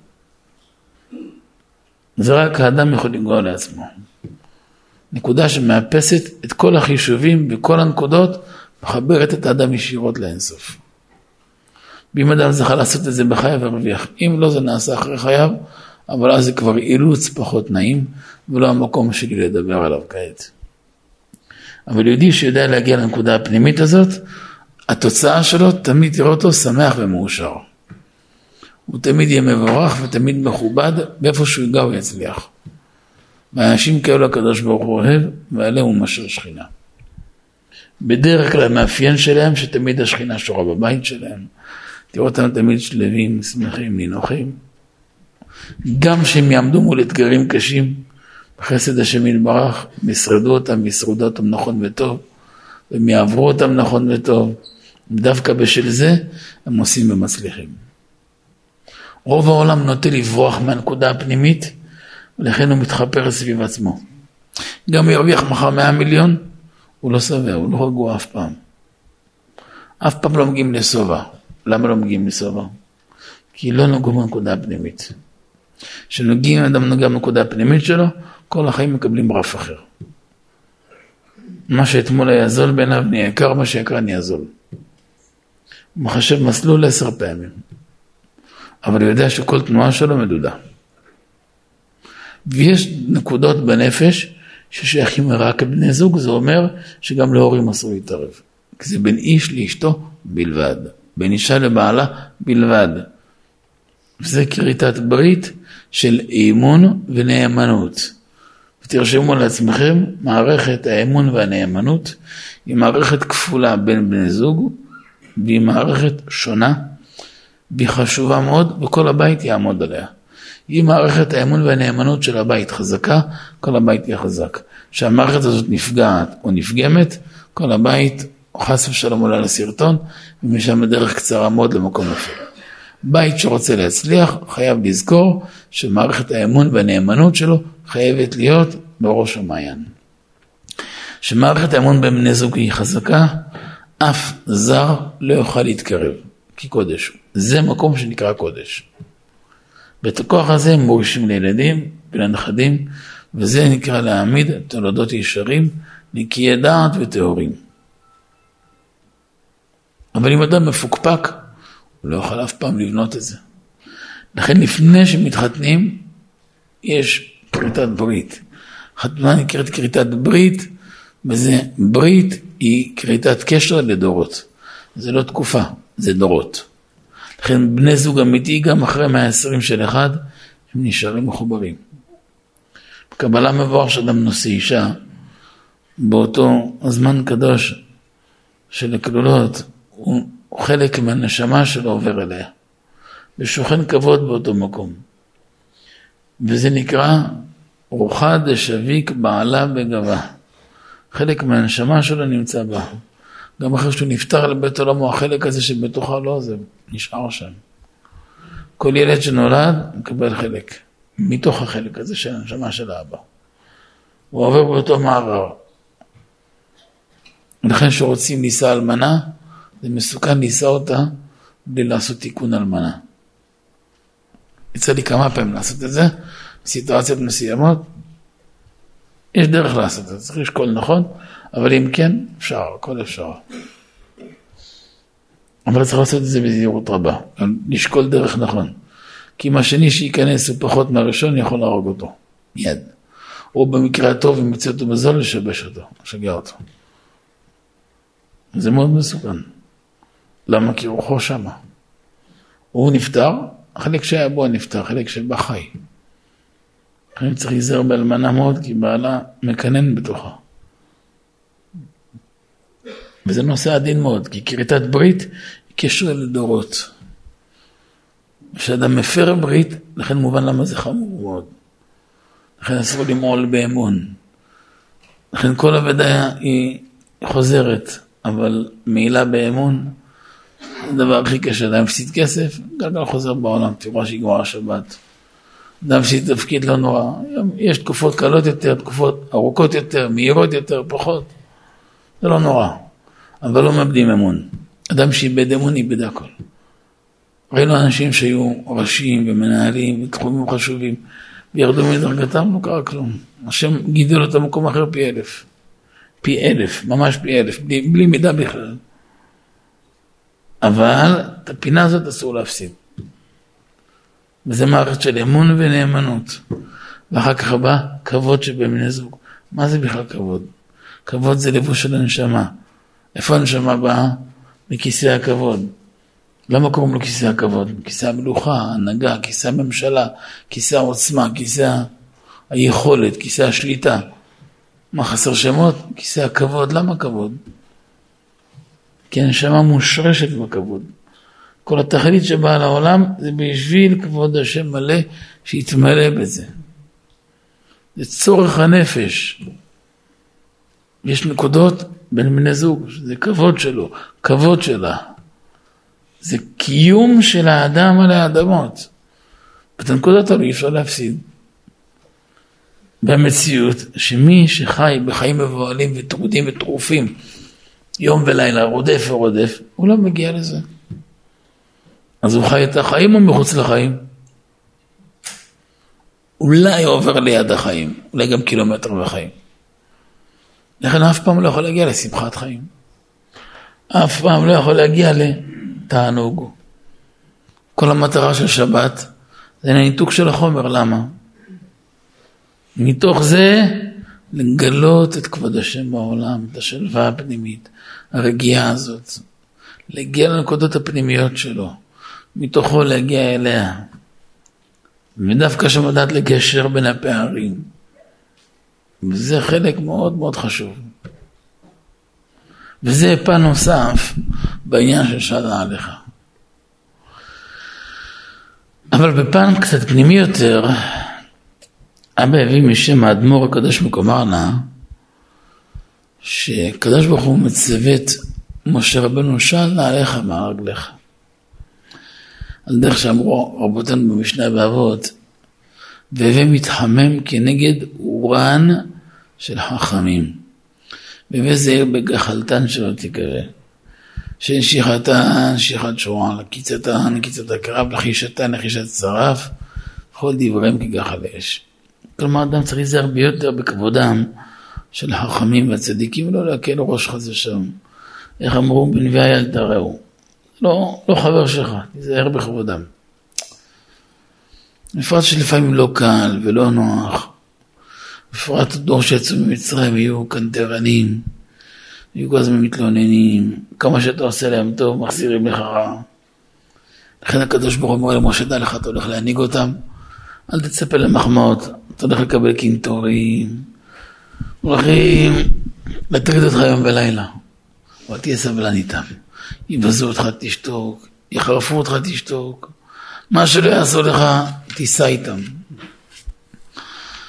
[SPEAKER 1] זה רק האדם יכול לגוע לעצמו. נקודה שמאפסת את כל החישובים וכל הנקודות, מחברת את האדם ישירות לאינסוף. ואם אדם זכה לעשות את זה בחייו הרוויח. אם לא, זה נעשה אחרי חייו, אבל אז זה כבר אילוץ פחות נעים, ולא המקום שלי לדבר עליו כעת. אבל יהודי שיודע להגיע לנקודה הפנימית הזאת, התוצאה שלו תמיד תראה אותו שמח ומאושר. הוא תמיד יהיה מבורך ותמיד מכובד, באיפה שהוא יגע הוא יצליח. והאנשים כאלו הקדוש ברוך הוא אוהב, ועליהם הוא משר שכינה. בדרך כלל המאפיין שלהם, שתמיד השכינה שורה בבית שלהם. תראו אותם תמיד שלווים, שמחים, נינוחים. גם שהם יעמדו מול אתגרים קשים, בחסד השם יתברך, ישרדו אותם, ישרדו אותם נכון וטוב, והם יעברו אותם נכון וטוב. דווקא בשל זה, הם עושים ומצליחים. רוב העולם נוטה לברוח מהנקודה הפנימית, ולכן הוא מתחפר סביב עצמו. גם ירוויח מחר מאה מיליון, הוא לא שבע, הוא לא רגוע אף פעם. אף פעם לא מגיעים לסובה. למה לא מגיעים לסובה? כי לא נוגעו בנקודה הפנימית. כשנוגעים, אדם נוגע בנקודה הפנימית שלו, כל החיים מקבלים רף אחר. מה שאתמול היה זול בעיניו נהיה יקר, מה שיקר נהיה זול. הוא מחשב מסלול עשר פעמים. אבל הוא יודע שכל תנועה שלו מדודה. ויש נקודות בנפש ששייכים רק בני זוג, זה אומר שגם להורים אסור להתערב. כי זה בין איש לאשתו בלבד. בין אישה לבעלה בלבד. וזה כריתת ברית של אימון ונאמנות. ותרשמו לעצמכם, מערכת האמון והנאמנות היא מערכת כפולה בין בני זוג, והיא מערכת שונה, והיא חשובה מאוד, וכל הבית יעמוד עליה. אם מערכת האמון והנאמנות של הבית חזקה, כל הבית יהיה חזק. כשהמערכת הזאת נפגעת או נפגמת, כל הבית חס ושלום עולה לסרטון, ומשם הדרך קצרה מאוד למקום אפילו. בית שרוצה להצליח, חייב לזכור שמערכת האמון והנאמנות שלו חייבת להיות בראש המעיין. שמערכת האמון בין בני זוג היא חזקה, אף זר לא יוכל להתקרב, כי קודש הוא. זה מקום שנקרא קודש. ואת הכוח הזה הם מורישים לילדים ולנכדים, וזה נקרא להעמיד תולדות ישרים, נקיי דעת וטהורים. אבל אם אדם מפוקפק, הוא לא יוכל אף פעם לבנות את זה. לכן לפני שמתחתנים, יש כריתת ברית. חתונה נקראת כריתת ברית, וזה ברית היא כריתת קשר לדורות. זה לא תקופה, זה דורות. לכן בני זוג אמיתי גם אחרי מאה ועשרים של אחד, הם נשארים מחוברים. בקבלה מבואר שאדם נושא אישה, באותו הזמן קדוש של הכלולות, הוא חלק מהנשמה שלו עובר אליה. ושוכן כבוד באותו מקום. וזה נקרא רוחה דשביק בעלה בגבה. חלק מהנשמה שלו נמצא בה. גם אחרי שהוא נפטר לבית עולמו, החלק הזה שבתוכה לא עוזב, נשאר שם. כל ילד שנולד מקבל חלק, מתוך החלק הזה של הנשמה של האבא. הוא עובר באותו מערר. לכן שרוצים לישא אלמנה, זה מסוכן לישא אותה בלי לעשות תיקון אלמנה. יצא לי כמה פעמים לעשות את זה, בסיטואציות מסוימות, יש דרך לעשות את זה, צריך לשקול נכון, אבל אם כן, אפשר, הכל אפשר. אבל צריך לעשות את זה בזהירות רבה, לשקול דרך נכון. כי אם השני שייכנס הוא פחות מהראשון, יכול להרוג אותו, מיד. או במקרה הטוב, אם יצא אותו בזול, לשבש אותו, לשגע אותו. זה מאוד מסוכן. למה? כי רוחו שמה. הוא נפטר, החלק שהיה בו נפטר, החלק שבא חי. אני צריך להיזהר באלמנה מאוד, כי בעלה מקנן בתוכה. וזה נושא עדין מאוד, כי כריתת ברית היא קשר לדורות. כשאדם מפר ברית, לכן מובן למה זה חמור מאוד. לכן אסור למעול באמון. לכן כל עבודה היא חוזרת, אבל מעילה באמון, זה הדבר הכי קשה. אדם מפסיד כסף, גלגל חוזר בעולם, תראו שיגמר השבת. אדם מפסיד תפקיד לא נורא. יש תקופות קלות יותר, תקופות ארוכות יותר, מהירות יותר, פחות. זה לא נורא. אבל לא מאבדים אמון. אדם שאיבד אמון, איבד הכל. ראינו אנשים שהיו ראשיים ומנהלים ותחומים חשובים, וירדו מדרגתם, לא קרה כלום. השם גידל אותם במקום אחר פי אלף. פי אלף, ממש פי אלף, בלי, בלי מידה בכלל. אבל את הפינה הזאת אסור להפסיד. וזה מערכת של אמון ונאמנות. ואחר כך הבא, כבוד שבמיני זוג. מה זה בכלל כבוד? כבוד זה לבוש של הנשמה. איפה הנשמה באה? מכיסא הכבוד. למה קוראים לו כיסא הכבוד? כיסא המלוכה, הנהגה, כיסא הממשלה, כיסא העוצמה, כיסא היכולת, כיסא השליטה. מה חסר שמות? כיסא הכבוד. למה כבוד? כי הנשמה מושרשת בכבוד. כל התכלית שבאה לעולם זה בשביל כבוד השם מלא שיתמלא בזה. זה צורך הנפש. יש נקודות בין בני זוג, זה כבוד שלו, כבוד שלה. זה קיום של האדם על האדמות. ואת הנקודות האלה אי אפשר להפסיד. במציאות שמי שחי בחיים מבועלים וטרודים וטרופים, יום ולילה, רודף ורודף, הוא לא מגיע לזה. אז הוא חי את החיים או מחוץ לחיים? אולי עובר ליד החיים, אולי גם קילומטר בחיים. לכן אף פעם לא יכול להגיע לשמחת חיים. אף פעם לא יכול להגיע לתענוג. כל המטרה של שבת זה הניתוק של החומר. למה? מתוך זה לגלות את כבוד השם בעולם, את השלווה הפנימית, הרגיעה הזאת. להגיע לנקודות הפנימיות שלו. מתוכו להגיע אליה. ודווקא שמדעת לגשר בין הפערים. וזה חלק מאוד מאוד חשוב. וזה פן נוסף בעניין של שדה עליך. אבל בפן קצת פנימי יותר, אבא הביא משם האדמו"ר הקדוש מקומרנה, שקדוש ברוך הוא מצוות משה רבנו של נעליך מהרגליך. על דרך שאמרו רבותינו במשנה באבות, והווה מתחמם כנגד אורן של חכמים. והווה זהיר בגחלתן שלא תקווה. שנשיכתן, נשיכת שורה, לקיצתן, לקיצת הקרב, לחישתן, לחישת שרף, כל דבריהם כגחל אש. כלומר, אדם צריך להיזהר ביותר בכבודם של החכמים והצדיקים, ולא להקל ראש חס ושלום. איך אמרו, בנביאי אל תראו. לא, לא חבר שלך, תיזהר בכבודם. בפרט שלפעמים לא קל ולא נוח. בפרט הדור שיצאו ממצרים יהיו קנטרנים, יהיו כל הזמן מתלוננים, כמה שאתה עושה להם טוב, מחזירים לך רע. לכן הקדוש ברוך הוא אומר למשה, דע לך, אתה הולך להנהיג אותם, אל תצפה למחמאות, אתה הולך לקבל קינטורים, הולכים להטריד אותך יום ולילה, אבל תהיה סבלן איתם. יבזו אותך, תשתוק, יחרפו אותך, תשתוק, מה שלא יעשו לך, תיסע איתם.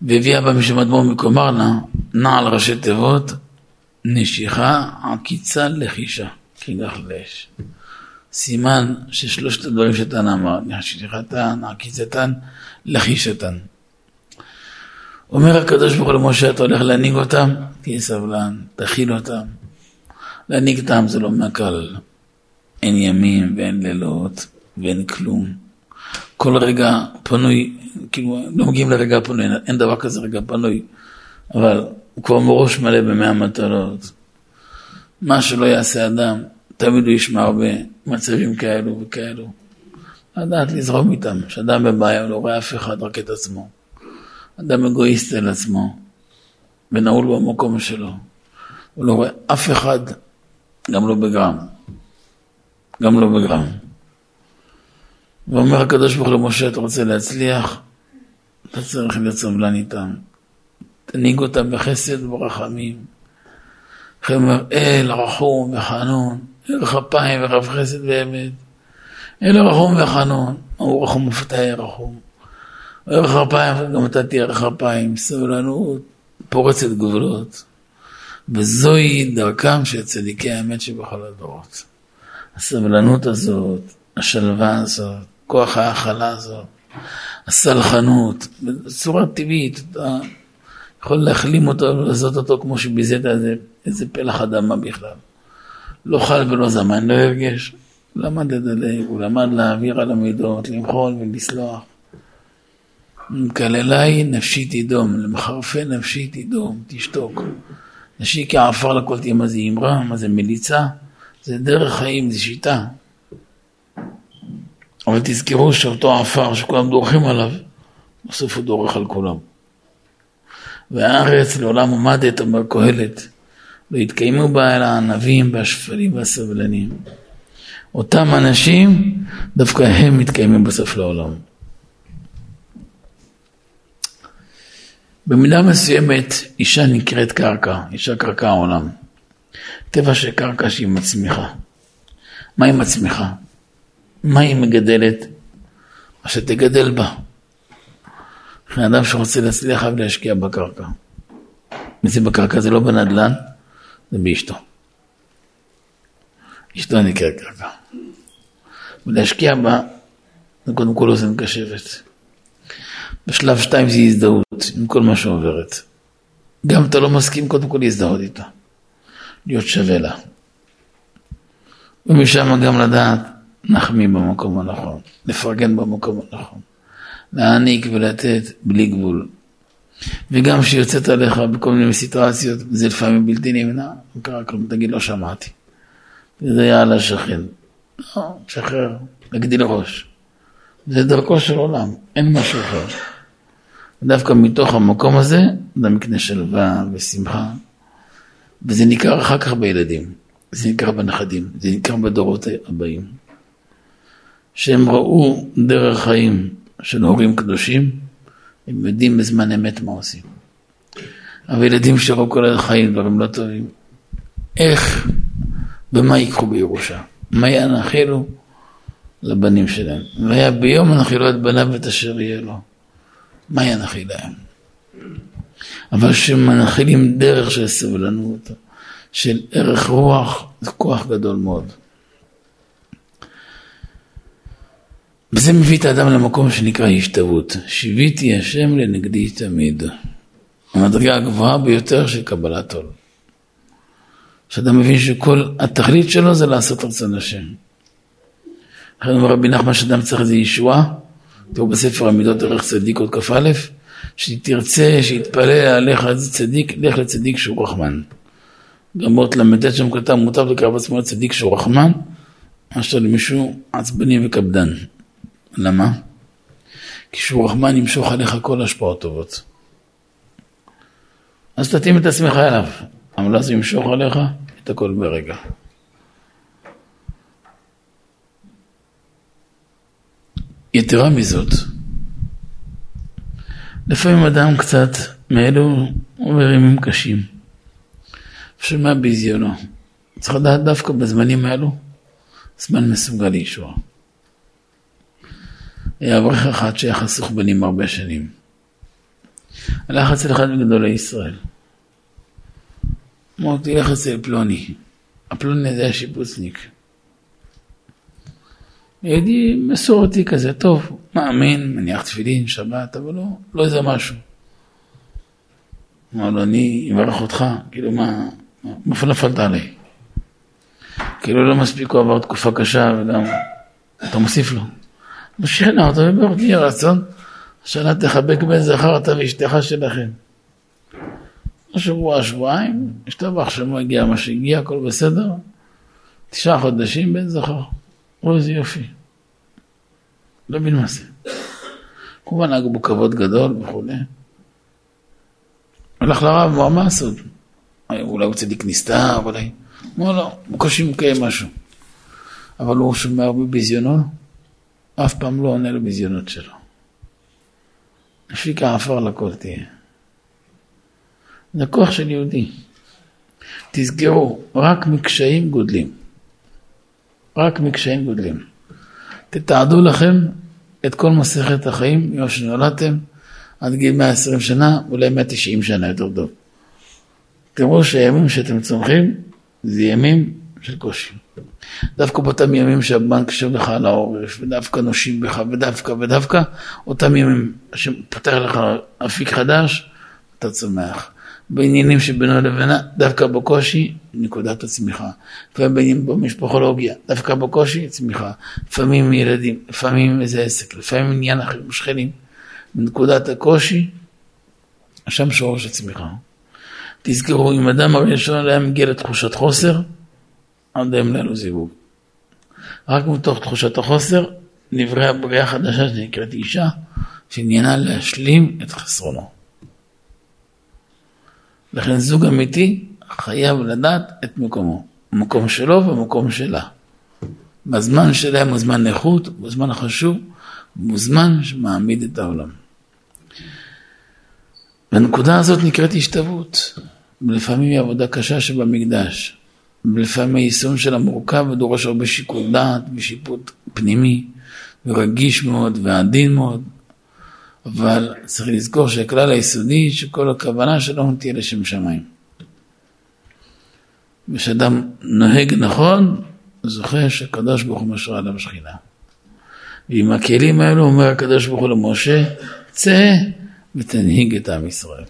[SPEAKER 1] והביאה בה משום אדמו"ר מקומרנה, נעל ראשי תיבות, נשיכה, עקיצה, לחישה, כינך לאש. סימן ששלושת הדברים שתן אמר, נשיכתן, עקיצתן, לחישתן. אומר הקדוש ברוך הוא למשה, אתה הולך להנהיג אותם, תהיה סבלן, תכיל אותם. להנהיג אותם זה לא מהקל. אין ימים ואין לילות ואין כלום. כל רגע פנוי, כאילו לא מגיעים לרגע פנוי, אין דבר כזה רגע פנוי, אבל הוא כבר מראש מלא במאה מטלות. מה שלא יעשה אדם, תמיד הוא ישמע הרבה מצבים כאלו וכאלו. לדעת לזרום איתם, שאדם בבעיה הוא לא רואה אף אחד, רק את עצמו. אדם אגואיסט אל עצמו, ונעול במקום שלו. הוא לא רואה אף אחד, גם לא בגרם. גם לא בגרם. ואומר הקדוש ברוך הוא למשה, אתה רוצה להצליח, אתה צריך להיות סבלן איתם. תנהיג אותם בחסד וברחמים. חמר אל רחום וחנון, אל חפיים ורב חסד באמת. אל רחום וחנון, הוא רחום ופתאי רחום. אל חפיים, גם אתה תהיה חפיים, סבלנות, פורצת גבולות. וזוהי דרכם של צדיקי האמת שבכל הדורות. הסבלנות הזאת, השלווה הזאת, כוח ההכלה הזאת, הסלחנות, בצורה טבעית, אתה יכול להחלים אותו, לעשות אותו כמו שביזית איזה, איזה פלח אדמה בכלל. לא חל ולא זמן, לא הרגש. הוא למד לדלג, הוא למד להעביר על המידות, למחול ולסלוח. כללי נפשי תדום, למחרפי נפשי תדום, תשתוק. נשי כעפר לכל תהיה, מה זה אמרה, מה זה מליצה, זה דרך חיים, זה שיטה. אבל תזכרו שאותו עפר שכולם דורכים עליו, בסוף הוא דורך על כולם. והארץ לעולם עומדת, אומר קהלת, לא יתקיימו בה אלא הענבים והשפלים והסבלנים. אותם אנשים, דווקא הם מתקיימים בסוף לעולם. במידה מסוימת, אישה נקראת קרקע, אישה קרקע העולם. טבע של קרקע שהיא מצמיחה. מה היא מצמיחה? מה היא מגדלת? מה שתגדל בה. אחרי אדם שרוצה להצליח ולהשקיע בקרקע. וזה בקרקע זה לא בנדלן, זה באשתו. אשתו נקראת קרקע. ולהשקיע בה, זה קודם כל אוזן קשבת. בשלב שתיים זה הזדהות עם כל מה שעוברת. גם אתה לא מסכים, קודם כל להזדהות איתה. להיות שווה לה. ומשם גם לדעת, נחמי במקום הנכון, לפרגן במקום הנכון, להעניק ולתת בלי גבול. וגם שיוצאת עליך בכל מיני סיטואציות, זה לפעמים בלתי נמנע, וקרה כלום, תגיד לא שמעתי. וזה היה על השכן. לא, שחרר, להגדיל ראש. זה דרכו של עולם, אין משהו אחר. ודווקא מתוך המקום הזה, אדם מקנה שלווה ושמחה, וזה ניכר אחר כך בילדים, זה ניכר בנכדים, זה ניכר בדורות הבאים. שהם ראו דרך חיים של הורים קדושים, הם יודעים בזמן אמת מה עושים. אבל ילדים שראו כל החיים דברים לא טובים, איך, במה ייקחו בירושה? מה ינחילו לבנים שלהם? והיה ביום הנחילו את בניו ואת אשר יהיה לו. מה ינחילו להם? אבל שמנחילים דרך של סבלנות, של ערך רוח, זה כוח גדול מאוד. וזה מביא את האדם למקום שנקרא השתוות. שיוויתי השם לנגדי תמיד. המדרגה הגבוהה ביותר של קבלת עול. שאתה מבין שכל התכלית שלו זה לעשות רצון השם. אחרי אומר רבי נחמן שאדם צריך איזה ישועה, תראו בספר המידות ערך צדיק עוד כף א', שתרצה, שיתפלל עליך איזה צדיק, לך לצדיק שהוא רחמן. גם באות למדת שם כתב, מוטב לקרב עצמו לצדיק שהוא רחמן, מאשר למישהו עצבני וקפדן. למה? כי שהוא רחמן ימשוך עליך כל השפעות טובות. אז תתאים את עצמך אליו, אבל אז ימשוך עליך את הכל ברגע. יתרה מזאת, לפעמים אדם קצת מאלו עובר ימים קשים, שמה ביזיונו. צריך לדעת דווקא בזמנים האלו, זמן מסוגל לישוע. היה אברך אחד שהיה חסוך בנים הרבה שנים. הלך אצל אחד מגדולי ישראל. אמר, תלך אצל פלוני. הפלוני זה השיפוצניק. יהודי מסורתי כזה, טוב, מאמין, מניח תפילין, שבת, אבל לא, לא איזה משהו. אמר לו, אני אברך אותך, כאילו מה, מאיפה נפלת עליי? כאילו לא מספיק, הוא עבר תקופה קשה, וגם אתה מוסיף לו. משכנע אותו, וברך, תהיה רצון, השנה תחבק בן זכר אתה ואשתך שלכם. שבוע, שבועיים, השתבח שמו הגיע מה שהגיע, הכל בסדר, תשעה חודשים בן זכר. רואה איזה יופי. לא מבין מה זה. כמובן נהגו בו כבוד גדול וכו'. הלך לרב, הוא אמר סוד. אולי הוא צדיק נסתר, אולי. אמר לו, בקושי מקיים משהו. אבל הוא שומע הרבה ביזיונות, אף פעם לא עונה לביזיונות שלו. נפיק האפר לכל תהיה. זה כוח של יהודי. תסגרו, רק מקשיים גודלים. רק מקשיים גודלים. תתעדו לכם את כל מסכת החיים, יום שנולדתם, עד גיל מאה ועשרים שנה, אולי מאה ותשעים שנה יותר טוב. תראו שהימים שאתם צומחים, זה ימים של קושי. דווקא באותם ימים שהבנק יושב לך על העורף, ודווקא נושים בך, ודווקא ודווקא, אותם ימים שפתח לך אפיק חדש, אתה צומח. בעניינים שבינו לבינה, דווקא בקושי, נקודת הצמיחה. לפעמים בעניינים במשפחולוגיה, דווקא בקושי, צמיחה. לפעמים ילדים, לפעמים איזה עסק, לפעמים עניין אחר, משכנים. בנקודת הקושי, שם שורש הצמיחה. תזכרו, אם אדם הראשון היה מגיע לתחושת חוסר, עד היום לא זיווג. רק מתוך תחושת החוסר, נבראה בריאה חדשה שנקראת אישה, שעניינה להשלים את חסרונו. לכן זוג אמיתי חייב לדעת את מקומו. המקום שלו והמקום שלה. בזמן שלהם הוא זמן איכות, הוא זמן החשוב, הוא זמן שמעמיד את העולם. והנקודה הזאת נקראת השתוות. ולפעמים היא עבודה קשה שבמקדש. ולפעמים היישום שלה מורכב ודורש הרבה שיקול דעת ושיפוט פנימי, ורגיש מאוד ועדין מאוד. אבל צריך לזכור שהכלל היסודי שכל הכוונה שלנו תהיה לשם שמיים. ושאדם נוהג נכון, זוכה שהקדוש ברוך הוא משרה עליו שכינה. ועם הכלים האלו אומר הקדוש ברוך הוא למשה, צא ותנהיג את עם ישראל.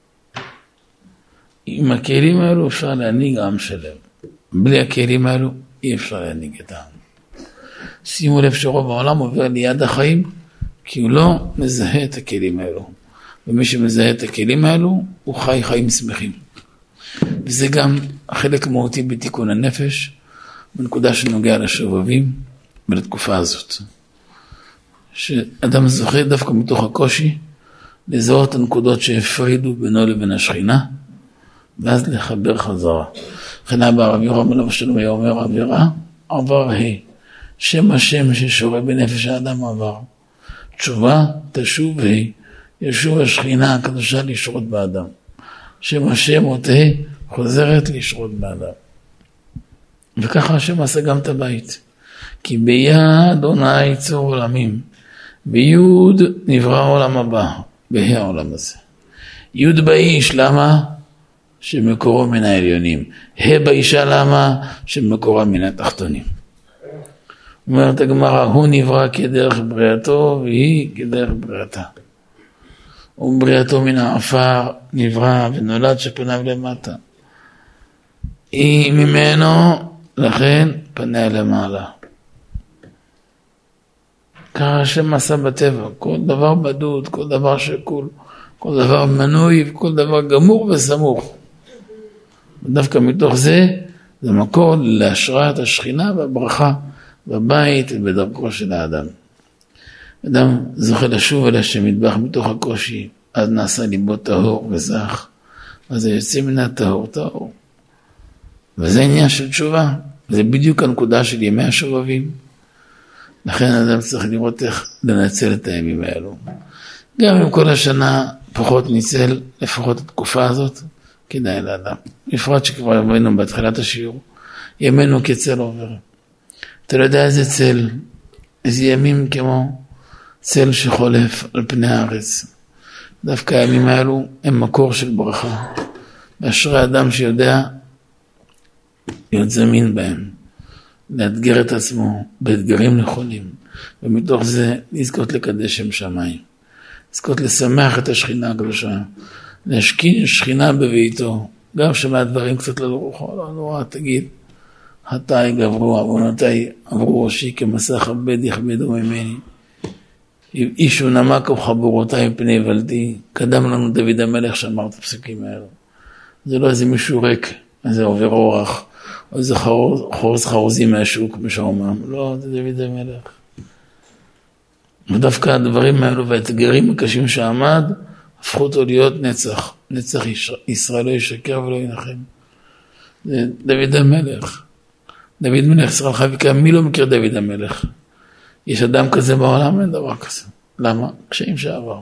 [SPEAKER 1] עם הכלים האלו אפשר להנהיג עם שלם. בלי הכלים האלו אי אפשר להנהיג את העם. שימו לב שרוב העולם עובר ליד החיים, כי הוא לא מזהה את הכלים האלו. ומי שמזהה את הכלים האלו, הוא חי חיים שמחים. וזה גם חלק מהותי בתיקון הנפש, בנקודה שנוגע לשובבים ולתקופה הזאת. שאדם זוכה דווקא מתוך הקושי, לזהות את הנקודות שהפרידו בינו לבין השכינה, ואז לחבר חזרה. לכן אבא רב יורם עליו השלום היה אומר, עבירה, עבר ה' שם השם ששורה בנפש האדם עבר. תשובה, תשוב ה' ישוב השכינה הקדושה לשרות באדם. שם השם אותה חוזרת לשרות באדם. וככה השם עשה גם את הבית. כי ביד אדוני יצור עולמים, ביוד נברא העולם הבא, בה"א העולם הזה. יוד באיש, למה? שמקורו מן העליונים. ה' באישה, למה? שמקורה מן התחתונים. אומרת הגמרא, הוא נברא כדרך בריאתו, והיא כדרך בריאתה. ובריאתו מן העפר נברא ונולד שפניו למטה. היא ממנו, לכן פניה למעלה. ככה השם עשה בטבע, כל דבר בדוד, כל דבר שקול, כל דבר מנוי וכל דבר גמור וסמוך. ודווקא מתוך זה, זה מקור להשראת השכינה והברכה בבית ובדרכו של האדם. אדם זוכה לשוב אל השם מטבח מתוך הקושי, אז נעשה ליבו טהור וזך, אז זה יוצא מן הטהור טהור. וזה עניין של תשובה, זה בדיוק הנקודה של ימי השובבים. לכן אדם צריך לראות איך לנצל את הימים האלו. גם אם כל השנה פחות ניצל, לפחות התקופה הזאת, כדאי לאדם. בפרט שכבר הבאנו בהתחלת השיעור, ימינו כצל עובר. אתה לא יודע איזה צל, איזה ימים כמו צל שחולף על פני הארץ. דווקא הימים האלו הם מקור של ברכה. ואשרי אדם שיודע להיות זמין בהם, לאתגר את עצמו באתגרים נכונים, ומתוך זה לזכות לקדש שם שמיים, לזכות לשמח את השכינה הקדושה, להשכין שכינה בביתו, גם שמע דברים קצת לא רוחו, לא נורא, תגיד, חטאי גברו, עוונותיי עברו ראשי כמסע כבד יכבדו ממני, איש ונמק וחבורותיי מפני ולדי, קדם לנו דוד המלך שאמר את הפסוקים האלו. זה לא איזה מישהו ריק, איזה עובר אורח, או איזה חורז חרוזי מהשוק משעומם, לא, זה דוד המלך. ודווקא הדברים האלו והאתגרים הקשים שעמד, הפכו אותו להיות נצח, נצח ישראל לא ישקר ולא ינחם. זה דוד המלך. דוד מלך ישראל חי וקיים, מי לא מכיר דוד המלך? יש אדם כזה בעולם, אין דבר כזה. למה? קשיים שעבר.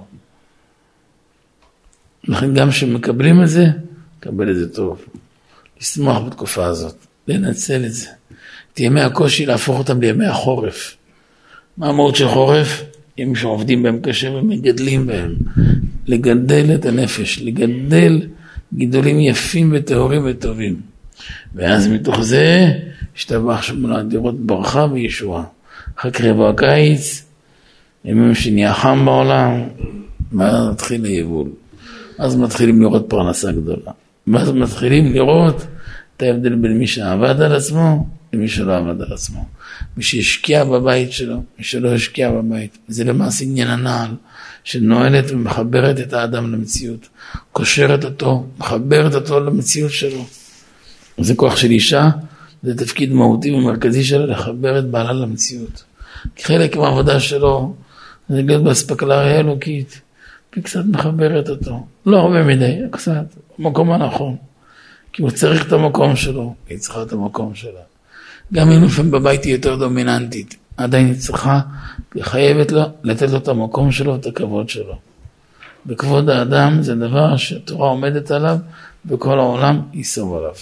[SPEAKER 1] לכן גם שמקבלים את זה, קבל את זה טוב. לשמוח בתקופה הזאת, לנצל את זה. את ימי הקושי להפוך אותם לימי החורף. מה המהות של חורף? ימים שעובדים בהם קשה ומגדלים בהם. לגדל את הנפש, לגדל גידולים יפים וטהורים וטובים. ואז מתוך זה, השתבח שמונה דירות ברכה וישועה. אחר כך יבוא הקיץ, ימים שנהיה חם בעולם, ואז מתחיל היבול. אז מתחילים לראות פרנסה גדולה. ואז מתחילים לראות את ההבדל בין מי שעבד על עצמו, למי שלא עבד על עצמו. מי שהשקיע בבית שלו, מי שלא השקיע בבית. זה למעשה עניין הנעל, שנועלת ומחברת את האדם למציאות. קושרת אותו, מחברת אותו למציאות שלו. זה כוח של אישה, זה תפקיד מהותי ומרכזי שלה לחבר את בעלה למציאות. כחלק מהעבודה שלו, זה להיות באספקלריה אלוקית, והיא קצת מחברת אותו. לא הרבה מדי, קצת, במקום הנכון. כי הוא צריך את המקום שלו, היא צריכה את המקום שלה. גם אם לפעמים בבית היא יותר דומיננטית, עדיין היא צריכה, היא חייבת לו, לתת לו את המקום שלו ואת הכבוד שלו. בכבוד האדם זה דבר שהתורה עומדת עליו, וכל העולם ייסוב עליו.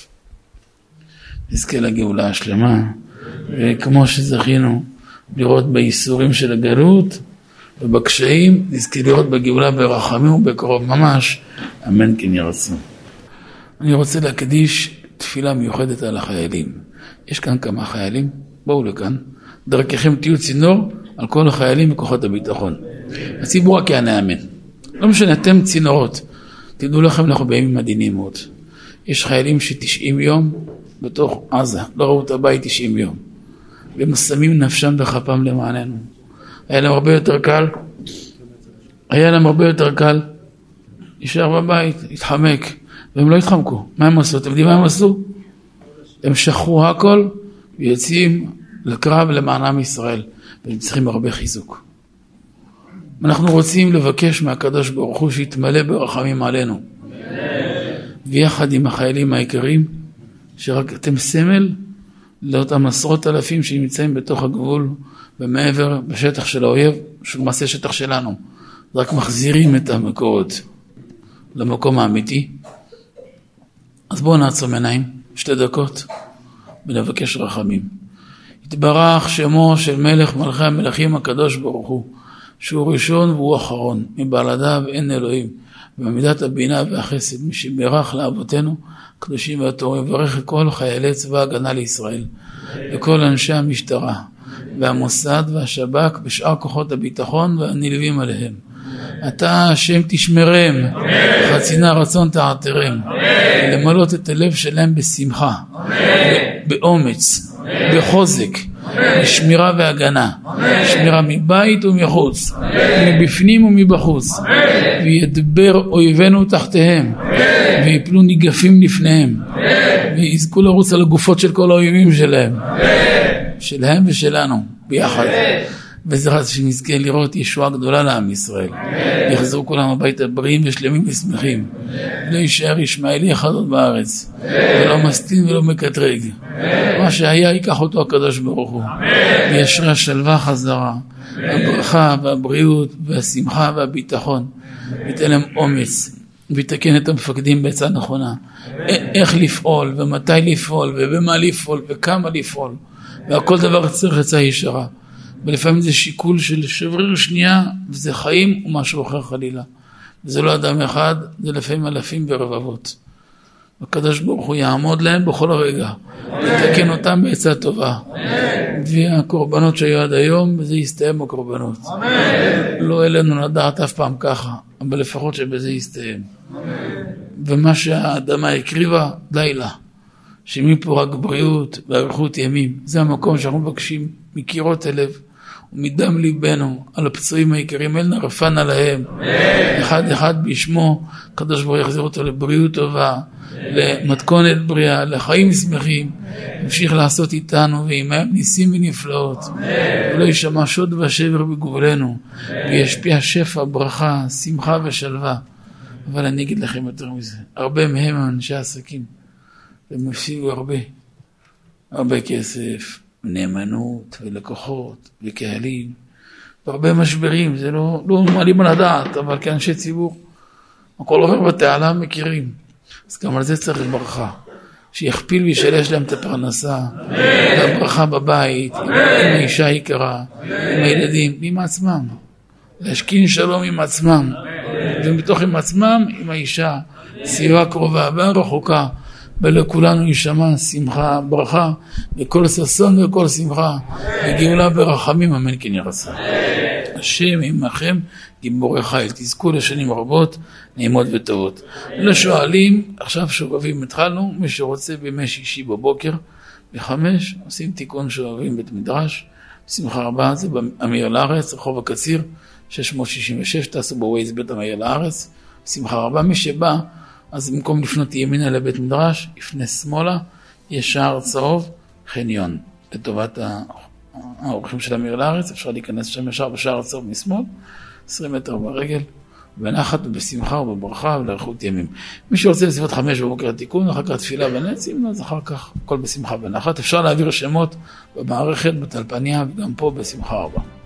[SPEAKER 1] נזכה לגאולה השלמה, וכמו שזכינו לראות בייסורים של הגלות, ובקשיים, נזכה לראות בגאולה ברחמים ובקרוב ממש, אמן כן ירצו. אני רוצה להקדיש תפילה מיוחדת על החיילים. יש כאן כמה חיילים, בואו לכאן, דרככם תהיו צינור על כל החיילים וכוחות הביטחון. הציבור רק יענה אמן. לא משנה, אתם צינורות, תדעו לכם, אנחנו בימים מדהימים מאוד. יש חיילים ש-תשעים יום בתוך עזה, לא ראו את הבית תשעים יום, והם שמים נפשם בכפם למעננו. היה להם הרבה יותר קל, היה להם הרבה יותר קל, נשאר בבית, התחמק, והם לא התחמקו. מה הם עשו? אתם יודעים מה הם עשו? הם שכחו הכל, ויוצאים לקרב למען עם ישראל, והם צריכים הרבה חיזוק. אנחנו רוצים לבקש מהקדוש ברוך הוא שיתמלא ברחמים עלינו. ויחד עם החיילים העיקרים, שרק אתם סמל לאותם עשרות אלפים שנמצאים בתוך הגבול, ומעבר בשטח של האויב, שהוא מעשה שטח שלנו. רק מחזירים את המקורות למקום האמיתי. אז בואו נעצום עיניים, שתי דקות, ונבקש רחמים. יתברך שמו של מלך מלכי המלכים הקדוש ברוך הוא, שהוא ראשון והוא אחרון, מבעלדיו אין אלוהים, ובמידת הבינה והחסד, מי שברך לאבותינו, קדושים והטהורים, יברך את כל חיילי צבא הגנה לישראל, וכל אנשי המשטרה, והמוסד והשב"כ, בשאר כוחות הביטחון והנלווים עליהם. אתה השם תשמרם, חצינה רצון תעתרם, למלות את הלב שלהם בשמחה, באומץ, בחוזק, בשמירה והגנה, שמירה מבית ומחוץ, מבפנים ומבחוץ, וידבר אויבינו תחתיהם, ויפלו ניגפים לפניהם, ויזכו לרוץ על הגופות של כל האויבים שלהם, שלהם ושלנו, ביחד. וזרז שנזכה לראות ישועה גדולה לעם ישראל. יחזרו כולם הביתה בריאים ושלמים ושמחים. לא יישאר ישמעאלי אחד עוד בארץ. ולא מסטין ולא מקטרג. מה שהיה ייקח אותו הקדוש ברוך הוא. וישרה שלווה חזרה. הברכה והבריאות והשמחה והביטחון. ייתן להם אומץ. ויתקן את המפקדים בעצה נכונה. איך לפעול ומתי לפעול ובמה לפעול וכמה לפעול. והכל דבר צריך עצה ישרה. ולפעמים זה שיקול של שבריר שנייה, וזה חיים ומשהו אחר חלילה. זה לא אדם אחד, זה לפעמים אלפים ורבבות. הקדוש ברוך הוא יעמוד להם בכל הרגע, יתקן אותם בעצה טובה. והקורבנות שהיו עד היום, בזה יסתיים הקורבנות. לא אלינו לדעת אף פעם ככה, אבל לפחות שבזה יסתיים. ומה שהאדמה הקריבה, לילה. שמפה רק בריאות ואריכות ימים. זה המקום שאנחנו מבקשים מקירות הלב ומדם ליבנו על הפצועים העיקריים, אל נרפנה להם. אחד אחד בשמו, הקדוש ברוך הוא יחזיר אותו לבריאות טובה, למתכונת בריאה, לחיים שמחים. ימשיך לעשות איתנו ועימהם ניסים ונפלאות. ולא יישמע שוד ושבר בגבולנו, וישפיע שפע, ברכה, שמחה ושלווה. אבל אני אגיד לכם יותר מזה, הרבה מהם אנשי עסקים, והם הפסידו הרבה, הרבה כסף, נאמנות ולקוחות וקהלים, והרבה משברים. זה לא, לא מעלים על הדעת, אבל כאנשי ציבור, הכל עובר בתעלה מכירים. אז גם על זה צריך ברכה, שיכפיל וישלש להם את הפרנסה, והברכה בבית, עם האישה היקרה, עם הילדים, עם עצמם, להשכין שלום עם עצמם, ומתוך עם עצמם, עם האישה, סיוע קרובה והרחוקה, ולכולנו יישמע שמחה, ברכה, וכל ששון וכל שמחה, וגאולה ברחמים, אמן כן יהי רצון. השם עמכם גיבורי חיל, תזכו לשנים רבות, נעימות וטובות. לשואלים, עכשיו שובבים התחלנו, מי שרוצה בימי שישי בבוקר, בחמש, עושים תיקון שובבים בית מדרש, בשמחה רבה, זה באמיר לארץ, רחוב הקציר, שש מאות שישים ושש, תעשו בווייז בית אמיר לארץ, בשמחה רבה. מי שבא, אז במקום לפנות ימינה לבית מדרש, יפנה שמאלה, יש שער צהוב, חניון. לטובת האורחים של אמיר לארץ, אפשר להיכנס שם ישר בשער הצהוב משמאל, עשרים מטר ברגל, בנחת ובשמחה ובברכה ולאריכות ימים. מי שרוצה לסביבות חמש בבוקר התיקון, אחר כך תפילה ונצים, אז אחר כך הכל בשמחה ונחת. אפשר להעביר שמות במערכת, בטלפניה, וגם פה בשמחה רבה.